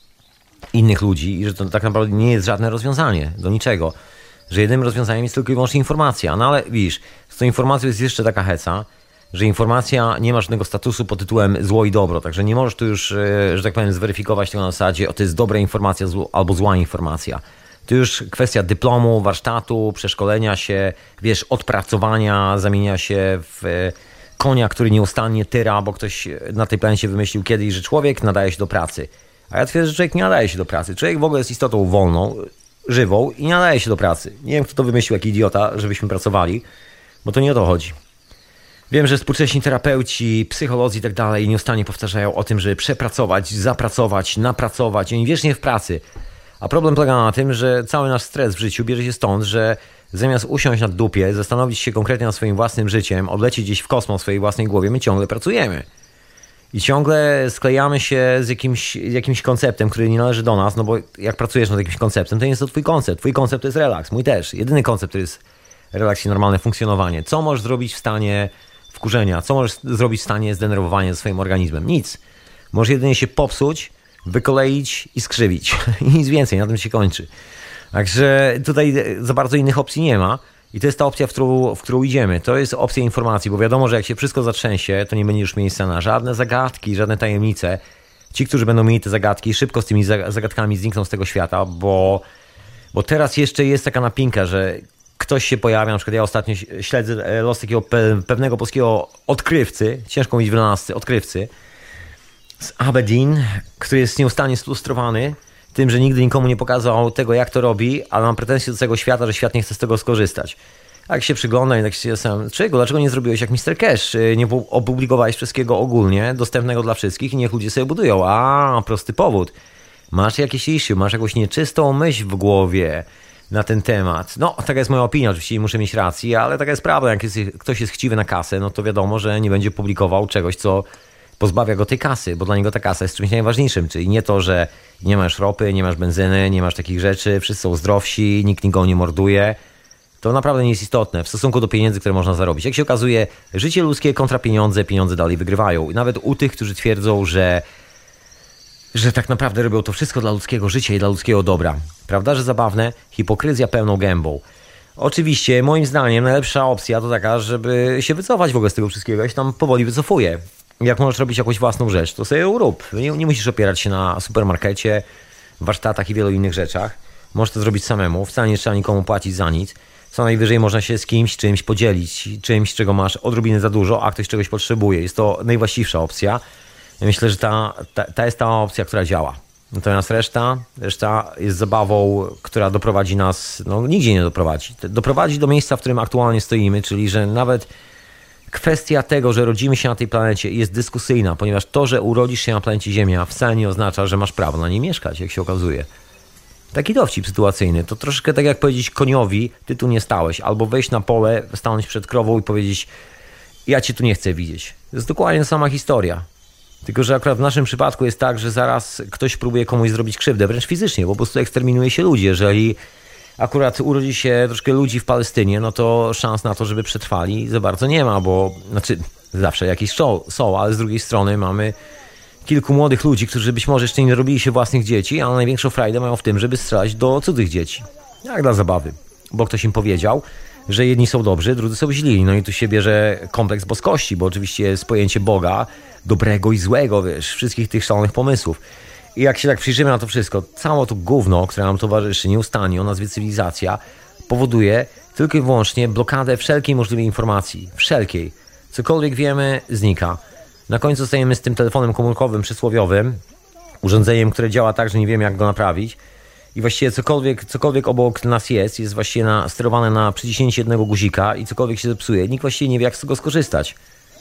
innych ludzi i że to tak naprawdę nie jest żadne rozwiązanie do niczego. Że jedynym rozwiązaniem jest tylko i wyłącznie informacja. No ale widzisz, z tą informacją jest jeszcze taka heca, że informacja nie ma żadnego statusu pod tytułem zło i dobro, także nie możesz tu już, że tak powiem, zweryfikować tego na zasadzie, o to jest dobra informacja albo zła informacja. To już kwestia dyplomu, warsztatu, przeszkolenia się, wiesz, odpracowania, zamienia się w konia, który nieustannie tyra, bo ktoś na tej planecie wymyślił kiedyś, że człowiek nadaje się do pracy. A ja twierdzę, że człowiek nie nadaje się do pracy. Człowiek w ogóle jest istotą wolną, żywą i nie nadaje się do pracy. Nie wiem, kto to wymyślił, jak idiota, żebyśmy pracowali, bo to nie o to chodzi. Wiem, że współcześni terapeuci, psycholodzy i tak dalej nieustannie powtarzają o tym, żeby przepracować, zapracować, napracować i oni wiecznie w pracy. A problem polega na tym, że cały nasz stres w życiu bierze się stąd, że zamiast usiąść na dupie, zastanowić się konkretnie nad swoim własnym życiem, odlecieć gdzieś w kosmos w swojej własnej głowie, my ciągle pracujemy. I ciągle sklejamy się z jakimś, jakimś konceptem, który nie należy do nas, no bo jak pracujesz nad jakimś konceptem, to nie jest to twój koncept. Twój koncept to jest relaks, mój też. Jedyny koncept to jest relaks i normalne funkcjonowanie. Co możesz zrobić w stanie wkurzenia? Co możesz zrobić w stanie zdenerwowania ze swoim organizmem? Nic. Możesz jedynie się popsuć, wykoleić i skrzywić. I nic więcej, na tym się kończy. Także tutaj za bardzo innych opcji nie ma. I to jest ta opcja, w którą, w którą idziemy. To jest opcja informacji, bo wiadomo, że jak się wszystko zatrzęsie, to nie będzie już miejsca na żadne zagadki, żadne tajemnice. Ci, którzy będą mieli te zagadki, szybko z tymi zagadkami znikną z tego świata, bo, bo teraz jeszcze jest taka napinka, że ktoś się pojawia, na przykład ja ostatnio śledzę los takiego pe- pewnego polskiego odkrywcy, ciężko mówić wynalazcy, odkrywcy z Aberdeen, który jest nieustannie sfrustrowany tym, że nigdy nikomu nie pokazał tego, jak to robi, ale mam pretensje do całego świata, że świat nie chce z tego skorzystać. Jak się przygląda i tak się sam, czego, dlaczego nie zrobiłeś jak mister Cash? Nie opublikowałeś wszystkiego ogólnie, dostępnego dla wszystkich i niech ludzie sobie budują. A, prosty powód. Masz jakieś issue, masz jakąś nieczystą myśl w głowie na ten temat. No, taka jest moja opinia, oczywiście muszę mieć rację, ale taka jest prawda. Jak jest, ktoś jest chciwy na kasę, no to wiadomo, że nie będzie publikował czegoś, co pozbawia go tej kasy, bo dla niego ta kasa jest czymś najważniejszym, czyli nie to, że nie masz ropy, nie masz benzyny, nie masz takich rzeczy, wszyscy są zdrowsi, nikt nikogo nie morduje. To naprawdę nie jest istotne w stosunku do pieniędzy, które można zarobić. Jak się okazuje, życie ludzkie kontra pieniądze, pieniądze dalej wygrywają. I nawet u tych, którzy twierdzą, że, że tak naprawdę robią to wszystko dla ludzkiego życia i dla ludzkiego dobra. Prawda, że zabawne? Hipokryzja pełną gębą. Oczywiście, moim zdaniem, najlepsza opcja to taka, żeby się wycofać w ogóle z tego wszystkiego. Ja się tam powoli wycofuję. Jak możesz robić jakąś własną rzecz, to sobie ją rób. Nie, nie musisz opierać się na supermarkecie, warsztatach i wielu innych rzeczach. Możesz to zrobić samemu. Wcale nie trzeba nikomu płacić za nic. Co najwyżej można się z kimś, czymś podzielić. Czymś, czego masz odrobinę za dużo, a ktoś czegoś potrzebuje. Jest to najwłaściwsza opcja. Ja myślę, że ta, ta, ta jest ta opcja, która działa. Natomiast reszta, reszta jest zabawą, która doprowadzi nas, no nigdzie nie doprowadzi. Doprowadzi do miejsca, w którym aktualnie stoimy, czyli że nawet kwestia tego, że rodzimy się na tej planecie jest dyskusyjna, ponieważ to, że urodzisz się na planecie Ziemia wcale nie oznacza, że masz prawo na niej mieszkać, jak się okazuje. Taki dowcip sytuacyjny. To troszkę tak jak powiedzieć koniowi, ty tu nie stałeś, albo wejść na pole, stanąć przed krową i powiedzieć, ja cię tu nie chcę widzieć. To jest dokładnie sama historia. Tylko że akurat w naszym przypadku jest tak, że zaraz ktoś próbuje komuś zrobić krzywdę, wręcz fizycznie, bo po prostu eksterminuje się ludzi. Jeżeli akurat urodzi się troszkę ludzi w Palestynie, no to szans na to, żeby przetrwali za bardzo nie ma, bo znaczy zawsze jakieś są, ale z drugiej strony mamy kilku młodych ludzi, którzy być może jeszcze nie robili się własnych dzieci, ale największą frajdę mają w tym, żeby strzelać do cudzych dzieci. Jak dla zabawy. Bo ktoś im powiedział, że jedni są dobrzy, drudzy są źli. No i tu się bierze kompleks boskości, bo oczywiście jest pojęcie Boga, dobrego i złego, wiesz, wszystkich tych szalonych pomysłów. I jak się tak przyjrzymy na to wszystko, całe to gówno, które nam towarzyszy nieustannie o nazwie cywilizacja, powoduje tylko i wyłącznie blokadę wszelkiej możliwej informacji. Wszelkiej. Cokolwiek wiemy, znika. Na końcu stajemy z tym telefonem komórkowym przysłowiowym, urządzeniem, które działa tak, że nie wiemy, jak go naprawić. I właściwie cokolwiek, cokolwiek obok nas jest, jest właściwie na, sterowane na przyciśnięcie jednego guzika i cokolwiek się zepsuje. Nikt właściwie nie wie, jak z tego skorzystać.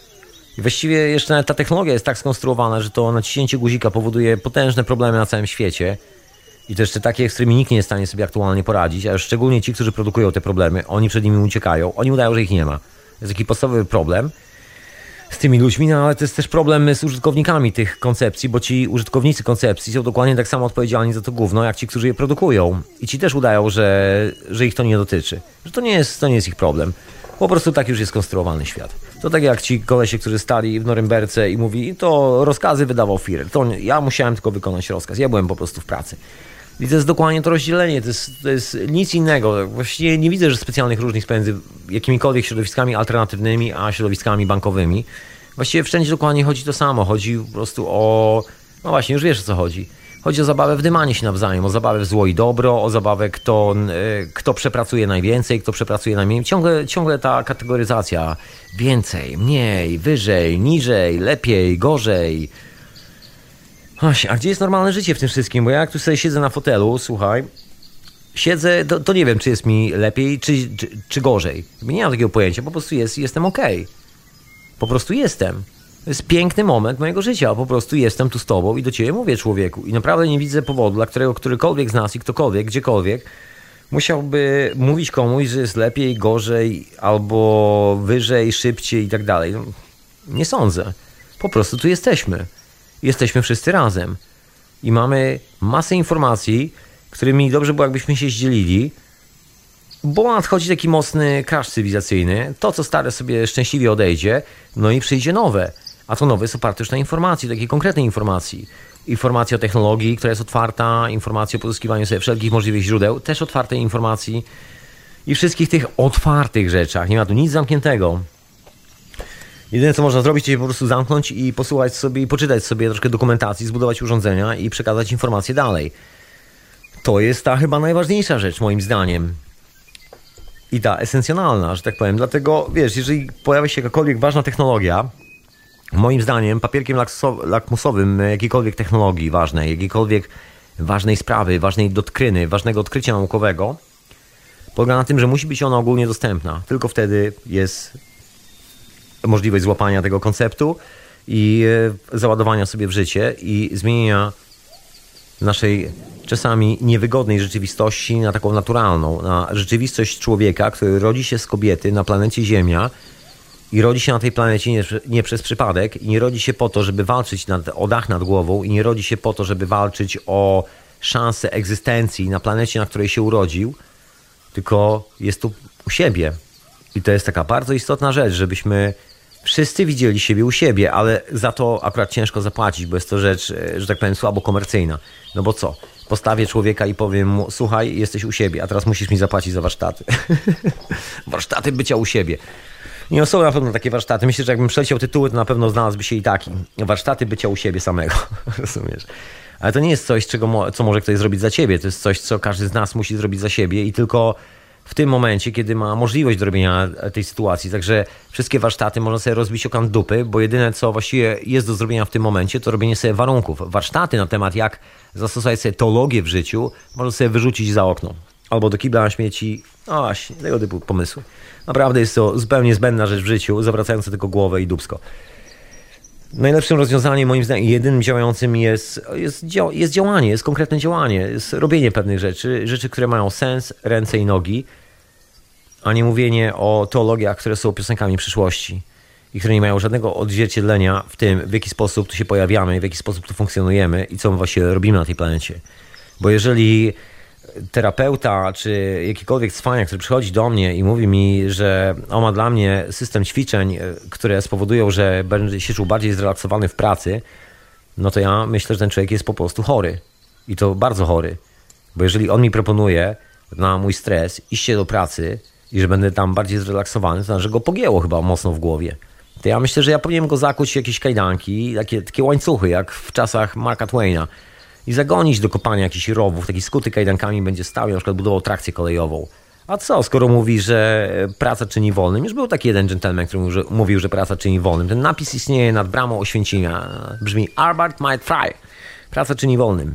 I właściwie jeszcze nawet ta technologia jest tak skonstruowana, że to naciśnięcie guzika powoduje potężne problemy na całym świecie. I to jeszcze takie, z którymi nikt nie jest w stanie sobie aktualnie poradzić, a już szczególnie ci, którzy produkują te problemy, oni przed nimi uciekają, oni udają, że ich nie ma. To jest taki podstawowy problem z tymi ludźmi, no ale to jest też problem z użytkownikami tych koncepcji, bo ci użytkownicy koncepcji są dokładnie tak samo odpowiedzialni za to gówno, jak ci, którzy je produkują. I ci też udają, że, że ich to nie dotyczy. Że to nie jest, to nie jest ich problem. Po prostu tak już jest skonstruowany świat. To tak jak ci kolesie, którzy stali w Norymberce i mówi, to rozkazy wydawał Führer. To ja musiałem tylko wykonać rozkaz. Ja byłem po prostu w pracy. I to jest dokładnie to rozdzielenie. To jest, to jest nic innego. Właściwie nie widzę, że specjalnych różnic pomiędzy jakimikolwiek środowiskami alternatywnymi, a środowiskami bankowymi. Właściwie wszędzie dokładnie chodzi to samo. Chodzi po prostu o... No właśnie, już wiesz, o co chodzi. Chodzi o zabawę w dymanie się nawzajem, o zabawę w zło i dobro, o zabawę, kto, kto przepracuje najwięcej, kto przepracuje najmniej. Ciągle, ciągle ta kategoryzacja. Więcej, mniej, wyżej, niżej, lepiej, gorzej. Właśnie, a gdzie jest normalne życie w tym wszystkim? Bo ja jak tu sobie siedzę na fotelu, słuchaj, siedzę, to, to nie wiem, czy jest mi lepiej, czy, czy, czy gorzej. Nie mam takiego pojęcia, po prostu jest, jestem okej. Po prostu jestem. To jest piękny moment mojego życia. Po prostu jestem tu z tobą i do ciebie mówię, człowieku. I naprawdę nie widzę powodu, dla którego którykolwiek z nas i ktokolwiek, gdziekolwiek musiałby mówić komuś, że jest lepiej, gorzej, albo wyżej, szybciej i tak dalej. No, nie sądzę. Po prostu tu jesteśmy. Jesteśmy wszyscy razem. I mamy masę informacji, którymi dobrze było, jakbyśmy się zdzielili, bo nadchodzi taki mocny crash cywilizacyjny. To, co stare sobie szczęśliwie odejdzie, no i przyjdzie nowe. A to nowe jest oparte już na informacji, takiej konkretnej informacji. Informacji o technologii, która jest otwarta, informacji o pozyskiwaniu sobie wszelkich możliwych źródeł, też otwartej informacji i wszystkich tych otwartych rzeczach. Nie ma tu nic zamkniętego. Jedyne, co można zrobić, to się po prostu zamknąć i posłuchać sobie i poczytać sobie troszkę dokumentacji, zbudować urządzenia i przekazać informacje dalej. To jest ta chyba najważniejsza rzecz, moim zdaniem. I ta esencjonalna, że tak powiem. Dlatego, wiesz, jeżeli pojawia się jakakolwiek ważna technologia, moim zdaniem papierkiem lakmusowym jakiejkolwiek technologii ważnej, jakiejkolwiek ważnej sprawy, ważnej doktryny, ważnego odkrycia naukowego, polega na tym, że musi być ona ogólnie dostępna. Tylko wtedy jest możliwość złapania tego konceptu i załadowania sobie w życie i zmienienia naszej czasami niewygodnej rzeczywistości na taką naturalną, na rzeczywistość człowieka, który rodzi się z kobiety na planecie Ziemia i rodzi się na tej planecie nie, nie przez przypadek i nie rodzi się po to, żeby walczyć nad, o dach nad głową i nie rodzi się po to, żeby walczyć o szansę egzystencji na planecie, na której się urodził, tylko jest tu u siebie. I to jest taka bardzo istotna rzecz, żebyśmy wszyscy widzieli siebie u siebie, ale za to akurat ciężko zapłacić, bo jest to rzecz, że tak powiem, słabo komercyjna. No bo co? Postawię człowieka i powiem mu, słuchaj, jesteś u siebie, a teraz musisz mi zapłacić za warsztaty. Warsztaty bycia u siebie. Nie są na pewno takie warsztaty. Myślę, że jakbym przeleciał tytuły, to na pewno znalazłby się i taki. Warsztaty bycia u siebie samego. Rozumiesz? Ale to nie jest coś, czego mo- co może ktoś zrobić za ciebie. To jest coś, co każdy z nas musi zrobić za siebie i tylko w tym momencie, kiedy ma możliwość do robienia tej sytuacji. Także wszystkie warsztaty można sobie rozbić o kant dupy, bo jedyne, co właściwie jest do zrobienia w tym momencie, to robienie sobie warunków. Warsztaty na temat, jak zastosować sobie teologię w życiu, można sobie wyrzucić za okno. Albo do kibla na śmieci. No właśnie, tego typu pomysły. Naprawdę jest to zupełnie zbędna rzecz w życiu, zawracająca tylko głowę i dupsko. Najlepszym rozwiązaniem, moim zdaniem, jedynym działającym jest, jest, dzia- jest działanie, jest konkretne działanie, jest robienie pewnych rzeczy, rzeczy, które mają sens, ręce i nogi, a nie mówienie o teologiach, które są piosenkami przyszłości i które nie mają żadnego odzwierciedlenia w tym, w jaki sposób tu się pojawiamy, w jaki sposób tu funkcjonujemy i co my właśnie robimy na tej planecie. Bo jeżeli terapeuta, czy jakikolwiek cwaniak, który przychodzi do mnie i mówi mi, że on ma dla mnie system ćwiczeń, które spowodują, że będzie się czuł bardziej zrelaksowany w pracy, no to ja myślę, że ten człowiek jest po prostu chory. I to bardzo chory. Bo jeżeli on mi proponuje na mój stres iście do pracy i że będę tam bardziej zrelaksowany, to znaczy, że go pogięło chyba mocno w głowie. To ja myślę, że ja powinienem go zakuć w jakieś kajdanki, takie, takie łańcuchy, jak w czasach Marka Twaina i zagonić do kopania jakichś rowów, taki skuty kajdankami będzie stał i na przykład budował trakcję kolejową. A co, skoro mówi, że praca czyni wolnym? Już był taki jeden dżentelmen, który mówił, że, mówił, że praca czyni wolnym. Ten napis istnieje nad bramą Oświęcimia. Brzmi Arbeit macht frei. Praca czyni wolnym.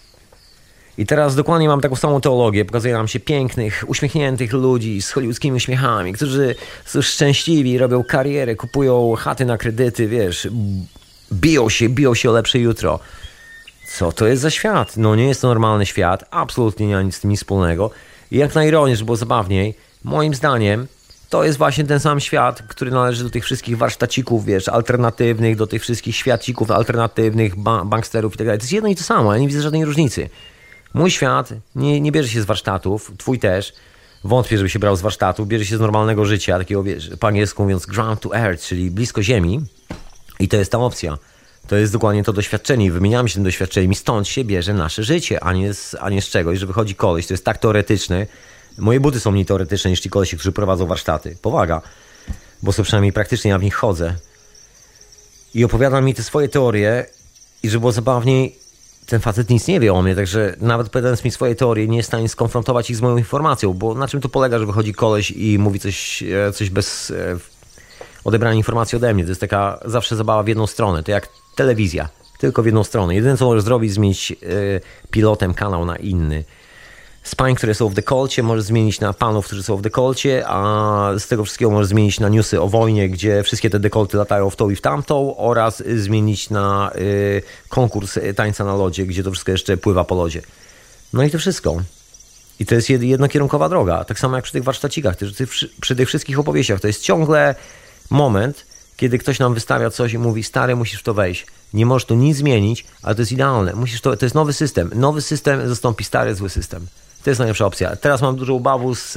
I teraz dokładnie mam taką samą teologię. Pokazuje nam się pięknych, uśmiechniętych ludzi z hollywoodzkimi uśmiechami, którzy są szczęśliwi, robią karierę, kupują chaty na kredyty, wiesz, biją się, biją się o lepsze jutro. Co to jest za świat? No nie jest to normalny świat, absolutnie nie ma nic z tym nic wspólnego. I jak na ironię, żeby było zabawniej, moim zdaniem to jest właśnie ten sam świat, który należy do tych wszystkich warsztacików, wiesz, alternatywnych, do tych wszystkich świacików alternatywnych, ba- banksterów i tak dalej. To jest jedno i to samo, ja nie widzę żadnej różnicy. Mój świat nie, nie bierze się z warsztatów, twój też. Wątpię, żeby się brał z warsztatów, bierze się z normalnego życia, takiego, wiesz, po angielsku mówiąc ground to earth, czyli blisko ziemi. I to jest ta opcja. To jest dokładnie to doświadczenie i wymieniamy się tym doświadczeniem i stąd się bierze nasze życie, a nie z, a nie z czegoś, że wychodzi koleś, to jest tak teoretyczny. Moje buty są mniej teoretyczne niż ci kolesi, którzy prowadzą warsztaty. Powaga, bo są przynajmniej praktycznie, ja w nich chodzę. I opowiada mi te swoje teorie i żeby było zabawniej, ten facet nic nie wie o mnie, także nawet opowiadając mi swoje teorie, nie jest w stanie skonfrontować ich z moją informacją, bo na czym to polega, że wychodzi koleś i mówi coś, coś bez odebrania informacji ode mnie. To jest taka zawsze zabawa w jedną stronę, to jak telewizja, tylko w jedną stronę. Jedyne co możesz zrobić, zmienić yy, pilotem kanał na inny. Z pań, które są w dekolcie, możesz zmienić na panów, którzy są w dekolcie, a z tego wszystkiego możesz zmienić na newsy o wojnie, gdzie wszystkie te dekolty latają w tą i w tamtą, oraz zmienić na y, konkurs tańca na lodzie, gdzie to wszystko jeszcze pływa po lodzie. No i to wszystko. I to jest jednokierunkowa droga. Tak samo jak przy tych warsztacikach, przy tych wszystkich opowieściach. To jest ciągle moment, kiedy ktoś nam wystawia coś i mówi, stary, musisz w to wejść. Nie możesz tu nic zmienić, ale to jest idealne. Musisz to, to jest nowy system. Nowy system zastąpi stary, zły system. To jest najlepsza opcja. Teraz mam dużo ubawu z,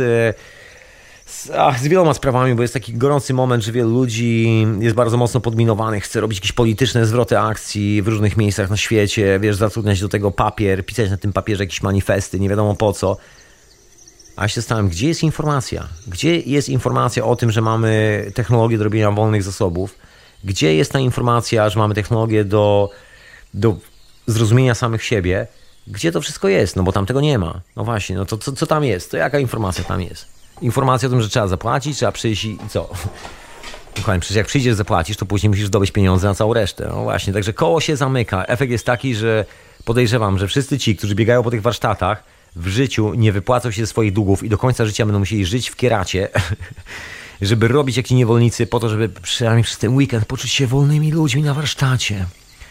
z, ach, z wieloma sprawami, bo jest taki gorący moment, że wielu ludzi jest bardzo mocno podminowanych, chce robić jakieś polityczne zwroty akcji w różnych miejscach na świecie, wiesz, zatrudniać do tego papier, pisać na tym papierze jakieś manifesty, nie wiadomo po co. A ja się zastanawiam, gdzie jest informacja? Gdzie jest informacja o tym, że mamy technologię do robienia wolnych zasobów? Gdzie jest ta informacja, że mamy technologię do, do zrozumienia samych siebie? Gdzie to wszystko jest? No bo tam tego nie ma. No właśnie, no to co, co tam jest? To jaka informacja tam jest? Informacja o tym, że trzeba zapłacić, trzeba przyjść i co? Słuchaj, przecież jak przyjdziesz, zapłacisz, to później musisz zdobyć pieniądze na całą resztę. No właśnie, także koło się zamyka. Efekt jest taki, że podejrzewam, że wszyscy ci, którzy biegają po tych warsztatach, w życiu nie wypłacą się ze swoich długów i do końca życia będą musieli żyć w kieracie, żeby robić jak ci niewolnicy po to, żeby przynajmniej przez ten weekend poczuć się wolnymi ludźmi na warsztacie.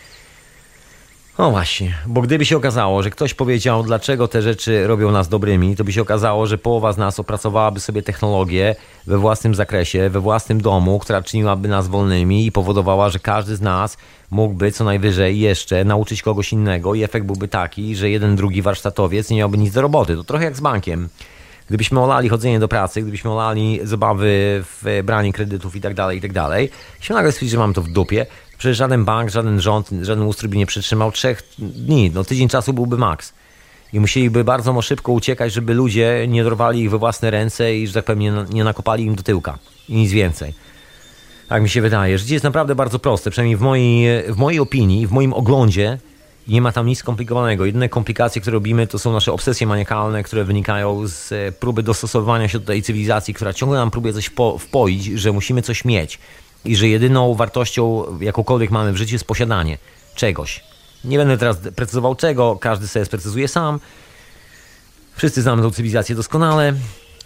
No właśnie, bo gdyby się okazało, że ktoś powiedział, dlaczego te rzeczy robią nas dobrymi, to by się okazało, że połowa z nas opracowałaby sobie technologię we własnym zakresie, we własnym domu, która czyniłaby nas wolnymi i powodowała, że każdy z nas mógłby co najwyżej jeszcze nauczyć kogoś innego i efekt byłby taki, że jeden, drugi warsztatowiec nie miałby nic do roboty. To trochę jak z bankiem. Gdybyśmy olali chodzenie do pracy, gdybyśmy olali zabawy w branie kredytów i tak dalej, i tak dalej, się nagle stwierdzi, że mamy to w dupie. Przecież żaden bank, żaden rząd, żaden ustrój by nie przytrzymał trzech dni. No tydzień czasu byłby maks. I musieliby bardzo szybko uciekać, żeby ludzie nie dorwali ich we własne ręce i, że tak powiem, nie, nie nakopali im do tyłka. I nic więcej. Tak mi się wydaje. Życie jest naprawdę bardzo proste. Przynajmniej w mojej, w mojej opinii, w moim oglądzie nie ma tam nic skomplikowanego. Jedyne komplikacje, które robimy, to są nasze obsesje maniakalne, które wynikają z próby dostosowania się do tej cywilizacji, która ciągle nam próbuje coś po, wpoić, że musimy coś mieć. I że jedyną wartością, jakąkolwiek mamy w życiu, jest posiadanie czegoś. Nie będę teraz precyzował czego, każdy sobie sprecyzuje sam. Wszyscy znamy tą cywilizację doskonale.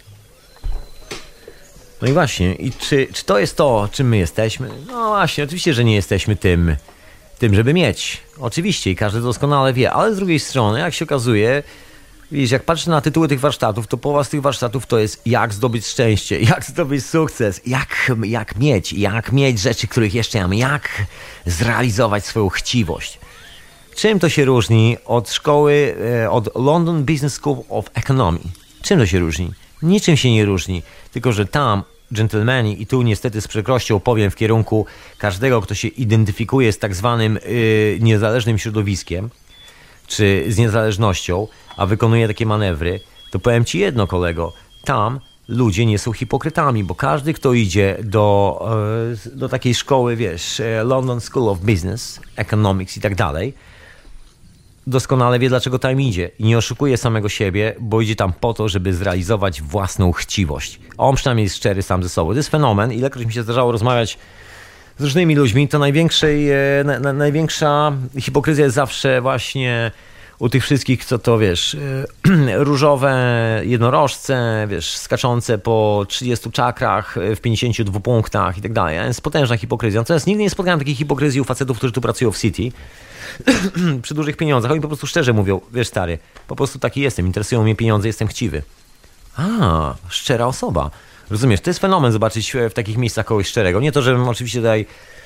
No i właśnie, i czy, czy to jest to, czym my jesteśmy? No właśnie, oczywiście, że nie jesteśmy tym, tym, żeby mieć. Oczywiście i każdy doskonale wie, ale z drugiej strony, jak się okazuje, widzisz, jak patrzę na tytuły tych warsztatów, to połowa z tych warsztatów to jest jak zdobyć szczęście, jak zdobyć sukces, jak, jak mieć, jak mieć rzeczy, których jeszcze nie mamy, jak zrealizować swoją chciwość. Czym to się różni od szkoły, od London Business School of Economy? Czym to się różni? Niczym się nie różni, tylko że tam dżentelmeni, i tu niestety z przykrością powiem w kierunku każdego, kto się identyfikuje z tak zwanym yy, niezależnym środowiskiem, czy z niezależnością, a wykonuje takie manewry, to powiem ci jedno, kolego, tam ludzie nie są hipokrytami, bo każdy, kto idzie do, yy, do takiej szkoły, wiesz, London School of Business, Economics i tak dalej, doskonale wie, dlaczego tam idzie i nie oszukuje samego siebie, bo idzie tam po to, żeby zrealizować własną chciwość. On przynajmniej jest szczery sam ze sobą. To jest fenomen. Ilekroć mi się zdarzało rozmawiać z różnymi ludźmi, to największej, na, na, największa hipokryzja jest zawsze właśnie u tych wszystkich, co to, wiesz, różowe jednorożce, wiesz, skaczące po trzydziestu czakrach w pięćdziesięciu dwóch punktach i tak dalej. Jest potężna hipokryzja. Natomiast nigdy nie spotkałem takiej hipokryzji u facetów, którzy tu pracują w City przy dużych pieniądzach. Oni po prostu szczerze mówią, wiesz stary, po prostu taki jestem, interesują mnie pieniądze, jestem chciwy. A, szczera osoba. Rozumiesz, to jest fenomen zobaczyć w takich miejscach kogoś szczerego. Nie to, żebym oczywiście tutaj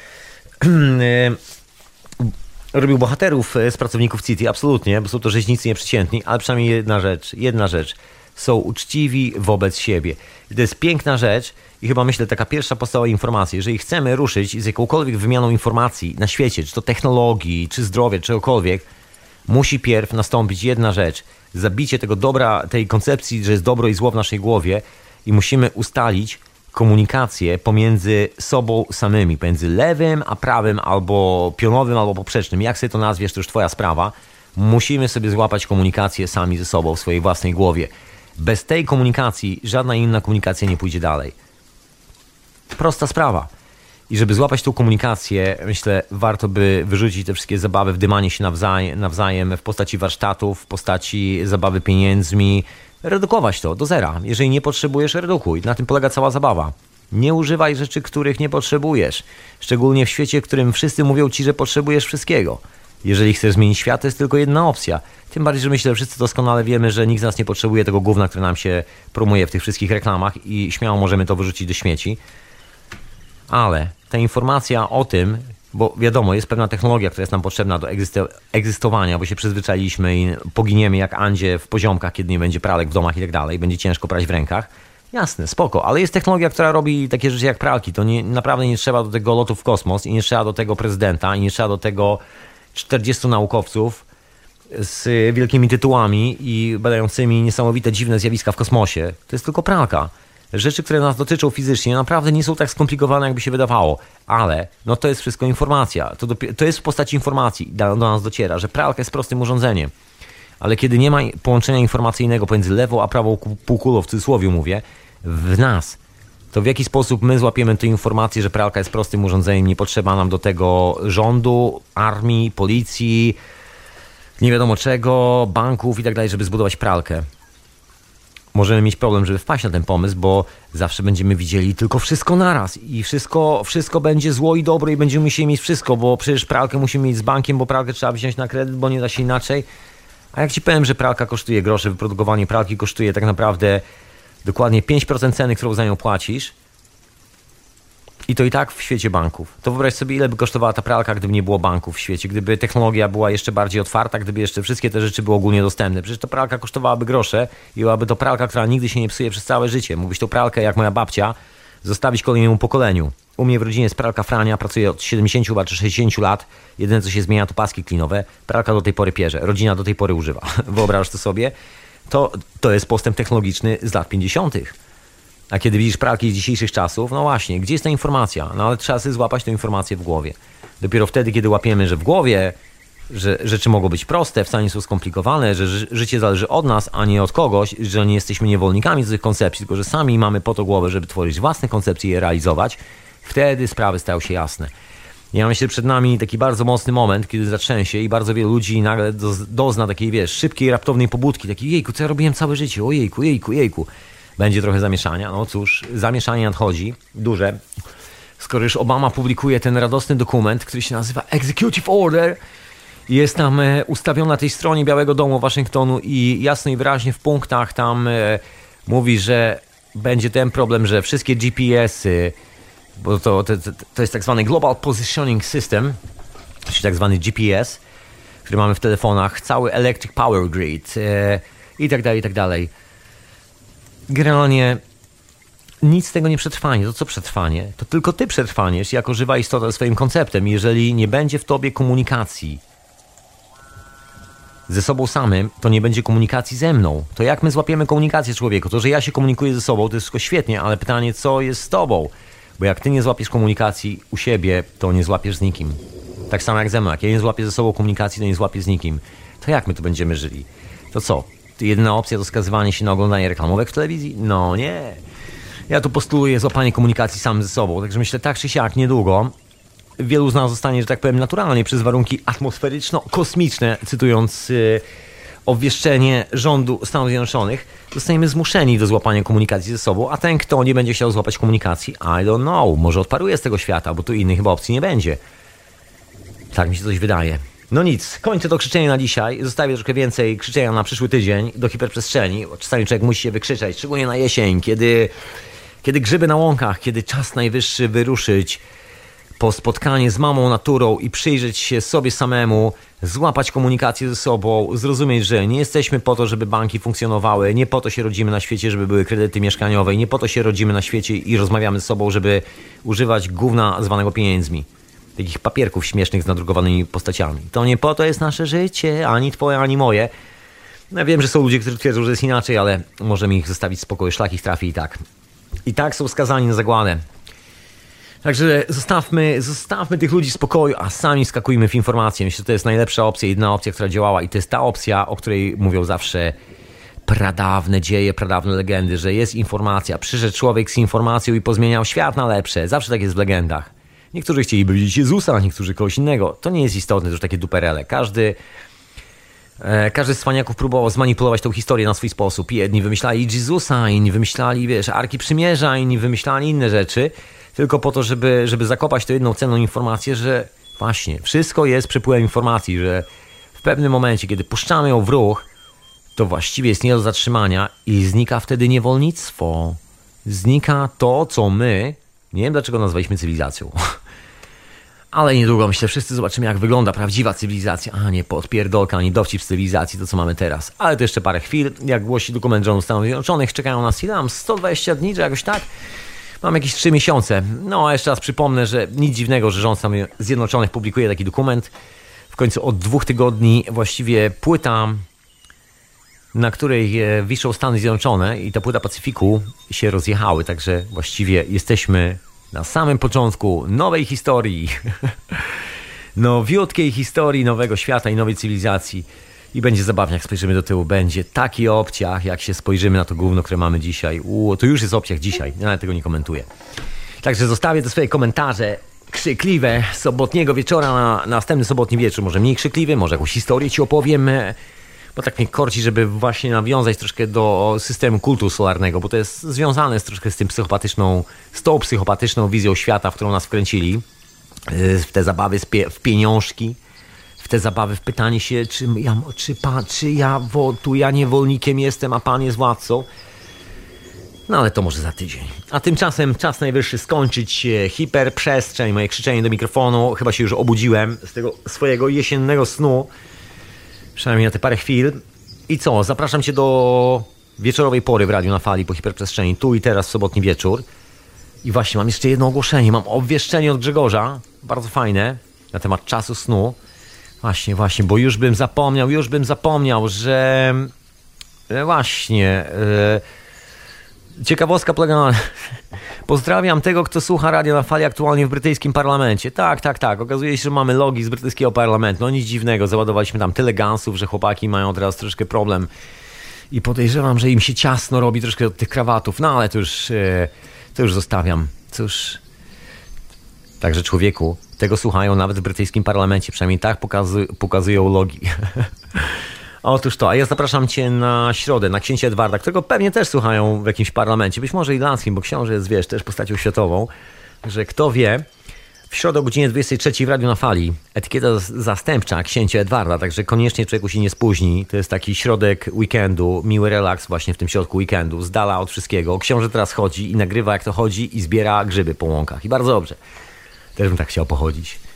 robił bohaterów z pracowników City, absolutnie, bo są to rzeźnicy nieprzeciętni, ale przynajmniej jedna rzecz, jedna rzecz. Są uczciwi wobec siebie. I to jest piękna rzecz i chyba myślę taka pierwsza podstawowa informacja. Jeżeli chcemy ruszyć z jakąkolwiek wymianą informacji na świecie, czy to technologii, czy zdrowia, czy czegokolwiek, musi pierw nastąpić jedna rzecz. Zabicie tego dobra, tej koncepcji, że jest dobro i zło w naszej głowie i musimy ustalić komunikację pomiędzy sobą samymi, pomiędzy lewym a prawym, albo pionowym, albo poprzecznym. Jak sobie to nazwiesz, to już twoja sprawa. Musimy sobie złapać komunikację sami ze sobą w swojej własnej głowie. Bez tej komunikacji żadna inna komunikacja nie pójdzie dalej. Prosta sprawa. I żeby złapać tą komunikację, myślę, warto by wyrzucić te wszystkie zabawy w dymanie się nawzajem, nawzajem w postaci warsztatów, w postaci zabawy pieniędzmi. Redukować to do zera. Jeżeli nie potrzebujesz, redukuj. Na tym polega cała zabawa. Nie używaj rzeczy, których nie potrzebujesz. Szczególnie w świecie, w którym wszyscy mówią ci, że potrzebujesz wszystkiego. Jeżeli chcesz zmienić świat, to jest tylko jedna opcja. Tym bardziej, że myślę, że wszyscy doskonale wiemy, że nikt z nas nie potrzebuje tego gówna, które nam się promuje w tych wszystkich reklamach i śmiało możemy to wyrzucić do śmieci. Ale ta informacja o tym, bo wiadomo, jest pewna technologia, która jest nam potrzebna do egzyst- egzystowania, bo się przyzwyczailiśmy i poginiemy jak andzie w poziomkach, kiedy nie będzie pralek w domach i tak dalej, będzie ciężko prać w rękach. Jasne, spoko, ale jest technologia, która robi takie rzeczy jak pralki. To nie, naprawdę nie trzeba do tego lotów w kosmos i nie trzeba do tego prezydenta i nie trzeba do tego czterdziestu naukowców z wielkimi tytułami i badającymi niesamowite, dziwne zjawiska w kosmosie. To jest tylko pralka. Rzeczy, które nas dotyczą fizycznie, naprawdę nie są tak skomplikowane, jakby się wydawało. Ale no to jest wszystko informacja. To, dopiero, to jest w postaci informacji. Do, do nas dociera, że pralka jest prostym urządzeniem. Ale kiedy nie ma połączenia informacyjnego pomiędzy lewą a prawą półkulą, w cudzysłowie mówię, w nas, to w jaki sposób my złapiemy tę informację, że pralka jest prostym urządzeniem, nie potrzeba nam do tego rządu, armii, policji, nie wiadomo czego, banków i tak dalej, żeby zbudować pralkę. Możemy mieć problem, żeby wpaść na ten pomysł, bo zawsze będziemy widzieli tylko wszystko naraz i wszystko, wszystko będzie zło i dobre i będziemy musieli mieć wszystko, bo przecież pralkę musimy mieć z bankiem, bo pralkę trzeba wziąć na kredyt, bo nie da się inaczej. A jak ci powiem, że pralka kosztuje grosze, wyprodukowanie pralki kosztuje tak naprawdę dokładnie pięć procent ceny, którą za nią płacisz, i to i tak w świecie banków. To wyobraź sobie, ile by kosztowała ta pralka, gdyby nie było banków w świecie, gdyby technologia była jeszcze bardziej otwarta, gdyby jeszcze wszystkie te rzeczy były ogólnie dostępne. Przecież ta pralka kosztowałaby grosze i byłaby to pralka, która nigdy się nie psuje przez całe życie. Mógłbyś tą pralkę, jak moja babcia, zostawić kolejnemu pokoleniu. U mnie w rodzinie jest pralka Frania, pracuję od siedemdziesięciu czy sześćdziesięciu lat. Jedyne, co się zmienia, to paski klinowe. Pralka do tej pory pierze, rodzina do tej pory używa. Wyobraź to sobie. To, to jest postęp technologiczny z lat pięćdziesiątych. A kiedy widzisz pralki z dzisiejszych czasów, no właśnie, gdzie jest ta informacja? No ale trzeba sobie złapać tę informację w głowie. Dopiero wtedy, kiedy łapiemy, że w głowie, że rzeczy mogą być proste, wcale nie są skomplikowane, że ży- życie zależy od nas, a nie od kogoś, że nie jesteśmy niewolnikami tych koncepcji, tylko że sami mamy po to głowę, żeby tworzyć własne koncepcje i je realizować, wtedy sprawy stają się jasne. Ja myślę, że przed nami taki bardzo mocny moment, kiedy zatrzęsie i bardzo wielu ludzi nagle do, dozna takiej, wiesz, szybkiej, raptownej pobudki, takiej, jejku, co ja robiłem całe życie, o jejku, jejku, jejku. Będzie trochę zamieszania. No cóż, zamieszanie nadchodzi, duże. Skoro już Obama publikuje ten radosny dokument, który się nazywa Executive Order, jest tam ustawiony na tej stronie Białego Domu Waszyngtonu i jasno i wyraźnie w punktach tam e, mówi, że będzie ten problem, że wszystkie G P S-y, bo to, to, to jest tak zwany Global Positioning System, czyli tak zwany G P S, który mamy w telefonach, cały electric power grid e, i tak dalej, i tak dalej. Generalnie nic z tego nie przetrwanie. To co przetrwanie? To tylko ty przetrwaniesz jako żywa istota swoim konceptem. Jeżeli nie będzie w tobie komunikacji ze sobą samym, to nie będzie komunikacji ze mną. To jak my złapiemy komunikację, człowieku? To, że ja się komunikuję ze sobą, to jest wszystko świetnie, ale pytanie, co jest z tobą? Bo jak ty nie złapiesz komunikacji u siebie, to nie złapiesz z nikim. Tak samo jak ze mną. Jak ja nie złapię ze sobą komunikacji, to nie złapię z nikim. To jak my tu będziemy żyli? To co? To jedyna opcja to skazywanie się na oglądanie reklamówek w telewizji? No nie. Ja tu postuluję złapanie komunikacji sam ze sobą. Także myślę, tak czy siak, niedługo wielu z nas zostanie, że tak powiem, naturalnie przez warunki atmosferyczno-kosmiczne, cytując yy, obwieszczenie rządu Stanów Zjednoczonych, zostaniemy zmuszeni do złapania komunikacji ze sobą, a ten, kto nie będzie chciał złapać komunikacji, I don't know, może odparuje z tego świata, bo tu innych chyba opcji nie będzie. Tak mi się coś wydaje. No nic, kończę to krzyczenie na dzisiaj, zostawię troszkę więcej krzyczenia na przyszły tydzień do hiperprzestrzeni, bo czasami człowiek musi się wykrzyczeć, szczególnie na jesień, kiedy, kiedy grzyby na łąkach, kiedy czas najwyższy wyruszyć po spotkanie z mamą naturą i przyjrzeć się sobie samemu, złapać komunikację ze sobą, zrozumieć, że nie jesteśmy po to, żeby banki funkcjonowały, nie po to się rodzimy na świecie, żeby były kredyty mieszkaniowe, nie po to się rodzimy na świecie i rozmawiamy ze sobą, żeby używać gówna zwanego pieniędzmi. Takich papierków śmiesznych z nadrukowanymi postaciami. To nie po to jest nasze życie, ani twoje, ani moje. Ja wiem, że są ludzie, którzy twierdzą, że jest inaczej, ale możemy ich zostawić w spokoju, szlak ich trafi i tak. I tak są skazani na zagładę. Także zostawmy, zostawmy tych ludzi w spokoju, a sami skakujmy w informacje. Myślę, że to jest najlepsza opcja, jedyna opcja, która działała i to jest ta opcja, o której mówią zawsze pradawne dzieje, pradawne legendy, że jest informacja. Przyszedł człowiek z informacją i pozmieniał świat na lepsze. Zawsze tak jest w legendach. Niektórzy chcieliby widzieć Jezusa, niektórzy kogoś innego. To nie jest istotne, to już takie duperele. Każdy, e, każdy z cwaniaków próbował zmanipulować tą historię na swój sposób. Jedni wymyślali Jezusa, inni wymyślali, wiesz, Arki Przymierza, inni wymyślali inne rzeczy. Tylko po to, żeby, żeby zakopać tę jedną cenną informację, że właśnie wszystko jest przepływem informacji, że w pewnym momencie, kiedy puszczamy ją w ruch, to właściwie jest nie do zatrzymania i znika wtedy niewolnictwo. Znika to, co my, nie wiem dlaczego nazwaliśmy cywilizacją, ale niedługo myślę, wszyscy zobaczymy, jak wygląda prawdziwa cywilizacja, a nie podpierdolka, ani dowcip z cywilizacji, to co mamy teraz. Ale to jeszcze parę chwil, jak głosi dokument rządu Stanów Zjednoczonych, czekają nas ile tam sto dwadzieścia dni, czy jakoś tak? Mam jakieś trzy miesiące. No, a jeszcze raz przypomnę, że nic dziwnego, że rząd Stanów Zjednoczonych publikuje taki dokument. W końcu od dwóch tygodni właściwie płyta, na której wiszą Stany Zjednoczone i ta płyta Pacyfiku się rozjechały. Także właściwie jesteśmy na samym początku nowej historii. Nowiutkiej historii nowego świata i nowej cywilizacji. I będzie zabawnie, jak spojrzymy do tyłu. Będzie taki obciach, jak się spojrzymy na to gówno, które mamy dzisiaj. Uuu, to już jest obciach dzisiaj. Ja nawet tego nie komentuję. Także zostawię te swoje komentarze krzykliwe sobotniego wieczora na następny sobotni wieczór. Może mniej krzykliwy, może jakąś historię ci opowiem. Bo tak mnie korci, żeby właśnie nawiązać troszkę do systemu kultu solarnego, bo to jest związane z troszkę z tym psychopatyczną, z tą psychopatyczną wizją świata, w którą nas wkręcili. W te zabawy w pieniążki. W te zabawy, w pytanie się, czy ja, czy pan, czy ja, wo, tu ja niewolnikiem jestem, a pan jest władcą. No ale to może za tydzień. A tymczasem czas najwyższy skończyć hiperprzestrzeń, moje krzyczenie do mikrofonu. Chyba się już obudziłem z tego swojego jesiennego snu. Przynajmniej na te parę chwil. I co? Zapraszam cię do wieczorowej pory w Radiu na Fali po hiperprzestrzeni. Tu i teraz w sobotni wieczór. I właśnie mam jeszcze jedno ogłoszenie. Mam obwieszczenie od Grzegorza. Bardzo fajne. Na temat czasu snu. Właśnie, właśnie, bo już bym zapomniał, już bym zapomniał, że właśnie yy, ciekawostka polega na... Pozdrawiam tego, kto słucha Radia na Fali aktualnie w brytyjskim parlamencie. Tak, tak, tak. Okazuje się, że mamy logi z brytyjskiego parlamentu. No nic dziwnego, załadowaliśmy tam tyle gansów, że chłopaki mają teraz troszkę problem. I podejrzewam, że im się ciasno robi troszkę od tych krawatów. No ale to już, yy, to już zostawiam. Cóż... Także człowieku, tego słuchają nawet w brytyjskim parlamencie, przynajmniej tak pokazu- pokazują logi. Otóż to, a ja zapraszam cię na środę, na księcia Edwarda, którego pewnie też słuchają w jakimś parlamencie, być może irlandzkim, bo książę jest, wiesz, też postacią światową, że kto wie, w środę o godzinie dwudziestej trzeciej w Radiu na Fali, etykieta zastępcza księcia Edwarda, także koniecznie człowieku się nie spóźni, to jest taki środek weekendu, miły relaks właśnie w tym środku weekendu, z dala od wszystkiego. Książę teraz chodzi i nagrywa jak to chodzi i zbiera grzyby po łąkach i bardzo dobrze. Też bym tak chciał pochodzić.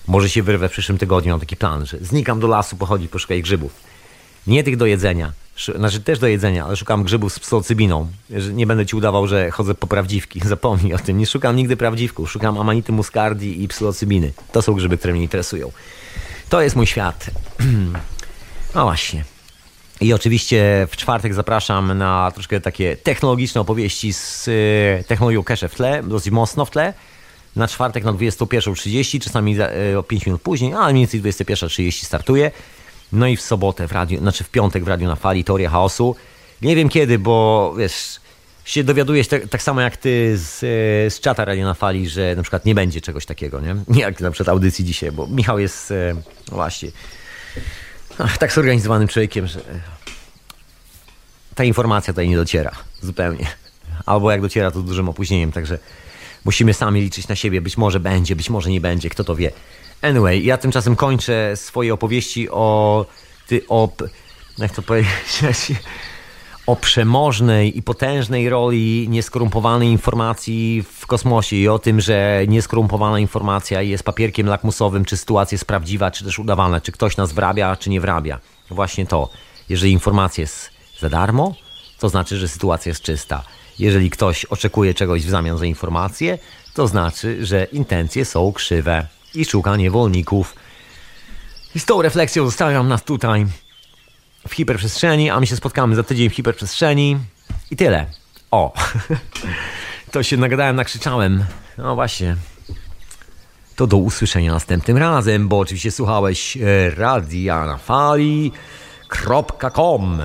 Może się wyrwę w przyszłym tygodniu, mam taki plan, że znikam do lasu, pochodzić, poszukać grzybów. Nie tych do jedzenia, znaczy też do jedzenia, ale szukam grzybów z psylocybiną. Nie będę ci udawał, że chodzę po prawdziwki, zapomnij o tym. Nie szukam nigdy prawdziwków, szukam amanity muscardii i psylocybiny. To są grzyby, które mnie interesują. To jest mój świat. No właśnie. I oczywiście w czwartek zapraszam na troszkę takie technologiczne opowieści z technologią cache w tle, dosyć mocno w tle. Na czwartek na dwudziestą pierwszą trzydzieści, czasami o pięć minut później, ale mniej więcej dwudziesta pierwsza trzydzieści startuje. No i w sobotę w radiu, znaczy w piątek w Radiu na Fali, Teoria Chaosu. Nie wiem kiedy, bo wiesz, się dowiadujesz tak, tak samo jak ty z, z czata Radio na Fali, że na przykład nie będzie czegoś takiego, nie? Nie jak na przykład audycji dzisiaj, bo Michał jest no właśnie ach, tak zorganizowanym człowiekiem, że ta informacja tutaj nie dociera zupełnie. Albo jak dociera, to z dużym opóźnieniem, także musimy sami liczyć na siebie. Być może będzie, być może nie będzie, kto to wie. Anyway, ja tymczasem kończę swoje opowieści o, ty, o jak to powiedzieć, o przemożnej i potężnej roli nieskorumpowanej informacji w kosmosie i o tym, że nieskorumpowana informacja jest papierkiem lakmusowym, czy sytuacja jest prawdziwa, czy też udawana, czy ktoś nas wrabia, czy nie wrabia. Właśnie to. Jeżeli informacja jest za darmo, to znaczy, że sytuacja jest czysta. Jeżeli ktoś oczekuje czegoś w zamian za informację, to znaczy, że intencje są krzywe i szuka niewolników. I z tą refleksją zostawiam nas tutaj w hiperprzestrzeni, a my się spotkamy za tydzień w hiperprzestrzeni i tyle. O, to się nagadałem, nakrzyczałem. No właśnie. To do usłyszenia następnym razem, bo oczywiście słuchałeś radia na fali kropka com.